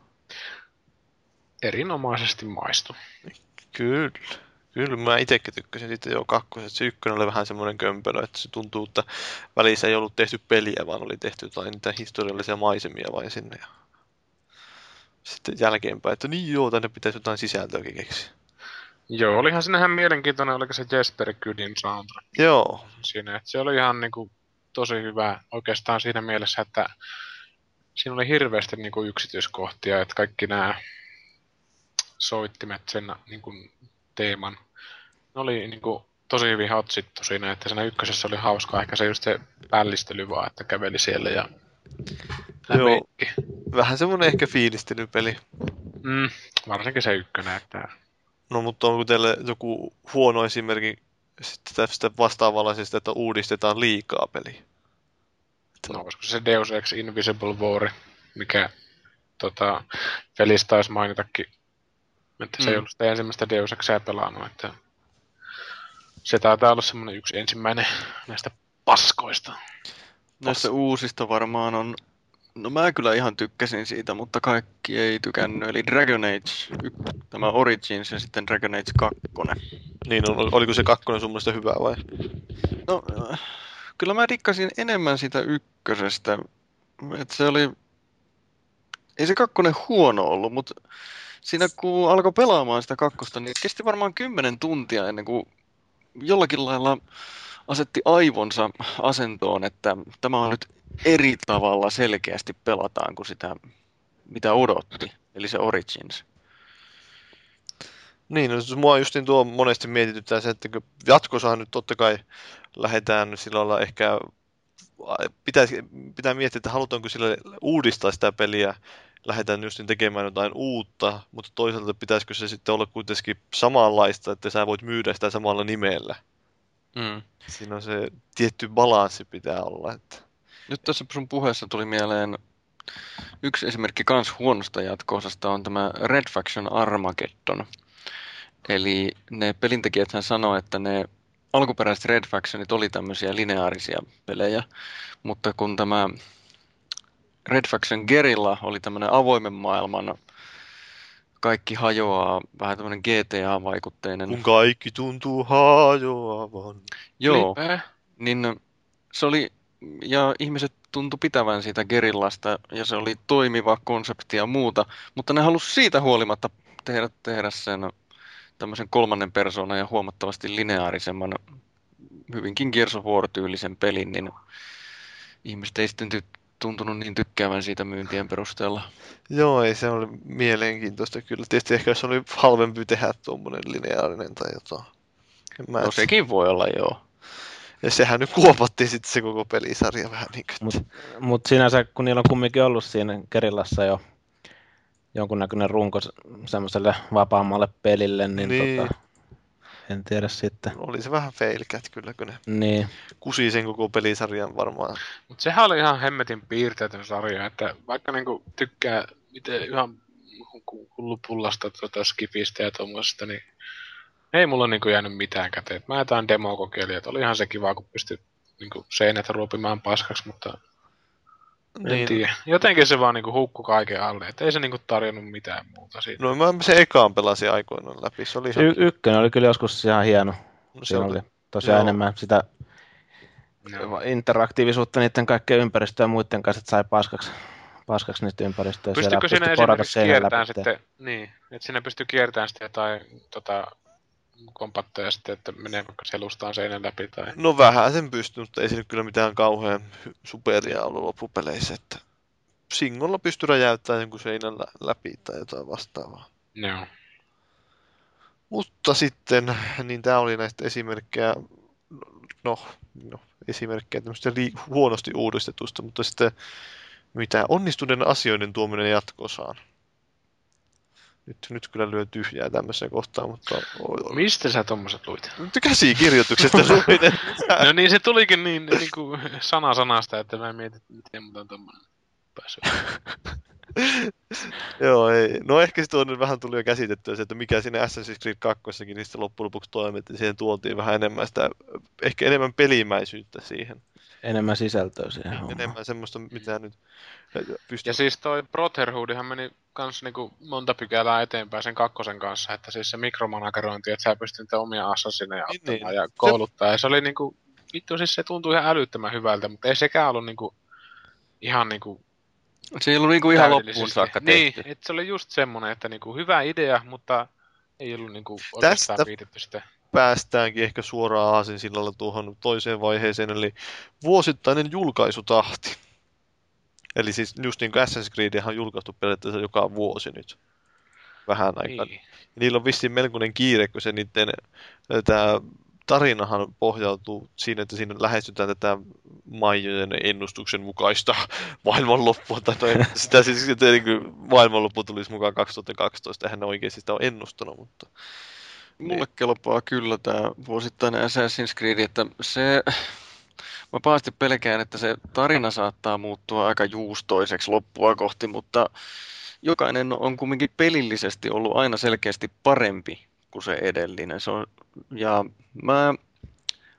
erinomaisesti maistu. Kyllä. Kyllä, mä itsekin tykkäsin sitten jo kakkoset. Se ykkönen oli vähän semmoinen kömpelö, että se tuntuu, että välissä ei ollut tehty peliä, vaan oli tehty jotain niitä historiallisia maisemia vain sinne. Ja sitten jälkeenpäin, että niin joo, tänne pitäisi jotain sisältöäkin keksiä. Joo, olihan sinnehän mielenkiintoinen, oliko se Jesper Kydin soundtrack. Joo. Siinä, että se oli ihan niinku tosi hyvä oikeastaan siinä mielessä, että siinä oli hirveästi niinku yksityiskohtia, että kaikki nämä soittimet sen niinku teeman, ne oli niinku tosi hyvin hatsittu siinä, että siinä ykkösessä oli hauskaa ehkä se just se pällistely vaan, että käveli siellä ja Joo, vähän semmoinen ehkä fiilistelypeli. Mm, varsinkin se ykkönen, että... No mutta onko teille joku huono esimerkki tästä vastaavanlaisesta, että uudistetaan liikaa peliä? No olisiko se Deus Ex Invisible War, mikä tota, Felis taisi mainitakin, että se mm. ei ollut sitä ensimmäistä Deus Exia pelannut, että Se taitaa olla semmoinen yksi ensimmäinen näistä paskoista. Näistä uusista varmaan on... No mä kyllä ihan tykkäsin siitä, mutta kaikki ei tykännyt. Eli Dragon Age, tämä Origins ja sitten Dragon Age kaksi. Niin, oliko se kakkonen sun mielestä hyvää vai? No, kyllä mä dikkasin enemmän sitä ykkösestä. Et se oli... Ei se kakkonen huono ollut, mutta siinä kun alkoi pelaamaan sitä kakkosta, niin kesti varmaan kymmenen tuntia ennen kuin jollakin lailla asetti aivonsa asentoon, että tämä on nyt eri tavalla selkeästi pelataan kuin sitä, mitä odotti, eli se Origins. Niin, no mua justiin tuo monesti mietityttää se, että jatkossaan nyt totta kai lähdetään sillä lailla ehkä, pitäisi, pitää miettiä, että halutaanko sillä uudistaa sitä peliä, lähdetään just tekemään jotain uutta, mutta toisaalta pitäisikö se sitten olla kuitenkin samanlaista, että sä voit myydä sitä samalla nimellä. Mm. Siinä on se tietty balanssi pitää olla. Että... Nyt tässä sun puheessa tuli mieleen yksi esimerkki kans huonosta jatko-osasta on tämä Red Faction Armageddon. Eli ne pelintekijäthän sanoo, että ne alkuperäiset Red Factionit oli tämmöisiä lineaarisia pelejä, mutta kun tämä Red Faction Guerrilla oli tämmöinen avoimen maailman, kaikki hajoaa, vähän tämmöinen G T A-vaikutteinen. Kun kaikki tuntuu hajoavan. Joo, niin se oli, ja ihmiset tuntui pitävän siitä Guerrillasta, ja se oli toimiva konsepti ja muuta, mutta ne halusi siitä huolimatta tehdä, tehdä sen tämmöisen kolmannen persoonan ja huomattavasti lineaarisemman, hyvinkin Gears of War-tyylisen pelin, niin ihmiset ei sitten ty- tuntunut niin tykkäävän siitä myyntien perusteella. Joo, ei se ole mielenkiintoista kyllä. Tietysti ehkä se oli halvempi tehdä tuommoinen lineaarinen tai jotain. No sekin voi olla, joo. Ja sehän nyt kuopattiin sitten se koko pelisarja vähän niin kuin. Mutta mut sinänsä, kun niillä on kumminkin ollut siinä Guerrillassa jo jonkunnäköinen runko semmoiselle vapaammalle pelille, niin, niin. Tota, en tiedä sitten. Oli se vähän failcat kyllä, kun ne niin. kusi sen koko pelisarjan varmaan. Mutta sehän oli ihan hemmetin piirteetön sarja, että vaikka niinku tykkää itse ihan hullupullasta tuota skifistä ja tuommoista, niin ei mulla niinku jäänyt mitään käteen. Mä jotain demoa kokeilin, että oli ihan se kiva, kun pystyi niinku seinät ruopimaan paskaksi, mutta niin. En tiedä. Jotenkin se vaan niinku hukkui kaiken alle, että ei se niinku tarjonnut mitään muuta siitä. No mä se ekaan pelasin aikoinaan läpi, se oli ihan... Y- ykkönen oli kyllä joskus ihan hieno. No, siinä oli tosiaan joo. Enemmän sitä no. interaktiivisuutta niiden kaikkien ympäristöön ja muiden kanssa, että sai paskaksi, paskaksi niitä ympäristöjä. Pystykö siinä esimerkiksi kiertämään sitten, niin, että siinä pystyy kiertämään sitten jotain tota, kompatteja sitten, että menee vaikka selustaan seinän läpi tai... No vähän sen pystyy, mutta ei siinä kyllä mitään kauhean superia ollut loppupeleissä, että singolla pystyy räjäyttämään jonkun seinän läpi tai jotain vastaavaa. Joo. Mutta sitten, niin tää oli näistä esimerkkejä, no, no esimerkkejä tämmöistä lii- huonosti uudistetusta, mutta sitten mitä onnistuneen asioiden tuominen jatko-osaan. Nyt, nyt kyllä lyö tyhjää tämmöiseen kohtaan, mutta... Mistä sä tommoset luit? Käsikirjoituksesta luin. No niin, se tulikin niin, niin kuin sana sanasta, että mä mietin, miten mut on tommonen päässyt. Joo, ei. No ehkä sitten on vähän tuli jo käsitettyä se, että mikä siinä Assassin's Creed kakkossakin niistä loppujen lopuksi toimi, että siihen tuotiin vähän enemmän sitä, ehkä enemmän pelimäisyyttä siihen. Enemmän sisältöä siihen. Enemmän homma. Semmoista, mitä nyt pystyy... Ja siis toi Brotherhoodihan meni kans niinku monta pykälää eteenpäin sen kakkosen kanssa, että siis se mikromanagerointi, että sä pystyt niitä omia assassineja niin, ottamaan niin. ja kouluttaa. Se... Ja se oli niinku, vittu siis se tuntui ihan älyttömän hyvältä, mutta ei sekään ollut niinku ihan niinku... Se ei ollut niinku ihan loppuun saakka tehty. Niin, että se oli just semmonen, että niinku hyvä idea, mutta ei ollut niinku oikeastaan viitetty sitä. Päästäänkin ehkä suoraan aasinsillalla tuohon toiseen vaiheeseen, eli vuosittainen julkaisutahti. Eli siis just niin kuin Assassin's Creedihän on julkaistu periaatteessa joka vuosi nyt. Vähän aikaa. Niin. Niillä on vissiin melkoinen kiire, kun se niiden tämä tarinahan pohjautuu siinä, että siinä lähestytään tätä Maijojen ennustuksen mukaista maailmanloppua. Tai no, sitä siis, että niin maailmanloppu tulisi mukaan kaksituhattakaksitoista, eihän ne oikeasti sitä ole ennustanut, mutta... Mulle kelpaa kyllä tämä vuosittainen Assassin's Creed, että se... Mä pahasti pelkään, että se tarina saattaa muuttua aika juustoiseksi loppua kohti, mutta jokainen on kumminkin pelillisesti ollut aina selkeästi parempi kuin se edellinen. Se on, ja mä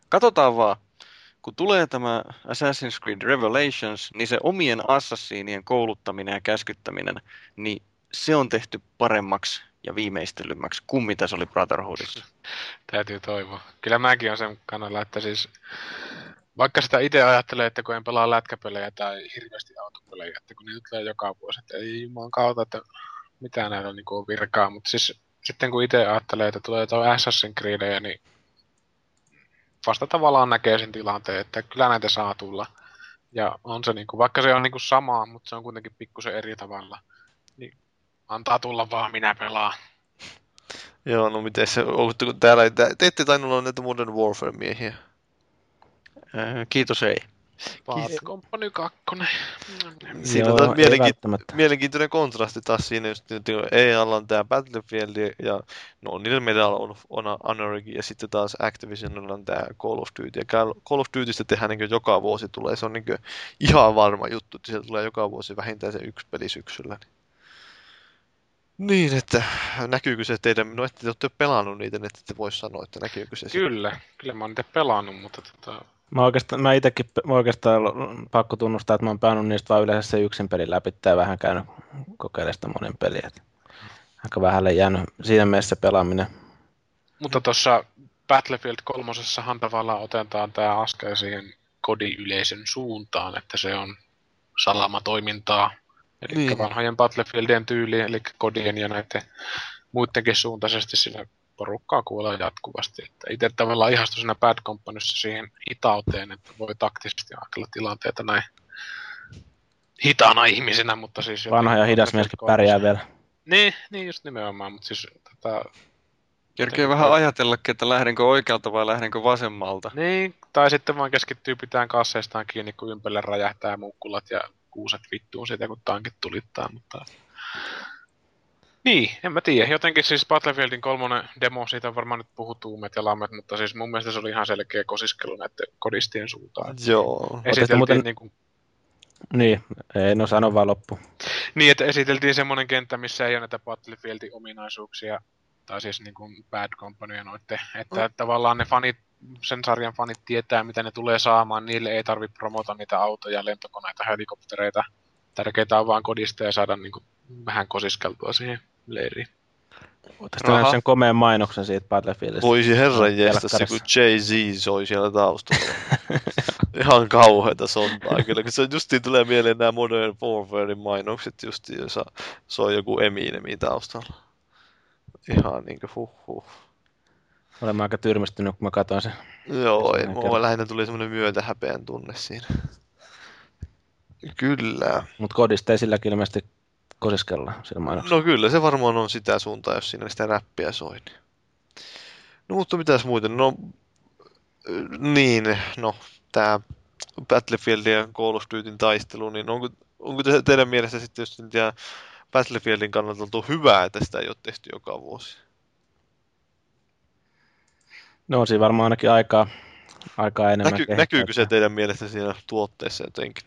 Katsotaan vaan. Kun tulee tämä Assassin's Creed Revelations, niin se omien assassinien kouluttaminen ja käskyttäminen, niin se on tehty paremmaksi ja viimeistellymmäksi kuin mitä se oli Brotherhoodissa. Täytyy toivoa. Kyllä mäkin on sen kannalla, että siis vaikka sitä itse ajattelee, että kun en pelaa lätkäpelejä tai hirveästi autopelejä, että kun niitä tulee joka vuosi, että ei jumalan kautta, että mitään näillä niin on virkaa, mutta siis sitten kun itse ajattelee, että tulee jotain Assassin's Creedejä, niin vasta tavallaan näkee sen tilanteen, että kyllä näitä saa tulla. Ja on se niinku, vaikka se on niinku samaa, mutta se on kuitenkin pikkusen eri tavalla. Niin antaa tulla vaan, minä pelaan. Joo, no miten se, ootteko täällä, te ette tainnut olla näitä Modern Warfare-miehiä. Ää, kiitos ei. Bad Company kaksi. Siinä on taas mielenkiintoinen, mielenkiintoinen kontrasti taas siinä, just E A:lla on tää Battlefield ja no niillä Medal of Honor ja sitten taas Activisionilla on tää Call of Duty. Ja Call of Dutystä tehdään niin joka vuosi tulee, se on niin ihan varma juttu, että sieltä tulee joka vuosi vähintään se yksi peli syksyllä. Niin, että näkyykö se teidän, no ette te olette pelannut niitä, niin ette voi sanoa, että näkyykö se. Kyllä, sitten. Kyllä mä oon niitä pelannut, mutta tota... Mä oikeastaan, mä itekin oikeastaan pakko tunnustaa, että mä oon päänyt niistä vaan yleensä se yksin pelin läpi ja vähän käynyt kokeilemaan sitä monen peliä. Aika vähälle jäänyt siinä mielessä pelaaminen. Mutta tuossa Battlefield kolmosessahan tavallaan otetaan tää askel siihen kodiyleisön suuntaan, että se on salamatoimintaa. Eli niin. Vanhojen Battlefieldien tyyli, eli kodien ja näiden muidenkin suuntaisesti sillä porukkaa kuulee jatkuvasti. Että itse tavallaan ihastuin siinä Bad Companyssa siihen hitauteen, että voi taktisesti ajatella tilanteita näin hitaana ihmisenä, mutta siis... Vanha ja hidas mieskin pärjää vielä. Niin, niin just nimenomaan, mutta siis... Tätä, Kerkee vähän ajatellakin, että lähdenkö oikealta vai lähdenkö vasemmalta. Niin, tai sitten vaan keskittyy pitään kasseistaan kiinni, kun ympärille räjähtää mukkulat ja kuuset vittuun siitä, kun tankit tulittaa, mutta... Niin, en mä tiedä. Jotenkin siis Battlefieldin kolmonen demo, siitä on varmaan nyt puhuttu uumet ja lammet, mutta siis mun mielestä se oli ihan selkeä kosiskelu näiden kodistien suuntaan. Joo. Esiteltiin muuten... niin kuin... Niin, ei no sano vaan loppu. Niin, että esiteltiin semmoinen kenttä, missä ei ole näitä Battlefieldin ominaisuuksia, tai siis niin kuin Bad Company ja noitte, että mm. tavallaan ne fanit, sen sarjan fanit tietää, mitä ne tulee saamaan, niille ei tarvitse promota niitä autoja, lentokoneita, helikoptereita. Tärkeintä on vaan kodista ja saada niin kuin vähän kosiskeltua siihen leiriin. Voitaisiin tehdä sen komeen mainoksen siitä Battlefieldista. Voisi herran jästä se, kun Jay-Z soi siellä taustalla. Ihan kauheita sontaa kyllä, kun se justiin tulee mieleen nämä Modern Warfarein mainokset justiin, jossa soi joku Eminemi taustalla. Ihan niinkö huh huh. Olen aika tyrmistynyt, kun mä katsoin sen. Joo, ei, mulla lähinnä tuli semmoinen myötähäpeän tunne siinä. Kyllä. Mutta kodista ei silläkin ilmeisesti kosiskella sillä mainoksella. No kyllä, se varmaan on sitä suuntaa, jos siinä sitä räppiä soi. Niin. No mutta mitäs muuten? No, niin, no, tää Battlefield ja Call of Dutyn taistelu, niin onko, onko te, teidän mielestä sitten, jos tämä Battlefieldin kannalta on hyvää, että sitä ei ole tehty joka vuosi? No siinä varmaan ainakin aikaa, aikaa enemmän. Näky, näkyykö se teidän mielestä siinä tuotteessa jotenkin?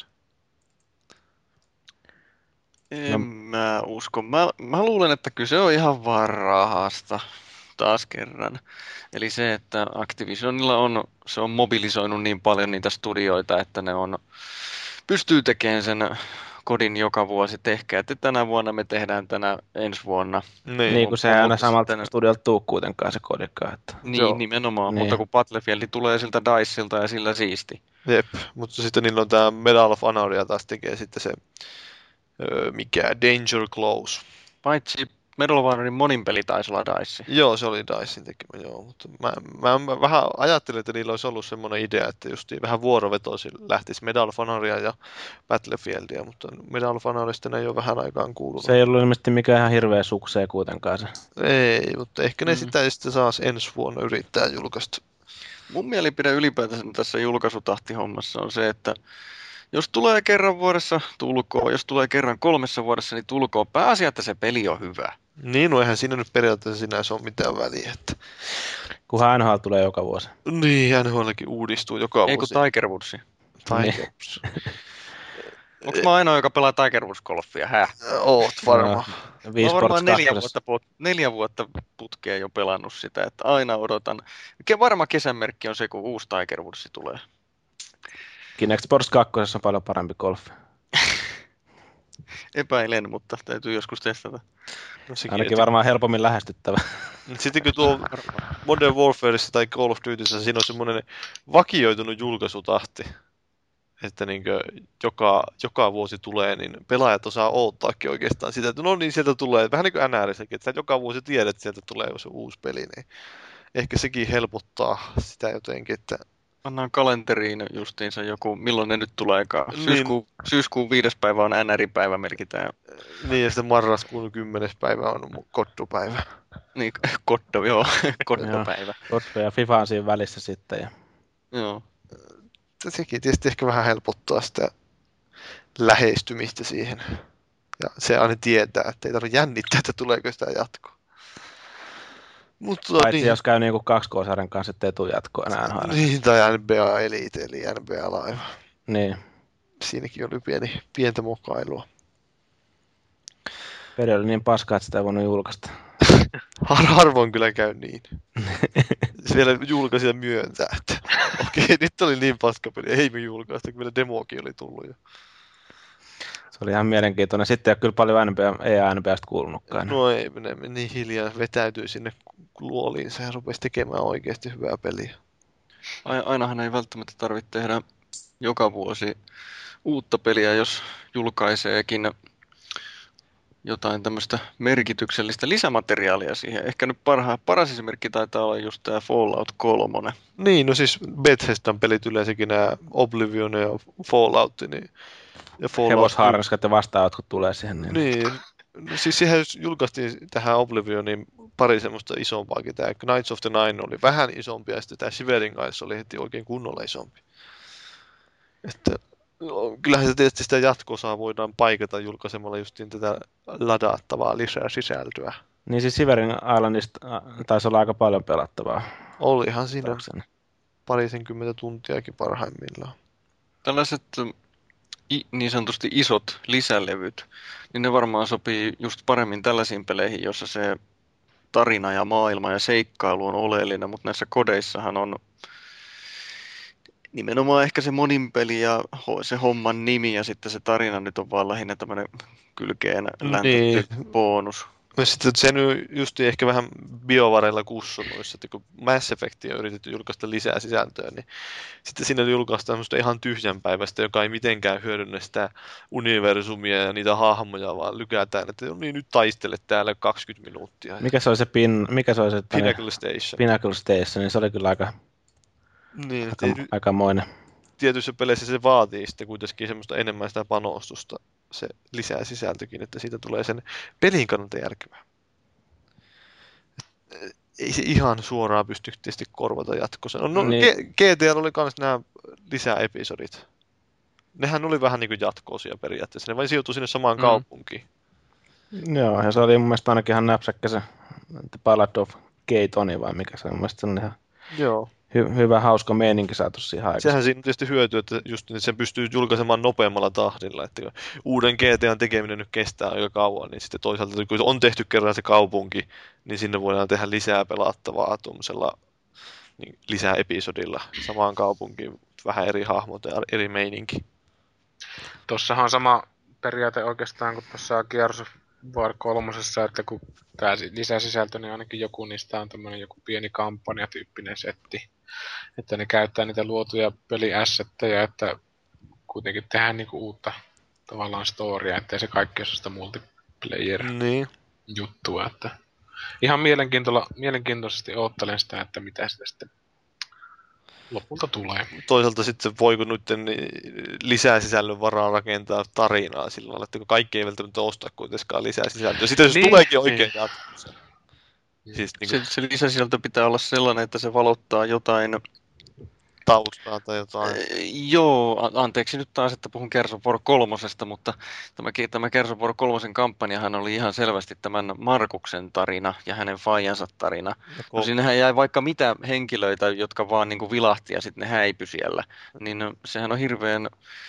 En no. mä usko. Mä, mä luulen, että kyse on ihan vaan rahasta taas kerran. Eli se, että Activisionilla on, se on mobilisoinut niin paljon niitä studioita, että ne on, pystyy tekemään sen kodin joka vuosi. Tehkää, että tänä vuonna me tehdään tänä ensi vuonna. Niin, niin kun se ei aina samalta tänä... studiolta tuu kuitenkaan se kodikkaan. Että... Niin, Joo. nimenomaan. Niin. Mutta kun Battlefield tulee siltä DICEilta ja sillä siisti. Jep, mutta sitten niillä on tämä Medal of Honor ja taas tekee sitten se mikä Danger Close. Paitsi Medal of Honorin monin peli taisi olla DICE. Joo, se oli DICEin tekemä, joo. Mutta mä, mä, mä vähän ajattelin, että niillä olisi ollut semmoinen idea, että justiin vähän vuorovetoisin lähtisi Medal of Honoria ja Battlefieldia, mutta Medal of Honorista ei ole vähän aikaan kuulunut. Se ei ollut ilmeisesti mikään ihan hirveä sukseen kuitenkaan se. Ei, mutta ehkä ne mm. sitä sitten saas ensi vuonna yrittää julkaista. Mun mielipide ylipäätänsä tässä julkaisutahtihommassa on se, että jos tulee kerran vuodessa, tulkoon. Jos tulee kerran kolmessa vuodessa, niin tulkoon. Pääasia, että se peli on hyvä. Niin, no eihän siinä nyt periaatteessa sinänsä ole mitään väliä. Että... Kunhan N H L tulee joka vuosi. Niin, N H Lkin uudistuu joka Ei, vuosi. Ei kun Tiger Woods. Tiger Woods. Onko mä ainoa, joka pelaa Tiger Woods golfia? Häh? Oot varmaan. No, Mä oon varmaan neljä vuotta, neljä vuotta putkeen jo pelannut sitä, että aina odotan. Varma kesänmerkki on se, kun uusi Tiger Woods tulee. Kinect Sports kaksi on paljon parempi golfi. Epäilen, mutta täytyy joskus testata. No, ainakin varmaan helpommin lähestyttävä. Sitten kun tuo Modern Warfareissa tai Call of Dutyssä siinä on semmoinen vakioitunut julkaisutahti, että niin joka, joka vuosi tulee, niin pelaajat osaa odottaakin oikeastaan sitä, että no niin, sieltä tulee, vähän niin kuin N R:ssäkin, että joka vuosi tiedät, että sieltä tulee se uusi peli, niin ehkä sekin helpottaa sitä jotenkin, että pannaan kalenteriin justiinsa joku, milloin ne nyt tuleekaan. Syyskuun, niin, syyskuun viides päivä on N R-päivä, merkitään. Niin, ja sitten marraskuun kymmenes päivä on koddopäivä. Niin, koddo, joo, koddopäivä. Koddo ja FIFA on siinä välissä sitten. Ja... Joo. Sekin tietysti ehkä vähän helpottaa sitä lähestymistä siihen. Ja se aina tietää, että ei tarvitse jännittää, että tuleeko sitä jatkoa. Mutta paitsi niin, jos käy niinku kaksi K-sarjan kanssa, ettei tule jatkoa enää aina. Niin, tai N B A Elite, eli N B A Live. Niin. Siinäkin oli pieni, pientä mokailua. Peli oli niin paskaa, että sitä ei voinut julkaista. Har- harvoin kyllä käy niin. Se vielä julkaisi myöntää, että okei, okay, nyt oli niin paska peli, ei me julkaista, kun vielä demokin oli tullut jo. Se oli ihan mielenkiintoinen. Sitten ei ole kyllä paljon N B A, ei ole N B A:sta kuulunutkaan. No ei, ne niin hiljaa vetäytyi sinne luoliinsa ja rupesi tekemään oikeasti hyvää peliä. Ainahan ei välttämättä tarvitse tehdä joka vuosi uutta peliä, jos julkaiseekin jotain tämmöistä merkityksellistä lisämateriaalia siihen. Ehkä nyt parha, paras esimerkki taitaa olla just tämä Fallout kolme. Niin, no siis Bethesdan pelit yleensäkin nämä Oblivion ja Fallout, niin ja hevosharraskat ja vastaavat, kun tulee siihen. Niin, niin no, siis siihen julkaistiin tähän Oblivioniin pari semmoista isompaakin. Tämä Knights of the Nine oli vähän isompi ja sitten tämä Shivering Isles oli heti oikein kunnolla isompi. Että no, kyllähän se tietysti sitä jatko-osaa voidaan paikata julkaisemalla justiin tätä ladattavaa lisää sisältöä. Niin siis Shivering Islandista taisi olla aika paljon pelattavaa. Olihan siinä parisenkymmentä tuntiakin parhaimmillaan. Tällaiset niin sanotusti isot lisälevyt, niin ne varmaan sopii just paremmin tällaisiin peleihin, jossa se tarina ja maailma ja seikkailu on oleellinen, mutta näissä kodeissahan on nimenomaan ehkä se moninpeli ja se homman nimi ja sitten se tarina nyt on vaan lähinnä tämmöinen kylkeen läntetty niin bonus. Sitten se nyt just ehkä vähän BioWarella kussunnoissa, että kun Mass Effectia on yritetty julkaista lisää sisältöä, niin sitten siinä julkaistaan semmoista ihan tyhjänpäiväistä, joka ei mitenkään hyödynnä sitä universumia ja niitä hahmoja, vaan lykätään, että no niin, nyt taistele täällä kaksikymmentä minuuttia. Mikä se oli se pin, mikä se oli se Pinnacle Station. Pinnacle Station, niin se oli kyllä aika, niin, aika, aikamoinen. Tietyissä peleissä se vaatii sitten kuitenkin semmoista enemmän sitä panostusta. Se lisää sisältökin, että siitä tulee sen pelin kannalta järkevää. Ei se ihan suoraan pysty tietysti korvata jatkossa. No, niin. G T A oli myös nämä lisäepisodit. Nehän oli vähän niin kuin jatkoosia periaatteessa. Ne vain sijoitui sinne samaan mm. kaupunkiin. Joo, ja se oli mun mielestä ainakin ihan näpsäkkä se The Ballad of Gay Tony, vai mikä se on. Mun mielestä se on ihan Joo. Hy- hyvä, hauska meininki saatu siihen aikaan. Sehän siinä tietysti hyötyy, että just niin sen pystyy julkaisemaan nopeammalla tahdilla. Että uuden G T A:n tekeminen nyt kestää aika kauan, niin sitten toisaalta kun on tehty kerran se kaupunki, niin sinne voidaan tehdä lisää pelattavaa tuollaisella niin lisää episodilla samaan kaupunkiin, vähän eri hahmot ja eri meininki. Tossahan on sama periaate oikeastaan kuin tuossa Gears of War kolmosessa, että kun tämä lisäsisältö, niin ainakin joku niistä on tämmöinen joku pieni kampanjatyyppinen setti. Että ne käyttää niitä luotuja peliassetteja, että kuitenkin tehdään niinku uutta tavallaan storya, ettei se kaikki ole sitä multiplayer-juttua. Että ihan mielenkiintoisesti oottelen sitä, että mitä sitä sitten lopulta tulee. Toisaalta sitten voiko nyt lisää sisällön varaa rakentaa tarinaa sillä lailla, että kaikki ei välttämättä osta kuitenkaan lisää sisältöä. Sitten jos niin, tuleekin oikein niin. jatkossa. Siis, niin kuin... se, se lisäsisältö pitää olla sellainen, että se valottaa jotain taustaa tai jotain. Joo, anteeksi nyt taas, että puhun Gears of War kolmosesta, mutta tämä, tämä Gears of War kolmosen kampanjahan oli ihan selvästi tämän Markuksen tarina ja hänen faijansa tarina. No, siinähän jäi vaikka mitä henkilöitä, jotka vaan niin kuin vilahti ja sitten ne häipy siellä. Niin sehän on hirveän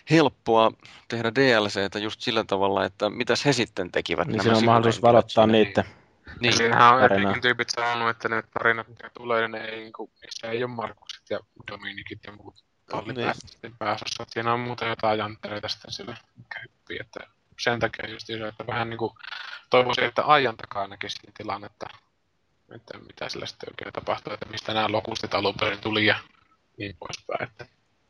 helppoa tehdä D L C:tä just sillä tavalla, että mitäs he sitten tekivät. Niin nämä siinä on mahdollisuus sivuhenkilöt valottaa siinä. niitä. Niin. Siinähän on tarinaa. Epicin tyypit sanonut, että ne tarinat, mitkä tulee, ne ei, niin kuin, niissä ei ole Markukset ja Dominikit ja muut pallipäästä sitten pääosassa. Siinä on muuten jotain janttereita sitten sille, mikä hyppii. Että sen takia just se, että vähän niin kuin toivoisin, että ajan takaa näkisi tilannetta, että mitä sillä sitten oikein tapahtuu, että mistä nämä lokustit alun perin tuli ja niin poispäin. Että...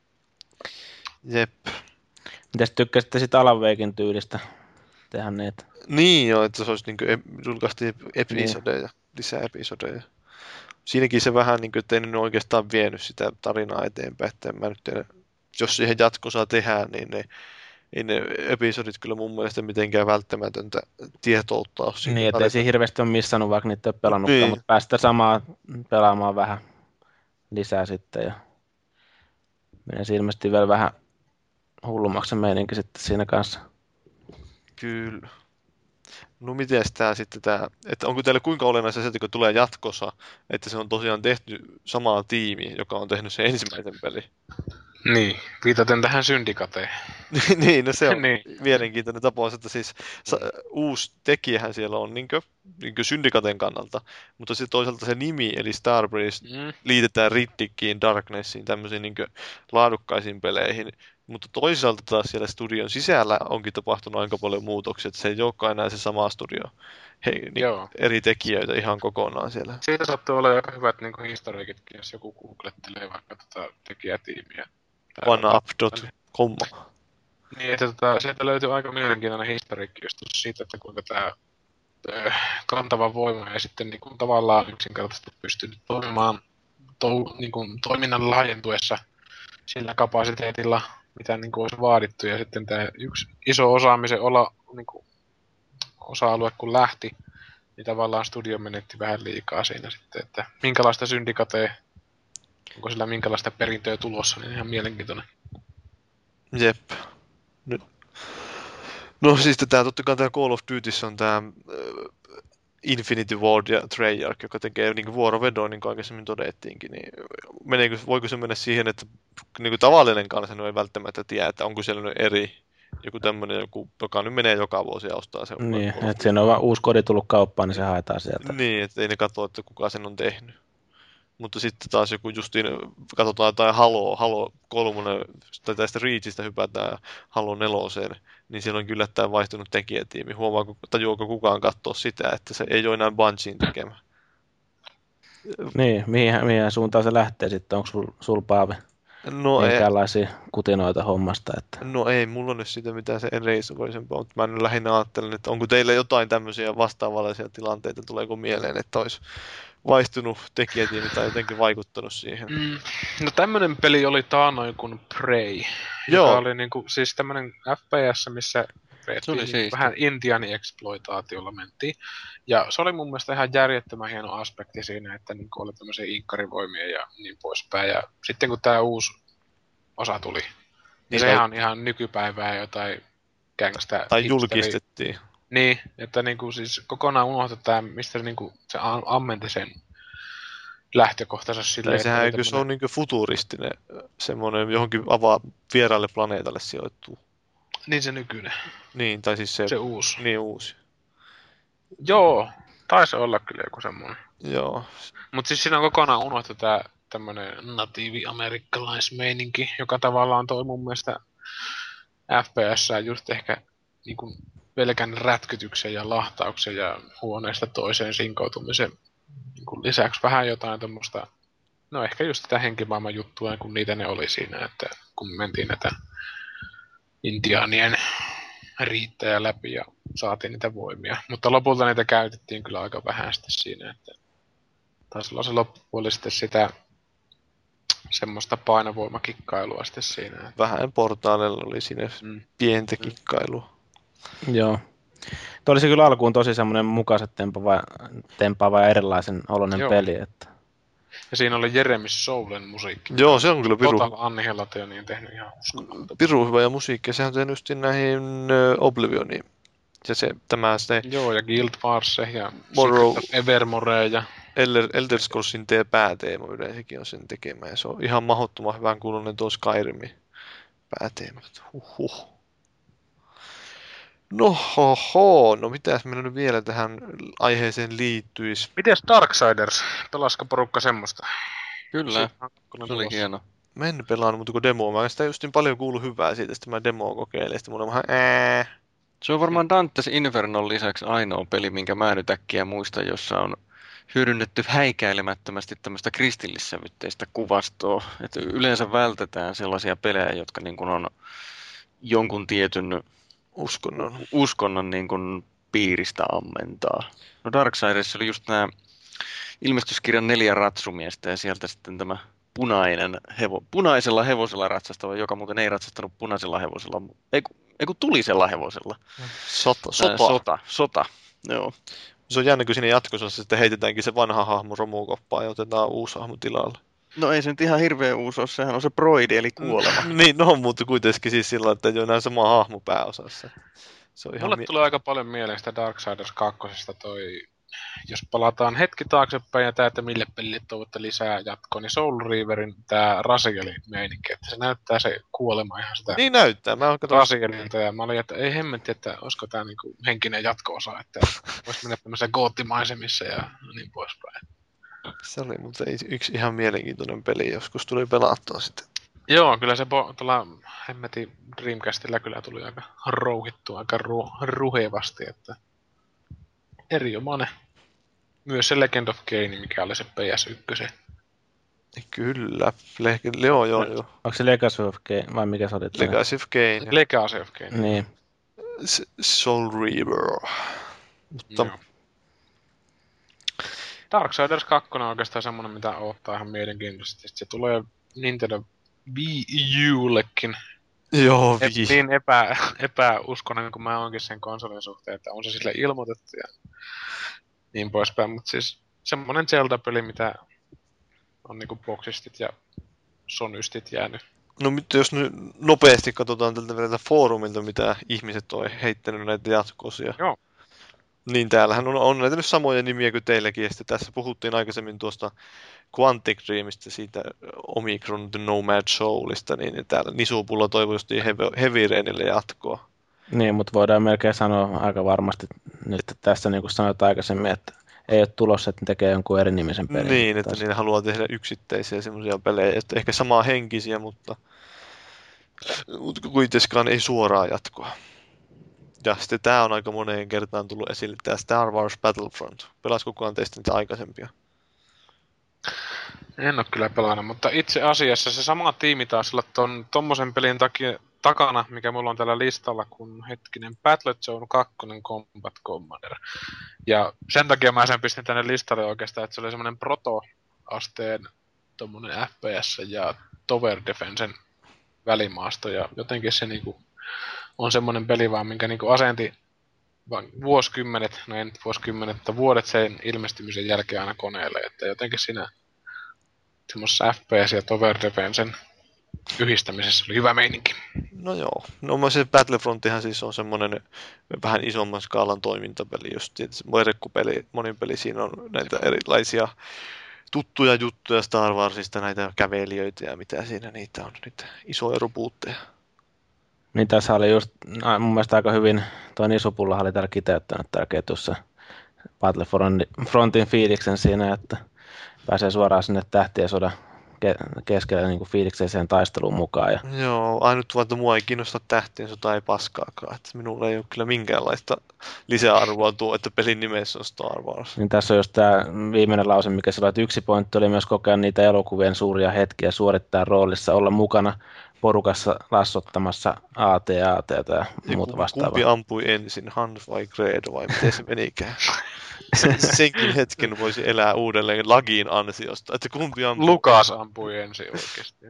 Jep. Mitäs tykkäsitte sitten Alan Waken tyylistä tehdä niitä? Niin joo, että se olisi niin kuin, julkaistiin episodeja, niin. lisää episodeja. Siinäkin se vähän niin kuin, että ei ne oikeastaan vienyt sitä tarinaa eteenpäin, että mä nyt tiedä, jos siihen jatkossa tehdään, niin ne, ei ne episodit kyllä mun mielestä mitenkään välttämätöntä tietoutta ole. Niin, ettei siinä hirveästi ole missannut, vaikka niitä ei ole pelannutkaan, niin. mutta päästä samaa pelaamaan vähän lisää sitten. Ja menee siinä ilmeisesti vielä vähän hullummaksi se meininki sitten siinä kanssa. Kyllä. No miten tää sitten tää, että onko teille kuinka olennaista se, kun tulee jatkossa, että se on tosiaan tehty samaa tiimi, joka on tehnyt sen ensimmäisen pelin? Niin, viitaten tähän syndikateen. Niin, no se on niin. mielenkiintoinen tapaus, että siis sa- uusi tekijähän siellä on niinkö, niinkö syndikaten kannalta, mutta sitten toisaalta se nimi, eli Starbreeze, mm. liitetään Riddickiin, Darknessiin, tämmöisiin niinkö laadukkaisiin peleihin, mutta toisaalta taas siellä studion sisällä onkin tapahtunut aika paljon muutoksia, että se ei olekaan enää se sama studio. Hei, niin eri tekijöitä ihan kokonaan siellä. Siitä sattuu olla aika hyvät niin historiikitkin, jos joku googlettelee vaikka tota tekijätiimiä. one up dot com. Niin, että tota, sieltä löytyy aika mielenkiintoinen historiikki just siitä, että kuinka tämä kantava voima ja sitten niin kuin, tavallaan yksinkertaisesti pystynyt toimimaan to, niin kuin, toiminnan laajentuessa sillä kapasiteetilla, mitä niin kuin, olisi vaadittu. Ja sitten tämä yksi iso osaamisen olla, niin kuin, osa-alue kun lähti, niin tavallaan studio menetti vähän liikaa siinä sitten, että minkälaista syndikatea, onko sillä minkälaista perintöä tulossa, niin ihan mielenkiintoinen. Jep. Nyt. No siis tämä totta kai tämä Call of Dutyssä on tämä uh, Infinity Ward ja Treyarch, joka tekee niin vuorovedon, niin kuin aikaisemmin todettiinkin, niin meneekö, voiko se mennä siihen, että niin tavallinen kansa ei välttämättä tiedä, että onko siellä eri joku tämmöinen, joku, joka nyt menee joka vuosi ja ostaa sen. Niin, että siinä on vaan uusi kodi tullut kauppaan, niin se haetaan sieltä. Niin, että ei ne katso, että kuka sen on tehnyt. Mutta sitten taas joku justiin, katsotaan jotain Halo, Halo kolmonen, tai tästä Reachistä hypätään Halo neloseen, niin siellä on kyllä tämä vaihtunut tekijätiimi. Huomaako, tajuuko kukaan katsoa sitä, että se ei ole enää Bungien tekemä. Niin, mihin, mihin suuntaan se lähtee sitten? Onko sul, sul Paavi? No minkälaisia kutinoita hommasta? Että... No ei, mulla on nyt siitä mitään se enreistukoisempaa, mutta mä nyt lähinnä ajattelen, että onko teillä jotain tämmöisiä vastaavallisia tilanteita, tuleeko mieleen, että olisi vaihtunut tekijätiimi tai jotenkin vaikuttanut siihen? Mm. No tämmönen peli oli taannoin kuin Prey, Joo. joka oli niinku, siis tämmönen F P S, missä niin vähän Intiani-exploitaatiolla mentiin. Ja se oli mun mielestä ihan järjettömän hieno aspekti siinä, että niin oli tämmöisiä inkkarivoimia ja niin poispäin. Ja sitten kun tämä uusi osa tuli, niin, niin sehän on ihan nykypäivää jotain gangsta. Tai julkistettiin. Niin, että niin kuin siis kokonaan unohtaa mistä niin kuin se ammenti sen lähtökohtansa silleen. Tai sehän eikö se on niin kuin futuristinen, semmoinen johonkin avaa vieraalle planeetalle sijoittuu. Niin se nykyinen. Niin, tai siis se, se uusi. Niin uusi. Joo, taisi olla kyllä joku semmoinen. Joo. Mutta siis siinä on kokonaan unohtu tää tämmönen natiivi-amerikkalaismeininki, joka tavallaan toi mun mielestä F P S just ehkä niin kuin pelkän rätkytyksen ja lahtauksen ja huoneesta toiseen sinkoutumisen niin kuin lisäksi vähän jotain tommoista, no ehkä just sitä henkimaailman juttua, kun niitä ne oli siinä, että kun mentiin näitä intiaanien riittäjä läpi ja saatiin niitä voimia. Mutta lopulta niitä käytettiin kyllä aika vähän sitten siinä, että taisi olla se loppupuoli sitten sitä semmoista painovoimakikkailua sitten siinä. Että... Vähän portaaleilla oli siinä mm. pientä kikkailua. Mm. Joo. Tuo olisi kyllä alkuun tosi semmoinen mukaiset tempaava, tempaava ja erilaisen oloinen Joo. peli. Että... Ja siinä oli Jeremy Soulen musiikki. Joo, se on kyllä piru. Total Annihilation niin tehnyt ihan uskomaton. Piru hyvä ja musiikki. Sehän on tehnyt just näihin uh, Oblivioniin. Ja se, tämä se... Joo, ja Guild Wars ja Morrow... Evermore ja... Elder, Elder Scrollsin tee pääteema yleensäkin on sen tekemä. Ja se on ihan mahdottoman hyvän kuulonen tuo Skyrimi pääteemat. Huhhuh. No hoho, no mitäs meillä nyt vielä tähän aiheeseen liittyisi? Mites Darksiders? Pelasko porukka semmoista? Kyllä, se oli hieno. Mä en pelannut, mutta kun demoa. Mä sitä just niin paljon kuullut hyvää siitä, sitten mä demoa kokeilin, sitten mulla on vähän ää. Se on varmaan Dantes Infernon lisäksi ainoa peli, minkä mä nyt äkkiä muistan, jossa on hyödynnetty häikäilemättömästi tämmöistä kristillissävytteistä kuvastoa. Että yleensä vältetään sellaisia pelejä, jotka niin kuin on jonkun tietyn uskonnon, uskonnon niin kuin piiristä ammentaa. No Darksiders oli just nämä ilmestyskirjan neljä ratsumiestä ja sieltä sitten tämä punainen hevo, punaisella hevosella ratsastava, joka muuten ei ratsastanut punaisella hevosella, ei, ei kun tulisella hevosella. Sota. Sota. Sota, sota. Joo. Se on jännä, kun siinä jatkossa sitten heitetäänkin se vanha hahmo romukoppaan ja otetaan uusi hahmo tilalle. No ei se nyt ihan hirveän uusi ole, sehän on se broidi eli kuolema. Niin, no, mutta kuitenkin siis sillä, että ei ole enää sama hahmo pääosassa. Se on ihan Mulle mi- tulee aika paljon mieleen sitä Darksiders kaksi toi, jos palataan hetki taaksepäin ja tää, että mille pelille toivotte lisää jatkoa, niin Soul Reaverin tää Razieli-meininki, että se näyttää se kuolema ihan sitä niin näyttää. Mä Razielilta ja mä olin, että ei hemmetti, että olisiko tää niinku henkinen jatko-osa, että vois mennä tämmöiseen goottimaisemissa ja niin poispäin. Se oli mutta yksi ihan mielenkiintoinen peli, joskus tuli pelattua sitten. Joo, kyllä se po- tuolla hemmetin Dreamcastilla kyllä tuli aika rouhittua, aika ru- ruhevasti, että erinomainen. Myös se Legend of Kain, mikä oli se P S yksi. Kyllä, Le- joo, joo, joo. Onko se Legacy of Kain, vai mikä se oli? Legacy of Kain. Legacy of Kain. Niin. S- Soul Reaver. Mutta... Joo. Darksiders kaksi on oikeastaan semmoinen, mitä odottaa ihan mielenkiintoisesti. Se tulee Nintendo Wii Ullekin. Joo, E- Wii. niin epä, epäuskonen kuin mä oonkin sen konsolin suhteen, että on se sille ilmoitettu ja niin poispäin. Mutta siis semmoinen Zelda-peli, mitä on niinku boxistit ja sonystit jäänyt. No mutta jos nyt nopeasti katsotaan tältä vielä foorumilta, mitä ihmiset on heittänyt näitä jatkoisia. Joo. Niin täällähän on, on näitä nyt samoja nimiä kuin teilläkin, ja sitten tässä puhuttiin aikaisemmin tuosta Quantic Dreamista, siitä Omicron The Nomad Soulista, niin täällä Nisupulla toivoisesti Heavy Rainille jatkoa. Niin, mutta voidaan melkein sanoa aika varmasti nyt tässä, niin kuin sanoit aikaisemmin, että ei ole tulossa, että ne tekee jonkun eri nimisen pelin. Niin, että niillä haluaa tehdä yksittäisiä semmoisia pelejä, että ehkä samaa henkisiä, mutta, mutta kuitenkaan ei suoraan jatkoa. Ja sitten tää on aika moneen kertaan tullut esille, tää Star Wars Battlefront. Pelasiko kukaan teistä niitä aikaisempia? En ole kyllä pelannut, mutta itse asiassa se sama tiimi taisi olla ton, tommosen pelin takia, takana, mikä mulla on tällä listalla, kun hetkinen Battlezone kaksi Combat Commander. Ja sen takia mä sen pistin tänne listalle oikeastaan, että se oli semmoinen proto-asteen tommonen F P S ja Tower Defensen välimaasto, ja jotenkin se niinku on semmoinen peli vaan, minkä niinku asenti vuosikymmenet, no ei nyt vuosikymmenet, mutta vuodet sen ilmestymisen jälkeen aina koneelle, että jotenkin siinä semmoisessa F P S ja Tower Defensen yhdistämisessä oli hyvä meininki. No joo, no se Battlefrontihan siis on semmoinen vähän isomman skaalan toimintapeli, just verkkopeli, monin peli, siinä on näitä erilaisia tuttuja juttuja Star Warsista, näitä kävelijöitä ja mitä siinä niitä on, niitä isoja robuutteja. Niin tässä oli just, mun mielestä aika hyvin, tuo Nisupulla oli täällä kiteyttänyt täällä ketjussa Battlefrontin fiiliksen siinä, että pääsee suoraan sinne tähtien sodan ke- keskelle niin kuin fiilikseiseen taisteluun mukaan. Ja... Joo, ainut vaan, että mua ei kiinnosta tähtien sota ei paskaakaan, että minulla ei ole kyllä minkäänlaista lisäarvoa tuo, että pelin nimessä on Star Wars. Niin tässä on just tämä viimeinen lause, mikä sanoi, että yksi pointti oli myös kokea niitä elokuvien suuria hetkiä, suorittaa roolissa, olla mukana porukassa lassottamassa A T A T ja muuta vastaavaa. Kumpi ampui ensin, Hans vai Greedo vai miten se menikään? Sen, senkin hetken voisi elää uudelleen lagin ansiosta, että kumpi ampui... Lukas ampui ensin oikeasti.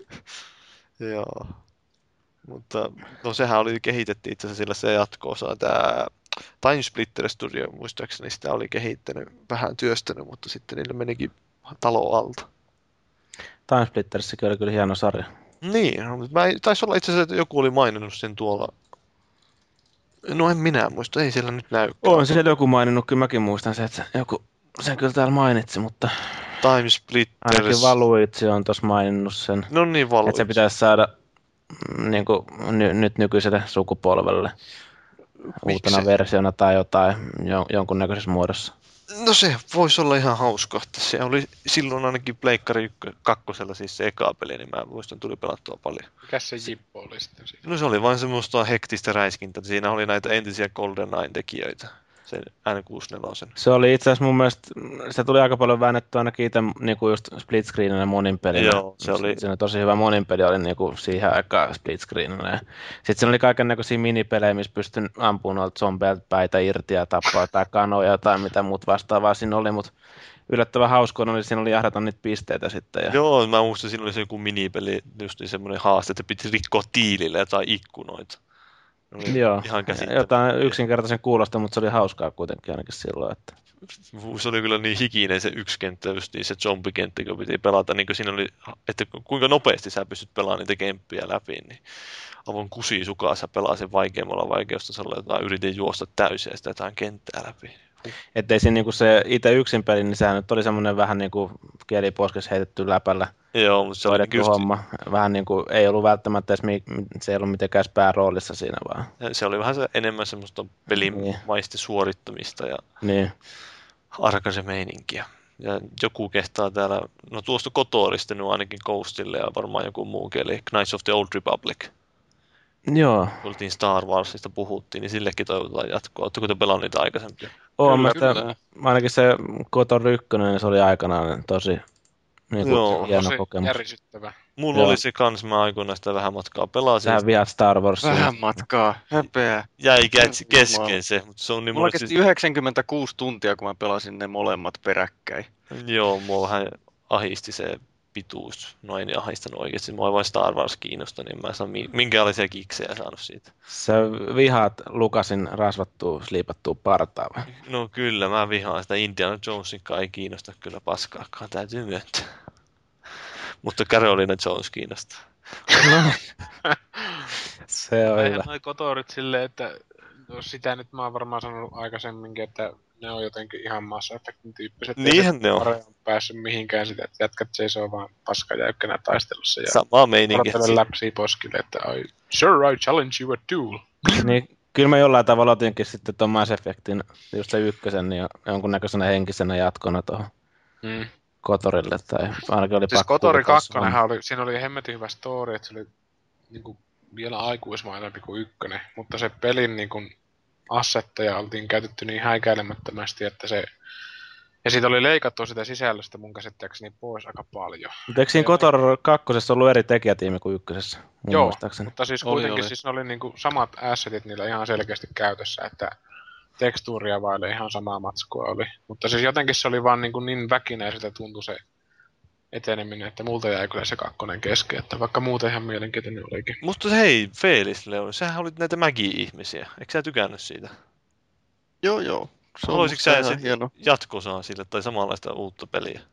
Joo. Mutta no sehän oli kehitetty itse asiassa sillä se jatko-osa, tämä Time Splitter Studio muistaakseni sitä oli kehittänyt, vähän työstänyt, mutta sitten niillä menikin talo alta. Time Splitterissäkin oli kyllä hieno sarja. Niin, mutta mä taisi olla itse asiassa, että joku oli maininnut sen tuolla. No en minä muista, ei siellä nyt näy. On siellä joku maininnut, kyllä mäkin muistan se, että joku sen kyllä täällä mainitsi, mutta... Time Splitters. Ainakin Valuitsi on tuossa maininnut sen. No niin, Valuitsi. Että se pitäisi saada niin kuin, ny, nyt nykyiselle sukupolvelle uutena Miksi? versiona tai jotain jo, jonkunnäköisessä muodossa. No se voisi olla ihan hauska. Se oli silloin ainakin Pleikkari kakkosella siis se eka peli, niin mä muistan, tuli pelattua paljon. Mikäs se Jippo oli sitten siitä? No se oli vain semmoista hektistä räiskintä. Siinä oli näitä entisiä GoldenEye-tekijöitä. Se N kuusikymmentäneljä. Se oli itse asiassa mun mielestä, se tuli aika paljon väännetty ainakin itse niinku just split screeninä monin pelinä. Joo, se oli. Siinä tosi hyvä monin peli oli niinku siihen aikaan split screeninä. Sitten siinä oli kaikennäköisiä minipelejä, missä pystyn ampumaan noilta zombeilta päitä irti ja tappaa tai kanoja tai mitä muut vastaavaa siinä oli, mutta yllättävän hauskaa oli, siinä oli jahdata niitä pisteitä sitten. Ja... Joo, mä muistan, siinä oli se joku minipeli, just niin semmoinen haaste, että piti rikkoa tiilille tai ikkunoita. Joo, ihan jotain yksinkertaisen kuulosta, mutta se oli hauskaa kuitenkin ainakin silloin. Että... Se oli kyllä niin hikinen se yksi kenttä, just niin se zombikenttä, kun piti pelata, niin kuin siinä oli, että kuinka nopeasti sä pystyt pelaamaan niitä kemppiä läpi, niin avun kusi sukassa pelaa sen vaikeammalla vaikeustasolla, jota yritin juosta täysin ja sitä jotain kenttää läpi. Että ei siinä niinku se itse yksin peli, niin sehän nyt oli semmoinen vähän niinku kieliposkessa heitetty läpällä. Joo, mutta se oli just... homma. Vähän niinku ei ollut välttämättä edes, mi- se ei ollut mitenkään pääroolissa siinä vaan. Se oli vähän se enemmän semmoista pelimaista suorittamista ja niin. arkaisen meininkiä. Ja joku kehtaa täällä, no tuosta Kotorista nyt ainakin Ghostille ja varmaan joku muukin, eli Knights of the Old Republic. Joo. Tultiin Star Warsista puhuttiin, niin sillekin toivotaan jatkoa. Oletteko te pelannut niitä aikaisempia? Oon, mä sitä, ainakin se Kotor ykkönen, niin se oli aikanaan tosi niin kuin, hieno tosi kokemus. järisyttävä. Mulla Joo. oli se kans, mä aikoinaan sitä vähän matkaa pelasin. Sähän vihat Star Warsia. Vähän matkaa, höpeä. Jäi kesken se, mutta se on niin... Mulla kesti siis... yhdeksänkymmentäkuusi tuntia, kun mä pelasin ne molemmat peräkkäin. Joo, mua vähän ahisti se pituus. No ei niin ahistanut oikeesti. Mua ei vain Star Wars kiinnosta, niin mä en saa minkälaisia kiksejä saanut siitä. Sä vihaat Lucasin rasvattua, sliipattua partaa vai? No kyllä, mä vihaan sitä. Indiana Jonesinkaan ei kiinnosta kyllä paskaakaan, täytyy myöntää. Mutta Carolina Jones kiinnostaa. No. Se on Eihän hyvä. noi kotorit silleen, että no sitä nyt mä oon varmaan sanonut aikaisemminkin, että ne on jotenkin ihan Mass Effectin tyyppiset. Niinhän ne on. on päässyt mihinkään sitä, että jätkät seisoo vaan paskajäykkänä taistelussa. Ja samaa meininkiä. Odottelen läpsiä poskille, että I, sure I challenge you a duel. Niin, kyllä mä jollain tavalla otinkin sitten ton Mass Effectin, just se ykkösen, niin jonkunnäköisenä henkisenä jatkona tuohon mm. Kotorille. Tai ainakin oli siis pakko Kotori kakkonenhan oli, siinä oli hemmetin hyvä story, että se oli niin kuin, vielä aikuismaisempi kuin ykkönen, mutta se pelin niin kuin, assetteja oltiin käytetty niin häikäilemättömästi, että se... Ja siitä oli leikattu sitä sisällöstä mun käsittääkseni pois aika paljon. Mutta eikö siinä Kotor kakkosessa ollut eri tekijätiimi kuin ykkösessä? Joo, mutta siis kuitenkin oli, oli. Siis ne oli niinku samat assetit niillä ihan selkeästi käytössä, että tekstuuria vaille ihan samaa matskua oli. Mutta siis jotenkin se oli vaan niin, niin väkinäiseltä tuntui se eteneminen, että multa jäi kyllä se kakkonen kesken, että vaikka muuten ihan mielenkiintoinen olikin. Mutta hei, Felis Leon, sähän olit näitä Magi-ihmisiä. Eikö sä tykännyt siitä? Joo, joo. Haluaisitko sä jatkosaa sille tai samanlaista uutta peliä?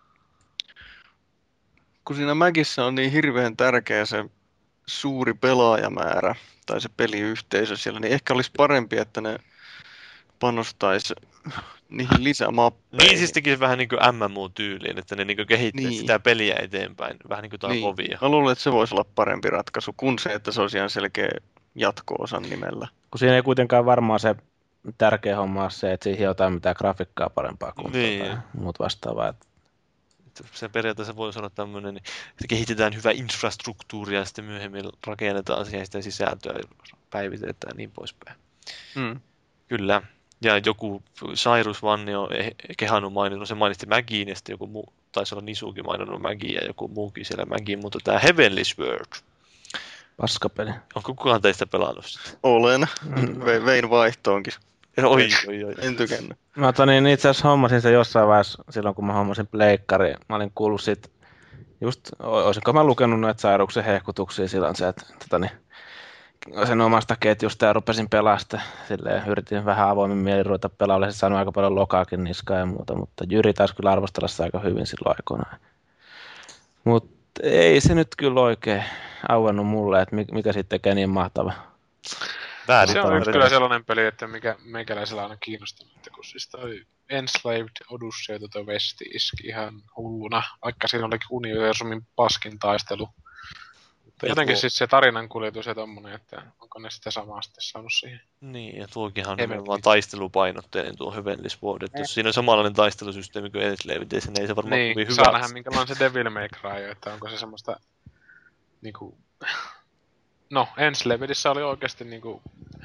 Kun siinä Magissä on niin hirveän tärkeä se suuri pelaajamäärä tai se peliyhteisö siellä, niin ehkä olisi parempi, että ne panostaisi niihin lisämappeihin. Niin siis tekisi vähän niin kuin M M O-tyyliin, että ne niin kehittäisi niin. sitä peliä eteenpäin, vähän niin kuin jotain niin. kovia. Mä luulen, että se voisi olla parempi ratkaisu kuin se, että se olisi ihan selkeä jatko-osan nimellä. Kun siinä ei kuitenkaan varmaan se tärkeä homma on se, että siihen jotain mitään grafiikkaa parempaa kuin niin. muut vastaavaa. Se periaatteessa voisi olla tämmöinen, että kehitetään hyvä infrastruktuuria ja sitten myöhemmin rakennetaan siihen sitä sisältöä, päivitetään ja niin poispäin. Mm. Kyllä. Ja joku Cyrus Vanni on kehannut maininnut, se mainitsi Magiin ja sitten joku muu, taisi olla Nisukin maininnut Magiin ja joku muukin siellä Magiin, mutta tämä Heavenly Sword. Paskapeli. Onko kukaan teistä pelannut sitä? Olen. Mm. Ve, vein vaihtoonkin. Oi, oi, oi. En tykännyt. Mä tonin, itse asiassa hommasin sen jossain vaiheessa silloin, kun mä hommasin pleikkari. Mä olin kuullut siitä, just, olisinko mä lukenut noita Cyruksen hehkutuksia silloin se, että totani, sen omasta ketjusta ja rupesin pelaamaan. Silleen yritin vähän avoimin mielin ruveta pelaa, olisin saanut aika paljon lokaakin niskaa ja muuta, mutta Jyri taisi kyllä arvostella sitä aika hyvin silloin aikoinaan. Mutta ei se nyt kyllä oikein auennut mulle, että mikä sitten tekee niin mahtava. Väärin se on yksi kyllä sellainen peli, että mikä meikäläisellä on kiinnostunut, että kun siis toi Enslaved Odyssey tuota Westi iski ihan hulluna, vaikka siinä olikin universumin paskin taistelu. Mutta jotenkin tuo... siis se tarinan kuljetus ja tommonen, että onko ne sitä samaa sitten saanut siihen. Niin, ja tuokinhan on nimenomaan taistelupainotteinen tuo Heavenly Sword. Että jos siinä on samanlainen taistelusysteemi kuin Enslaved, niin ei se varmaan niin, kovin hyvä. Niin, saa nähdä minkälainen se Devil May Cry, että onko se semmoista niinku... No, Enslavedissä oli oikeasti niinku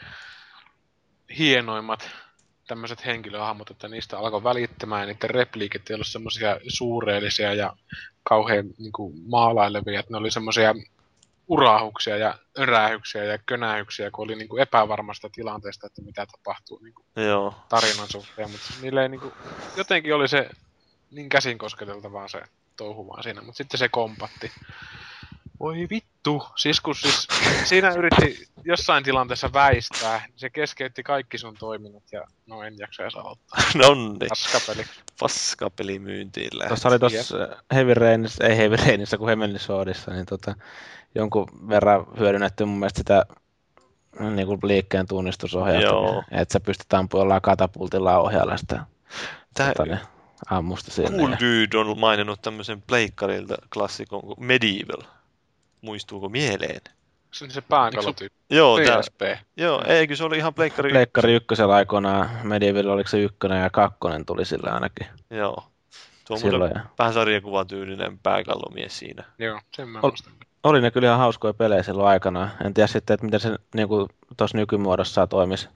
hienoimmat tämmöiset henkilöhahmot, että niistä alkoi välittämään ja niiden repliikit ei ollut semmoisia suureellisia ja kauhean niinku maalailevia, että ne oli semmoisia urahuksia ja örähyksiä ja könähyksiä, kun oli niinku epävarmasta tilanteesta, että mitä tapahtuu niinku Joo. tarinan suhteen, mutta niille ei niinku, jotenkin oli se niin käsin kosketeltavaa se touhu vaan siinä, mutta sitten se kompatti. Voi vittu, siis kun siis siinä yritti jossain tilanteessa väistää, niin se keskeytti kaikki sun toiminnot ja no en jaksa edes aloittaa. Nonni. Paskapeli. Paskapeli myyntiin lähti. Tuossa oli tuossa Heavy Rainissa, ei Heavy Rainissa kuin Heavenly Swordissa, niin tota, jonkun verran hyödynnetty mun mielestä sitä niin kuin liikkeen tunnistusohjausta, että sä pystyt ampumaan jollain katapultilla ohjailla sitä Tää... tota, niin, ammusta siinä. Cool ja... Dude on maininnut tämmöisen pleikkarilta klassikon kuin Medieval. Muistuuko mieleen? Se on se pääkalotyyppi. Joo, P S P. Joo, eikö se oli ihan pleikkari Pleikkari ykkösellä aikoinaan. Medieval oliko se ykkönen ja kakkonen tuli sillä ainakin. Joo. Tuo on Silloin, muuten vähän sarjakuvatyylinen pääkallomies siinä. Joo, sen mä Ol, muistan. Oli ne kyllä ihan hauskoja pelejä silloin aikanaan. En tiedä sitten, että miten se niin tuossa nykymuodossa toimisi.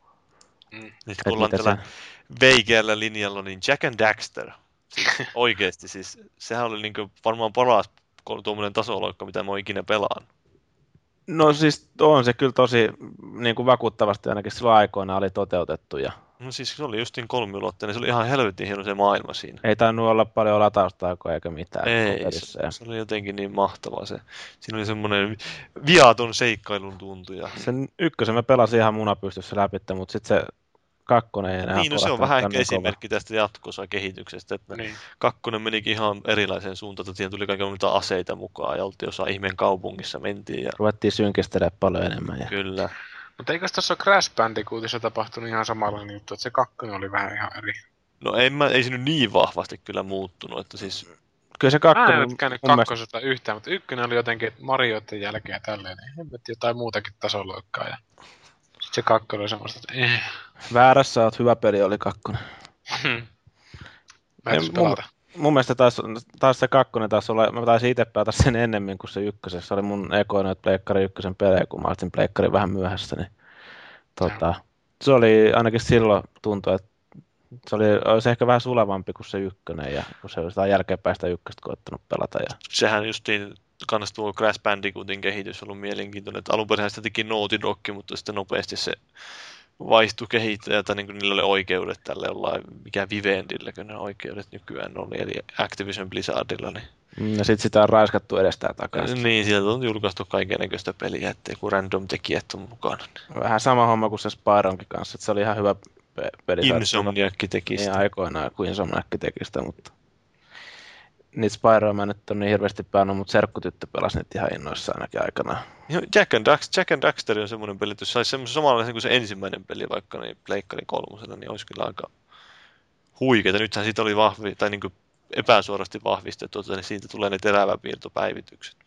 Mm. Nyt kun ollaan tällä se... veikeällä linjalla, niin Jack and Daxter. Siis, oikeesti siis. Sehän oli niinku varmaan paras tuommoinen tasoloikka, mitä mä oon ikinä pelaan. No siis on se kyllä tosi niin kuin vakuuttavasti ainakin silloin aikoina oli toteutettu. Ja... No siis se oli justiin kolmiulotteinen, se oli ihan helvetin hieno se maailma siinä. Ei tainnut olla paljon lataustaikoja eikä mitään. Ei, se, se oli jotenkin niin mahtavaa se. Siinä oli semmoinen viaton seikkailun tuntu. Ja... Sen ykkösen mä pelasin ihan munapystyssä läpi, mutta sitten se kakkonen ei enää. Niin, no se on vähän ehkä esimerkki tästä jatkossa kehityksestä, että niin. Kakkonen menikin ihan erilaiseen suuntaan, että siihen tuli kaikenlaisia aseita mukaan ja oltiin jossain ihmeen kaupungissa, mentiin. Ja... Ruvettiin synkistelemään paljon enemmän. Ja... Kyllä. Mutta eikö tuossa Crash Bandicootissa tapahtunut ihan samanlainen juttu, että se kakkonen oli vähän ihan eri? No ei, mä, ei se nyt niin vahvasti kyllä muuttunut, että siis... Kyllä se kakkonen... Mä en nyt käynyt kakkosesta mielestä... yhtään, mutta ykkönen oli jotenkin Marioiden jälkeen tälleen, niin hemmetti jotain muutakin tasoloikkaa ja... Sitten se kakkonen oli semmoista, että eh. Väärässä oot, hyvä peli oli kakkonen. Hmm. Mä en mun, mun mielestä taas, taas se kakkonen taas olla, mä taisin itse pelata sen ennemmin kuin se ykkösen. Se oli mun ekoinen Pleikkari ykkösen pelejä, kun mä aloitin Pleikkari vähän myöhässä. Niin, tota, se oli ainakin silloin tuntui, että se oli, olisi ehkä vähän sulevampi kuin se ykkönen, ja kun se olisi jälkeenpäin sitä ykköstä koettanut pelata. Ja... Sehän justiin kans tuo Crash Bandicootin kehitys on ollut mielenkiintoinen, että alun perin sitä teki Naughty Dog, mutta sitten nopeasti se vaihtui kehittäjältä, niin kuin niillä oli oikeudet tälle jollain, mikä Vivendilläkö ne oikeudet nykyään oli, eli Activision Blizzardilla. Niin... Ja sitten sitä on raiskattu edestään takaisin. Niin, sieltä on julkaistu kaikennäköistä peliä, ettei kun random tekijät on mukana. Vähän sama homma kuin se Spyronkin kanssa, että se oli ihan hyvä peli. Insomniac teki sitä. Niin aikoinaan, kun Insomniac teki sitä, mutta... Niitä Spyroa mä nyt on niin hirveästi pelannut, mutta serkkutyttö pelasi niitä ihan innoissaan ainakin aikanaan. Jack and, Dax, Jack and Daxter on semmoinen peli, että jos saisi semmoisen samanlaisen kuin se ensimmäinen peli, vaikka niin Pleikkarin kolmosena, niin olisi kyllä aika huikeeta. Nythän siitä oli vahvi, tai niin kuin epäsuorasti vahvistettu, että siitä tulee ne teräväpiirtopäivitykset.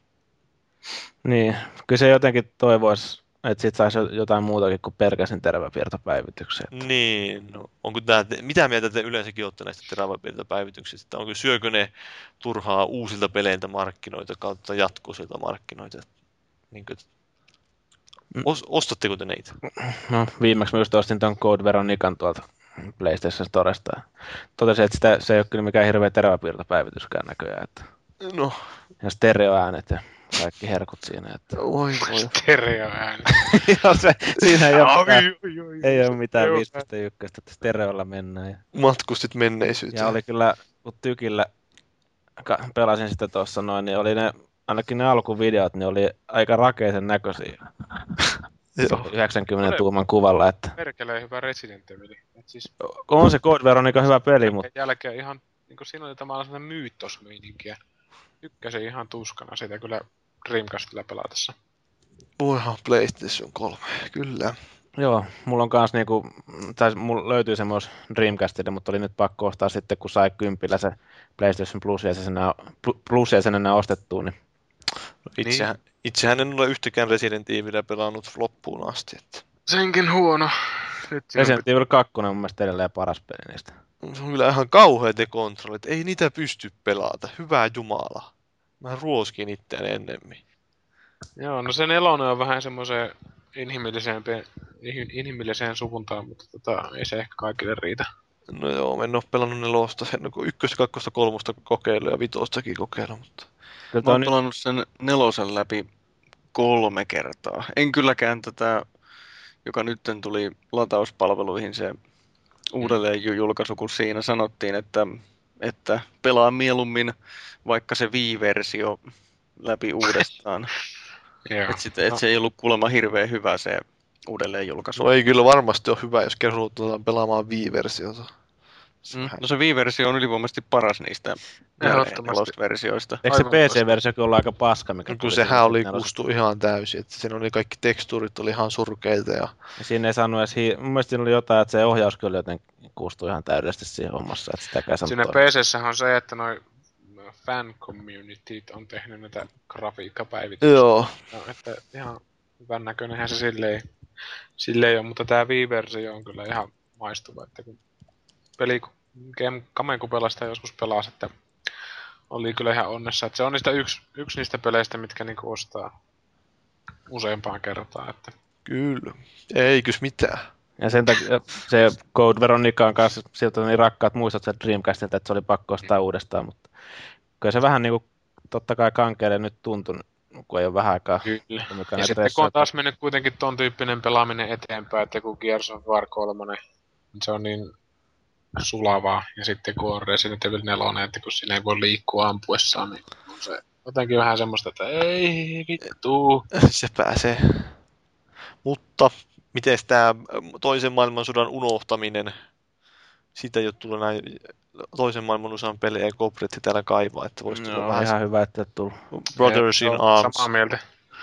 Niin, kyllä se jotenkin toivoisi, että siitä saisi jotain muutakin kuin pelkäsin teräväpiirtopäivityksiä. Niin, no, onko tämä, mitä mieltä te yleensäkin olette näistä teräväpiirtopäivityksistä? Onko syökö ne turhaa uusilta peleiltä markkinoita kautta jatkoisilta markkinoita? Niin kuin, os, ostatteko te neitä? No viimeksi mä just ostin ton Code Veronican tuolta PlayStation Storesta. Totesin, että sitä, se ei ole kyllä mikään hirveä teräväpiirtopäivityskään näköjään. Että... No. Ja stereoäänet ja kaikki herkut siinä. Että... Oi, oi. Stereoäänet. Joo, se, siinä ei ole mitään, ei ole mitään viisi pilkku yksi, että stereolla mennään. Ja... Matkustit menneisyyteen. Ja oli kyllä, kun tykillä pelasin sitä tuossa noin, niin oli ne, ainakin ne alkuvideot, niin oli aika rakeisen näköisiä. yhdeksänkymmentä tuuman kuvalla, että... Perkeleen hyvä Resident Evil. Siis... On se Code Veronica hyvä peli, mutta... Jälkeen ihan, niin kuin siinä oli tämä sellainen myyttosmeininkiä. Ykkösen ihan tuskana sitä kyllä Dreamcastilla pelatessa. Voihan PlayStation kolme, kyllä. Joo, mulla on kans niinku, tai mulla löytyy semmos Dreamcastille, mutta oli nyt pakko ostaa sitten, kun sai kympillä se PlayStation Plus-jäsenenä, Plus-jäsenenä ostettua, niin Itsehän, niin. itsehän en ole yhtäkään Resident Evilia pelannut loppuun asti. Että. Senkin huono. Nyt Resident Evil kaksi on mun mielestä edelleen paras peli niistä. Se on kyllä ihan kauheat kontrollit. Ei niitä pysty pelata. Hyvää jumala. Mä ruoskin itseäni ennemmin. Joo, no se nelonen on vähän semmoiseen inhimilliseen, inhimilliseen suuntaan, mutta tota, ei se ehkä kaikille riitä. No joo, mä en oo pelannut nelosta. En ole ykköstä, kakkosta, kolmosta kokeillut ja vitostakin kokeillut. Mutta... Mä oon pelannut sen nelosen läpi kolme kertaa. En kylläkään tätä, joka nyt tuli latauspalveluihin se uudelleen julkaisu, kun siinä sanottiin, että, että pelaa mieluummin vaikka se Wii-versio läpi uudestaan. Että sit, et se ei ollut kuulemma hirveän hyvä se uudelleen julkaisu. No ei kyllä varmasti ole hyvä, jos kerrotaan pelaamaan Wii-versiota. Mm. No se Wii-versio on ylivoimaisesti paras niistä versioista. Eikö se P C-versiokin ollut aika paska? Mikä no, kun sehän oli kustu ihan täysin, että siinä oli kaikki tekstuurit oli ihan surkeita. Ja... ja siinä ei saanut edes, hi... mun mielestä siinä oli jotain, että se ohjaus kyllä joten kustui ihan täydellisesti siihen hommassa. Että sitäkään siinä P C:ssähän on se, että noi fan communityt on tehnyt näitä grafiikkapäivityksiä. Joo. No, että ihan hyvän näköinenhän se silleen, silleen on, mutta tää Wii-versio on kyllä ihan maistuva, että kun peli Kamen kun pelasta joskus pelasi, että oli kyllä ihan onnessa, että se on niistä yksi, yksi niistä peleistä, mitkä niinku ostaa useampaan kertaan. Että. Kyllä, eikös mitään. Ja sen takia se Code Veronica on kanssa siltä niin rakkaat muistot sen Dreamcastilta, että se oli pakko ostaa uudestaan, mutta kyllä se vähän niinku totta kai kankeelle nyt tuntunut, kun ei ole vähän aikaa. Kyllä. Ja sitten kun on taas mennyt kuitenkin ton tyyppinen pelaaminen eteenpäin, että kun Gears of War kolme, niin se on niin sulavaa. Ja sitten kun on Resident Evil neljä, että kun siinä ei voi liikkua ampuessaan, niin on se jotenkin vähän semmoista, että ei vittu. Se pääsee. Mutta miten tämä toisen maailmansodan unohtaminen, siitä ei ole tullut näin toisen maailmansodan pelejä Gopretti täällä kaivaa, että voisi tulla no, vähän... ihan hyvä, että tullut. Brothers in Arms. Samaa mieltä.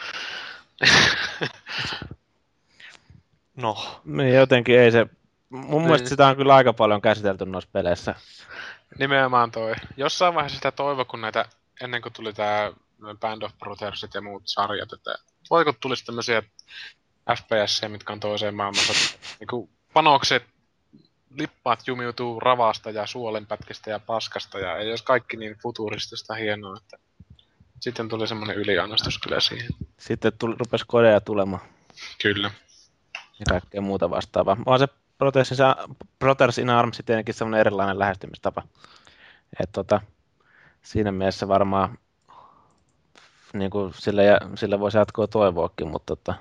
No. Niin jotenkin ei se... Mun niin. mielestä sitä on kyllä aika paljon käsitelty noissa peleissä. Nimenomaan toi. Jossain vaiheessa sitä toivo, kun näitä, ennen kuin tuli tää Band of Brothersit ja muut sarjat, että voiko tulisi tämmösiä F P S, mitkä on toiseen maailmassa, niinku panokset, lippaat jumiutuu ravasta ja suolenpätkistä ja paskasta ja ei olisi kaikki niin futuristista hienoa, että sitten tuli semmoinen yliannostus kyllä siihen. Sitten tuli, rupesi kodeja tulemaan. Kyllä. Ja kaikkea muuta vastaavaa. On se Brothers in Arms tietenkin semmoinen erilainen lähestymistapa. Et tota, siinä mielessä varmaan niin kuin sille, sille voisi jatkoa toivoakin, mutta tota,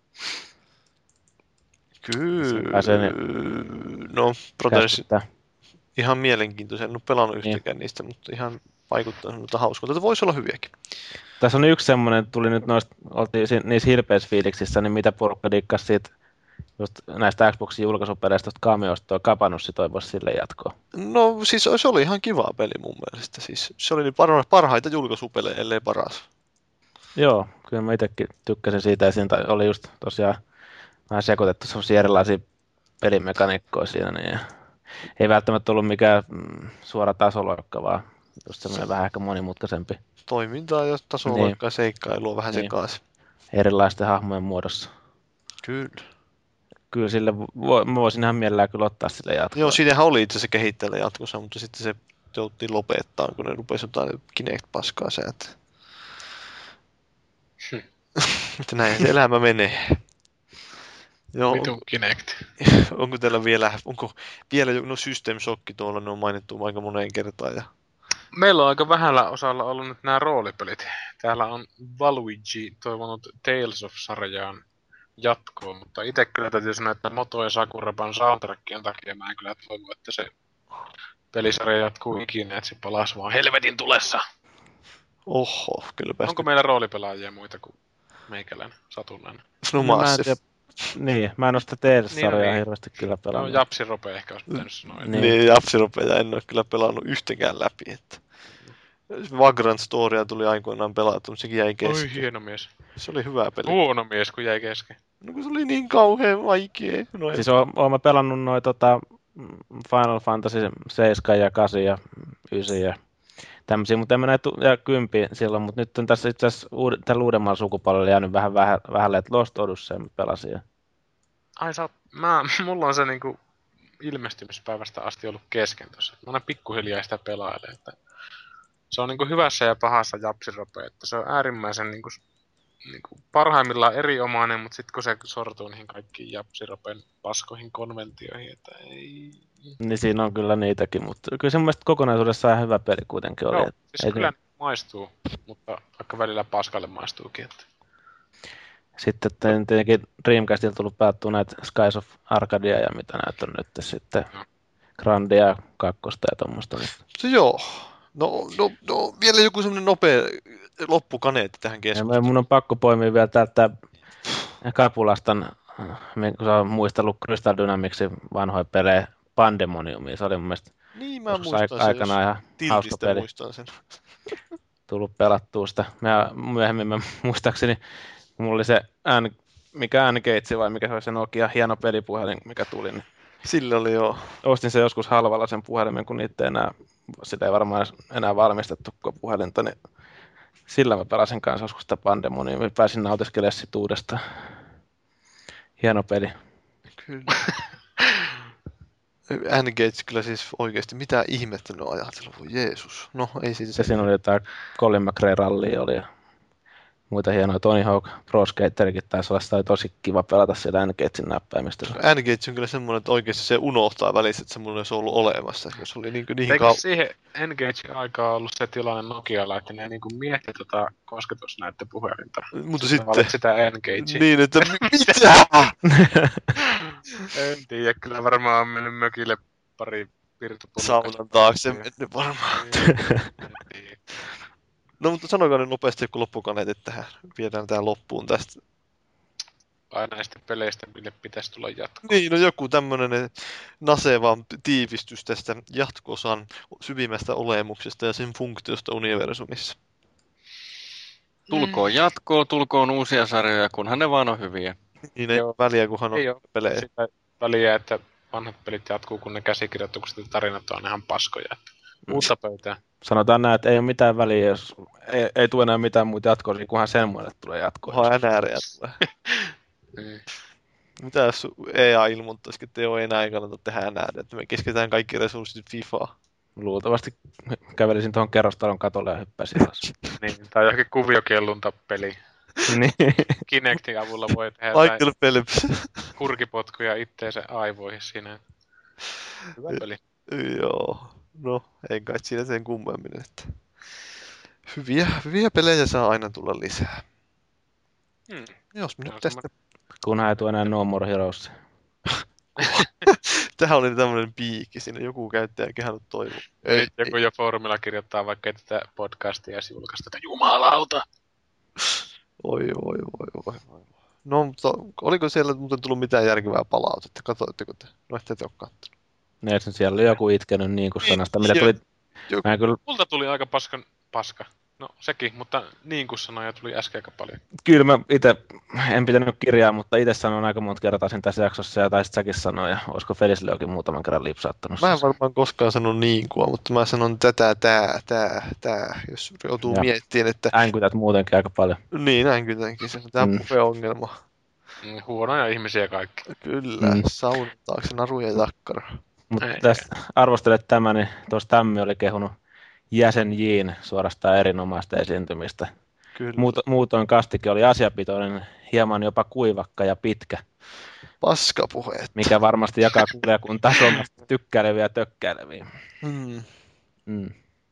kyllä. Niin no, Brothers ihan mielenkiintoisia. En ole pelannut yhtäkään niin. niistä, mutta ihan vaikuttaa semmoista hauskaa. Tätä voisi olla hyviäkin. Tässä on yksi semmoinen, tuli nyt noista, oltiin niissä hilpeysfiiliksissä, niin mitä porukka dikkasi siitä just näistä Xboxin julkaisupeleistä tuosta Cameosta, tuo Kapanussi toivoisi sille jatkoa. No siis se oli ihan kiva peli mun mielestä. Siis, se oli parhaita julkaisupelejä, ellei paras. Joo, kyllä mä itsekin tykkäsin siitä. Ja siinä oli just tosiaan vähän sekoitettu sellaisia erilaisia pelimekaniikkoja siinä. Niin ja ei välttämättä ollut mikään mm, suora tasoloikka, vaan just semmoinen vähän ehkä monimutkaisempi. Toimintaa ja tasoloikkaa, niin. Seikkailua vähän niin. Sekaisin. Erilaisten hahmojen muodossa. Kyllä. Kyllä sille, vo, mä voisin ihan mielellään kyllä ottaa sille jatkoa. Joo, siinähän oli itse asiassa kehittäjällä jatkossa, mutta sitten se jouttiin lopettaa, kun ne rupesi jotain Kinect-paskaa säätää. Hmm. Mutta näin se elämä menee. Joo, Vitun Kinect. Onko teillä vielä, onko vielä no System Shock tuolla, ne on mainittu aika moneen kertaan. Ja... Meillä on aika vähällä osalla ollut nyt nämä roolipelit. Täällä on Valuigi toivonut Tales of-sarjaan jatkoa, mutta itse kyllä täytyy sanoa, että Moto ja Sakuraban soundtrackien takia mä en kyllä toivo, että se pelisarja jatkuu ikinä, että se palasi vaan helvetin tulessa. Oho, kyllä päästä. Onko meillä roolipelaajia muita kuin meikäläinen, Satunnainen? No Massive. Niin, mä en ole sitä Tales-sarjaa niin, hirveästi kyllä pelannut. No Japsi Rope ehkä olisi pitänyt sanoa. Niin, niin Japsi Rope ja en ole kyllä pelannut yhtäkään läpi. Että... Vagrant Storya tuli aikoinaan pelattu, mutta sekin jäi kesken. Oi, hieno mies. Se oli hyvä peli. Huono mies, kun jäi kesken. No kun se oli niin kauhean vaikea. No, siis oon, oon mä pelannut noin tota Final Fantasy seitsemän ja kahdeksan ja yhdeksän ja tämmöisiä, mutta en mä näitä ja kympi silloin, mutta nyt on tässä itse asiassa uud- tällä uudemmalla sukupolvella jäänyt vähän vähä, vähälle, että Lost Odyssey mä pelasin. Ja... Ai sä oot, mä, mulla on se niinku ilmestymispäivästä asti ollut kesken tossa. Mä aina pikkuhiljaa sitä pelailen, että se on niinku hyvässä ja pahassa japsirope, että se on äärimmäisen niinku, niinku parhaimmillaan erinomainen, mutta sitten kun se sortuu niihin kaikkiin japsiropen paskoihin konventioihin, että ei... Niin siinä on kyllä niitäkin, mutta kyllä se mun mielestä kokonaisuudessaan hyvä peli kuitenkin oli. Joo, että siis ei kyllä se... maistuu, mutta vaikka välillä paskalle maistuukin. Että... Sitten tietenkin Dreamcastilla tullut päättyä näitä Skies of Arcadia ja mitä näitä on nyt sitten. No. Grandia, kakkosta ja tommoista. Se joo. No, no, no vielä joku semmoinen nopea loppukaneetti tähän keskusteluun. Mun on pakko poimia vielä täältä Kapulastan, kun sä oot muistellut Crystal Dynamicsin vanhoja pelejä, Pandemoniumia. Se oli mun mielestä niin, mä muistan aikana ihan hauska peli. Muistan sen. Tullut pelattua sitä. Mä myöhemmin mä muistaakseni, mulla oli se ään, mikä N-Gage vai mikä se oli se Nokia, hieno pelipuhelin, mikä tuli. Niin sillä oli joo. Ostin se joskus halvalla sen puhelimen, kun niitä enää, sitä ei varmaan enää valmistettu puhelinta, niin sillä mä pelasin kanssa joskus sitä Pandemoniumia. Mä pääsin nautiskelemaan sit uudestaan. Hieno peli. Kyllä. N-Gage kyllä siis oikeesti, mitä ihmettä ne on ajatellut, voi Jeesus. No ei siis. Se siinä oli jotain Colin McRae rallia oli ja muita hienoja. Tony Hawk Pro Skaterikin taisi olla, sitä oli tosi kiva pelata siellä N-Gagein näppäimistä. N-Gage on kyllä semmoinen, että oikeesti se unohtaa välissä, että semmoinen olisi ollut olemassa. Jos oli niin, niin kauan. siihen N-Gagein aikaa ollut se tilanne Nokialla, että ne niin mietti tota kosketusnäyttöpuhelinta. Mutta sitten... sitä N-Gagea. Niin, että mitä? En tiedä, kyllä varmaan on mennyt mökille pari virtupuolta. Saunan taakse mennyt varmaan. No mutta sanokaa nyt nopeasti, kun loppukaneetit tähän. Viedään tää loppuun tästä. Ai näistä peleistä, mille pitäisi tulla jatkoa. Niin, no joku tämmönen naseva tiivistys tästä jatko-osan syvimmästä olemuksesta ja sen funktiosta universumissa. Tulkoon jatkoa, tulkoon uusia sarjoja, kunhan ne vaan on hyviä. Niin ei ole väliä, kunhan on pelejä. Sitä väliä, että vanhat pelit jatkuu, kun ne käsikirjoitukset ja tarinat on ihan paskoja. Uutta pöytää. Sanotaan näin, että ei ole mitään väliä, jos ei, ei tule enää mitään muuta jatkoa, niin kunhan sen muille tulee jatkoa. Kunhan N R tulee. mm. Mitä jos E A ilmoittaisikin, että ei ole enää ei kannata tehdä N R, että me keskitään kaikki resurssit FIFAan. Luultavasti kävelisin tuohon kerrostalon katolle ja hyppäsin alas. Niin, tai johonkin kuviokellunta peli. Niin. Kinectin avulla voi tehdä Michael Phelps. kurkipotkuja itteensä aivoihin siinä. Hyvä peli. Joo. No, ei kai siinä sen kummemmin, että hyviä, hyviä pelejä saa aina tulla lisää. Hmm. Jos minä tästä... Kunhan ei tule enää No More Heroes. Tähän oli tämmöinen piikki, siinä joku käyttäjä kehannut toivon. Ei, joku jo foorumilla kirjoittaa vaikka tätä podcastia ja julkaista tätä jumalauta. Oi, oi, oi, oi, oi. No, mutta oliko siellä muuten tullut mitään järkevää palautetta? Katoitteko te? No, ette te ole kattonut. Ne, siellä oli joku itkenyt niin kuin sanasta, mitä tuli... Mä kyllä... Multa tuli aika paskan paska. No sekin, mutta niin kuin sanoja tuli äsken aika paljon. Kyllä mä itse, en pitänyt kirjaa, mutta itse sanon aika monta kertaa sen tässä jaksossa ja taisit säkin sanoa, ja olisiko Felisille jokin muutaman kerran lipsauttanut. Mä en varmaan koskaan sanonut niin kuin, mutta mä sanon tätä, tää, tää, tää, jos joutuu ja miettimään, että... Äänkytät muutenkin aika paljon. Niin, äänkytänkin, se on tää mm. puhe-ongelma. Mm, huonoja ihmisiä kaikki. Kyllä, mm. saunan taakse naruja ja takkara. Mutta tästä arvostelet tämä, niin tuossa Tammi oli kehunut jäsen Jiin suorastaan erinomaista esiintymistä. Muut, muutoin kastike oli asiapitoinen, hieman jopa kuivakka ja pitkä. Paskapuheet. Mikä varmasti jakaa kuulijakuntaa Suomesta tykkäileviä ja tökkäileviä. Mm. Mm.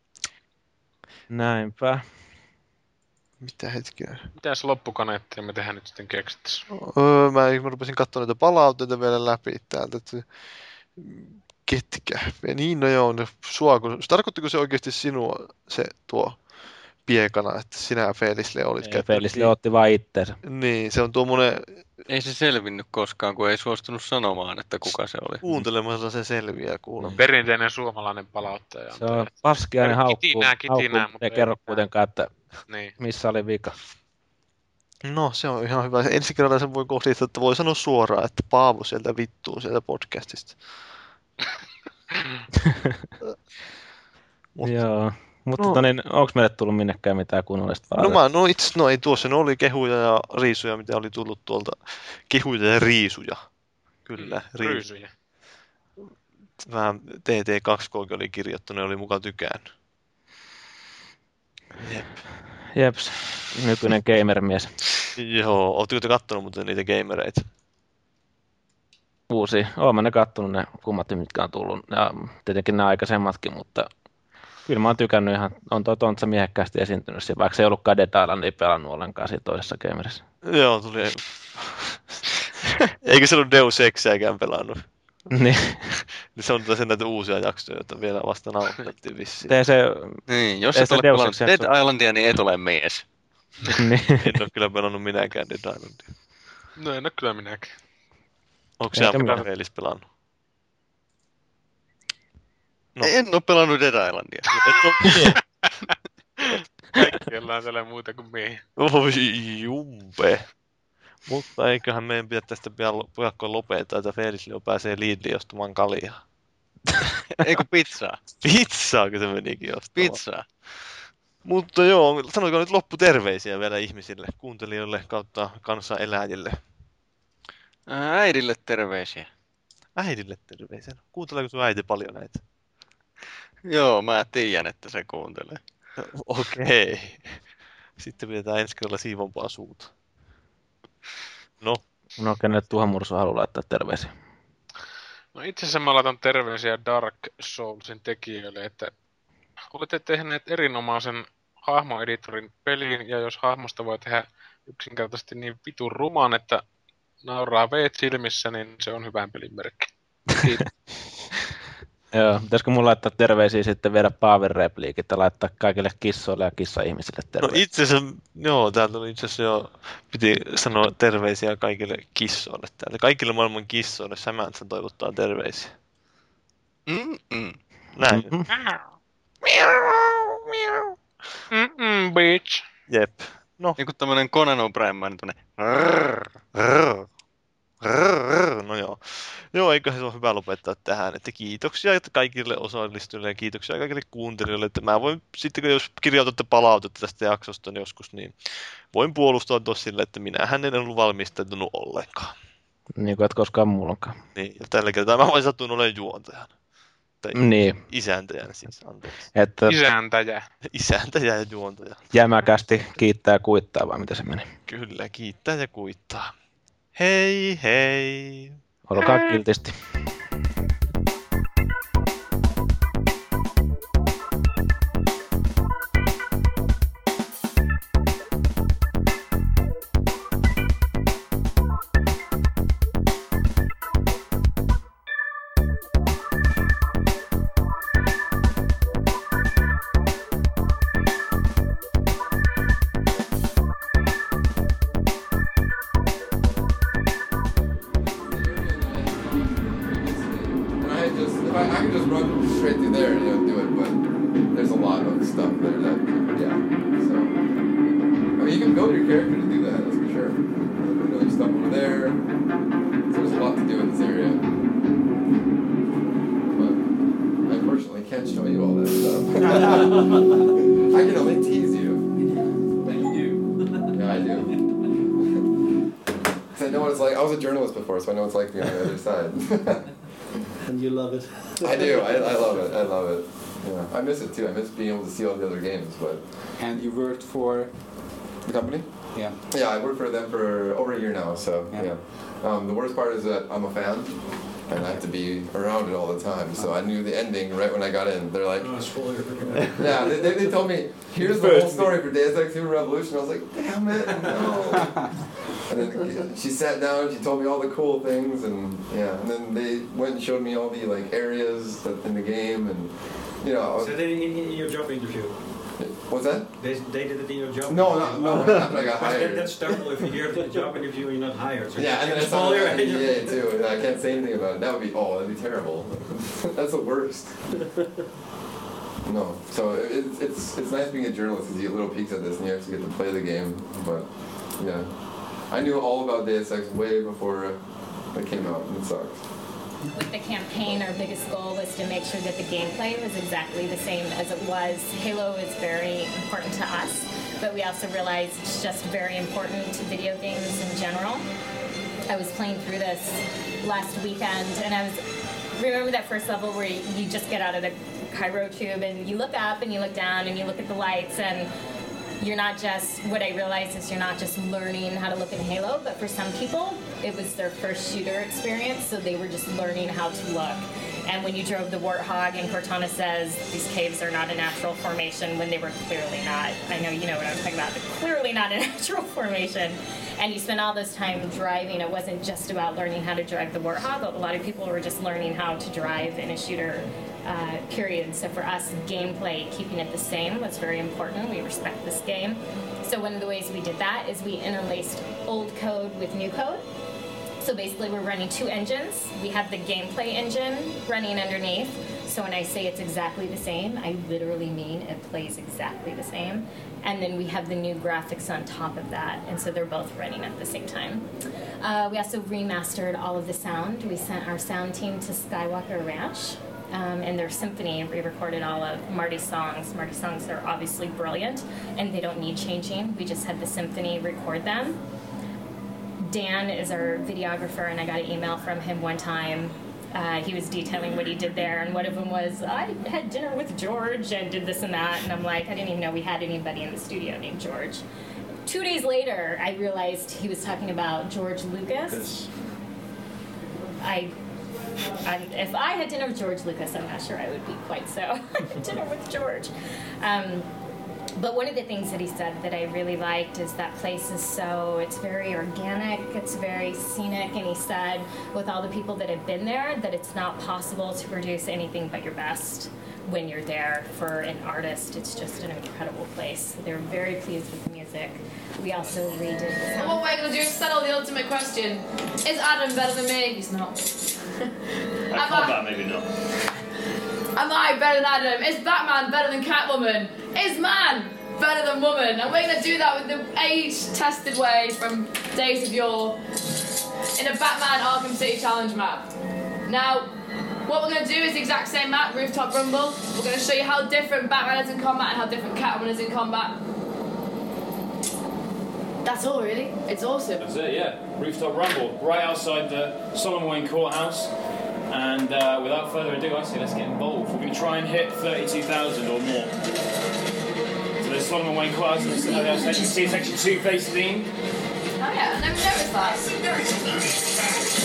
Näinpä. Mitä hetkeä? Mitäs loppukaneettia me tehdään nyt sitten keksittäisiin? Öö, mä, mä rupesin katsomaan näitä palautteita vielä läpi täältä. Että... Ketkä? Niin, no joo, no, sua, kun, tarkoittiko se oikeasti sinua, se tuo piekana, että sinä Felisle olit käyttänyt? Felisle otti vaan itteensä. Niin, se on tuommoinen... Ei se selvinnyt koskaan, kun ei suostunut sanomaan, että kuka se oli. Kuuntelemassa se selviää kuulemma. Perinteinen suomalainen palauttaja. Se on paskiainen haukkuu, kitinää, kitinää, haukkuu, ei kerro kuitenkaan, että niin. Missä oli vika. No, se on ihan hyvä. Ensi kerralla sen voi kohdistaa, että voi sanoa suoraan, että Paavo sieltä vittuu sieltä podcastista. Mutta, joo. Mutta No. tota niin, onko meille tullut minnekään mitään kunnollista No palautetta? mä, no itse, no ei tuossa, no oli kehuja ja riisuja, mitä oli tullut tuolta. Kehuja ja riisuja. Kyllä, riisuja. Ryysyjä. Vähän T T kaksi K oli kirjoittanut ja oli mukaan tykännyt. Jep. Jeps, nykyinen gamermies. Joo, ootteko te kattonut muuten niitä gamereita? Uusia. Oon mä ne kattonut ne kummat, mitkä on tullut. Ja tietenkin nämä aikaisemmatkin, mutta kyllä mä oon tykännyt ihan, on toi Tontsa miehekkäästi esiintynyt siellä, vaikka se ei ollutkaan Dead Islandia pelannut ollenkaan siinä toisessa gamerissa. Joo, tuli. Eikö se ollut Deus Exiäkään pelannut? Niin. Se on sen näitä uusia jaksoja, joita vielä vasta nauhoitettiin vissiin. Tee se... Niin, jos Ei et se ole Deus pelannut Ex Dead jakso. Islandia, niin et ole mies. niin. En ole kyllä pelannut minäkään Dead Islandia. No en oo kyllä minäkin. Onko se Eikä minä. Ampelis pelannut? No. En ole pelannut Dead Islandia. Et ole Kaikkialla on siellä muuta kuin miehiä. Oi jumpe. Mutta eiköhän meidän pidä tästä piakkoon lopettaa, että Felisli pääsee Lidliin ostamaan kaljaa. Eikö pizzaa? Pizzaako se menikin ostamaan? Pizzaa. Mutta joo, sanoiko nyt lopputerveisiä vielä ihmisille, kuuntelijoille kautta kanssaeläjille. Ää, Äidille terveisiä. Äidille terveisiä. Kuunteleeko sun äiti paljon näitä? Joo, mä tiedän, että se kuuntelee. Okei. Sitten pidetään ensi kerralla siivompaa suuta. No. No, kenelle Tuha Mursu haluaa laittaa terveisiä? No itse asiassa mä laitan terveisiä Dark Soulsin tekijöille, että olette tehneet erinomaisen hahmoeditorin peliin, ja jos hahmosta voi tehdä yksinkertaisesti niin vitun ruman, että nauraa veet silmissä, niin se on hyvän pelin merkki. Kiitos. Joo, pitäisikö mun laittaa terveisiä sitten vielä Power-repliikit ja laittaa kaikille kissoille ja kissa-ihmisille No terveisiä? itse asiassa, joo, täältä oli itse asiassa jo, piti sanoa terveisiä kaikille kissoille täältä. Kaikille maailman kissoille Samantha toivottaa terveisiä. Mm-mm. Näin. Mm-mm. Mm-mm, bitch. Jep. No. Niin kuin tämmönen Conan O'Brien mainitune. No joo. Joo, eiköhän se ole hyvä lopettaa tähän. Että kiitoksia että kaikille osallistujille ja kiitoksia kaikille kuuntelijoille. Että mä voin sitten, jos kirjoitatte palautetta tästä jaksosta niin joskus, niin voin puolustaa tuossa sille, että minähän en ollut valmistautunut ollenkaan. Niin kuin et koskaan mullakaan. Niin, ja tällä kertaa mä vain satun olemaan juontajana. Tai Niin. isäntäjänä siis, anteeksi. Että Isäntäjä. Isäntäjä ja juontaja. jämäkästi kiittää ja kuittaa, vai miten se meni? Kyllä, kiittää ja kuittaa. Hei hei! Olkaa kiltisti. I just, if I, I could just run straight through there and you know, do it, but there's a lot of stuff there that, yeah. So, I mean, you can build your character to do that, that's for sure. You know, there's stuff over there. So there's a lot to do in this area. But I unfortunately can't show you all that stuff. I can only tease you. But you do. Yeah, I do. Because I know what it's like. I was a journalist before, so I know what it's like to be on the other side. And you love it. I do. I, I love it. I love it. Yeah, I miss it too. I miss being able to see all the other games. But And you worked for... the company? Yeah. Yeah, I worked for them for over a year now. So Yeah. yeah. Um, the worst part is that I'm a fan, and I have to be around it all the time. So I knew the ending right when I got in. They're like, yeah, they, they, they told me, here's the whole story for Deus Ex Human Revolution. I was like, damn it, no. And then she sat down, she told me all the cool things, and yeah, and then they went and showed me all the like areas that, in the game, and you know. I was, So they in, in your job interview? What's that? They, they did it in your job No, interview? no, no, after I got But hired. that, that's terrible if you hear the job interview and you're not hired. So Yeah, and then it's I signed your an N D A too, and I can't say anything about it. That would be, oh, that'd be terrible. That's the worst. No, so it, it's it's nice being a journalist because you get little peeks at this and you actually get to play the game. But yeah, I knew all about Deus Ex way before it came out, and it sucked. with the campaign, our biggest goal was to make sure that the gameplay was exactly the same as it was. Halo is very important to us, but we also realized it's just very important to video games in general. I was playing through this last weekend, and I was remember that first level where you, you just get out of the Cairo tube and you look up and you look down and you look at the lights, and you're not just, what I realized is you're not just learning how to look in Halo, but for some people, it was their first shooter experience, so they were just learning how to look. And when you drove the Warthog and Cortana says these caves are not a natural formation when they were clearly not. I know you know what I'm talking about. They're clearly not a natural formation. And you spent all this time driving. It wasn't just about learning how to drive the Warthog. A lot of people were just learning how to drive in a shooter uh, period. So for us, gameplay, keeping it the same was very important. We respect this game. So one of the ways we did that is we interlaced old code with new code. So basically we're running two engines. We have the gameplay engine running underneath. So when I say it's exactly the same, I literally mean it plays exactly the same. And then we have the new graphics on top of that. And so they're both running at the same time. Uh, we also remastered all of the sound. We sent our sound team to Skywalker Ranch. Um, and their symphony re-recorded all of Marty's songs. Marty's songs are obviously brilliant, and they don't need changing. We just had the symphony record them. Dan is our videographer, and I got an email from him one time. Uh, he was detailing what he did there, and one of them was, I had dinner with George and did this and that, and I'm like, I didn't even know we had anybody in the studio named George. Two days later, I realized he was talking about George Lucas. I, I'm, if I had dinner with George Lucas, I'm not sure I would be quite so. Dinner with George. Um, But one of the things that he said that I really liked is that place is so, it's very organic, it's very scenic, and he said with all the people that have been there that it's not possible to produce anything but your best when you're there. For an artist, it's just an incredible place. They're very pleased with the music. We also redid the sound. What we're going to do is settle the ultimate question. Is Adam better than me? He's not. At combat, maybe not. Am I better than Adam? Is Batman better than Catwoman? Is man better than woman? And we're going to do that with the age-tested way from days of yore in a Batman Arkham City Challenge map. Now, what we're going to do is the exact same map, Rooftop Rumble. We're going to show you how different Batman is in combat and how different Catwoman is in combat. That's all, really. It's awesome. That's it, yeah. Rooftop Rumble, right outside the Solomon Wayne Courthouse. And uh, without further ado, I say let's get involved. We're going to try and hit thirty-two thousand or more. So there's Solomon Wayne Courthouse, and there's section C, section two, face theme. Oh yeah, I never noticed that.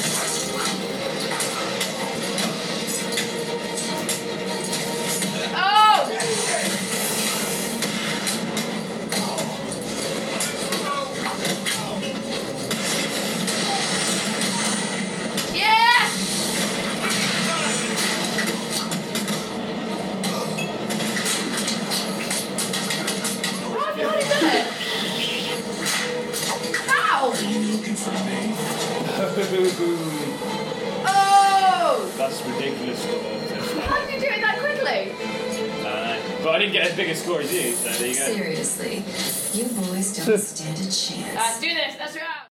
Oh! That's ridiculous for the test. How did you do it that quickly? Uh, but I didn't get as big a score as you, so there you go. Seriously, you boys don't stand a chance. Let's do this, let's round.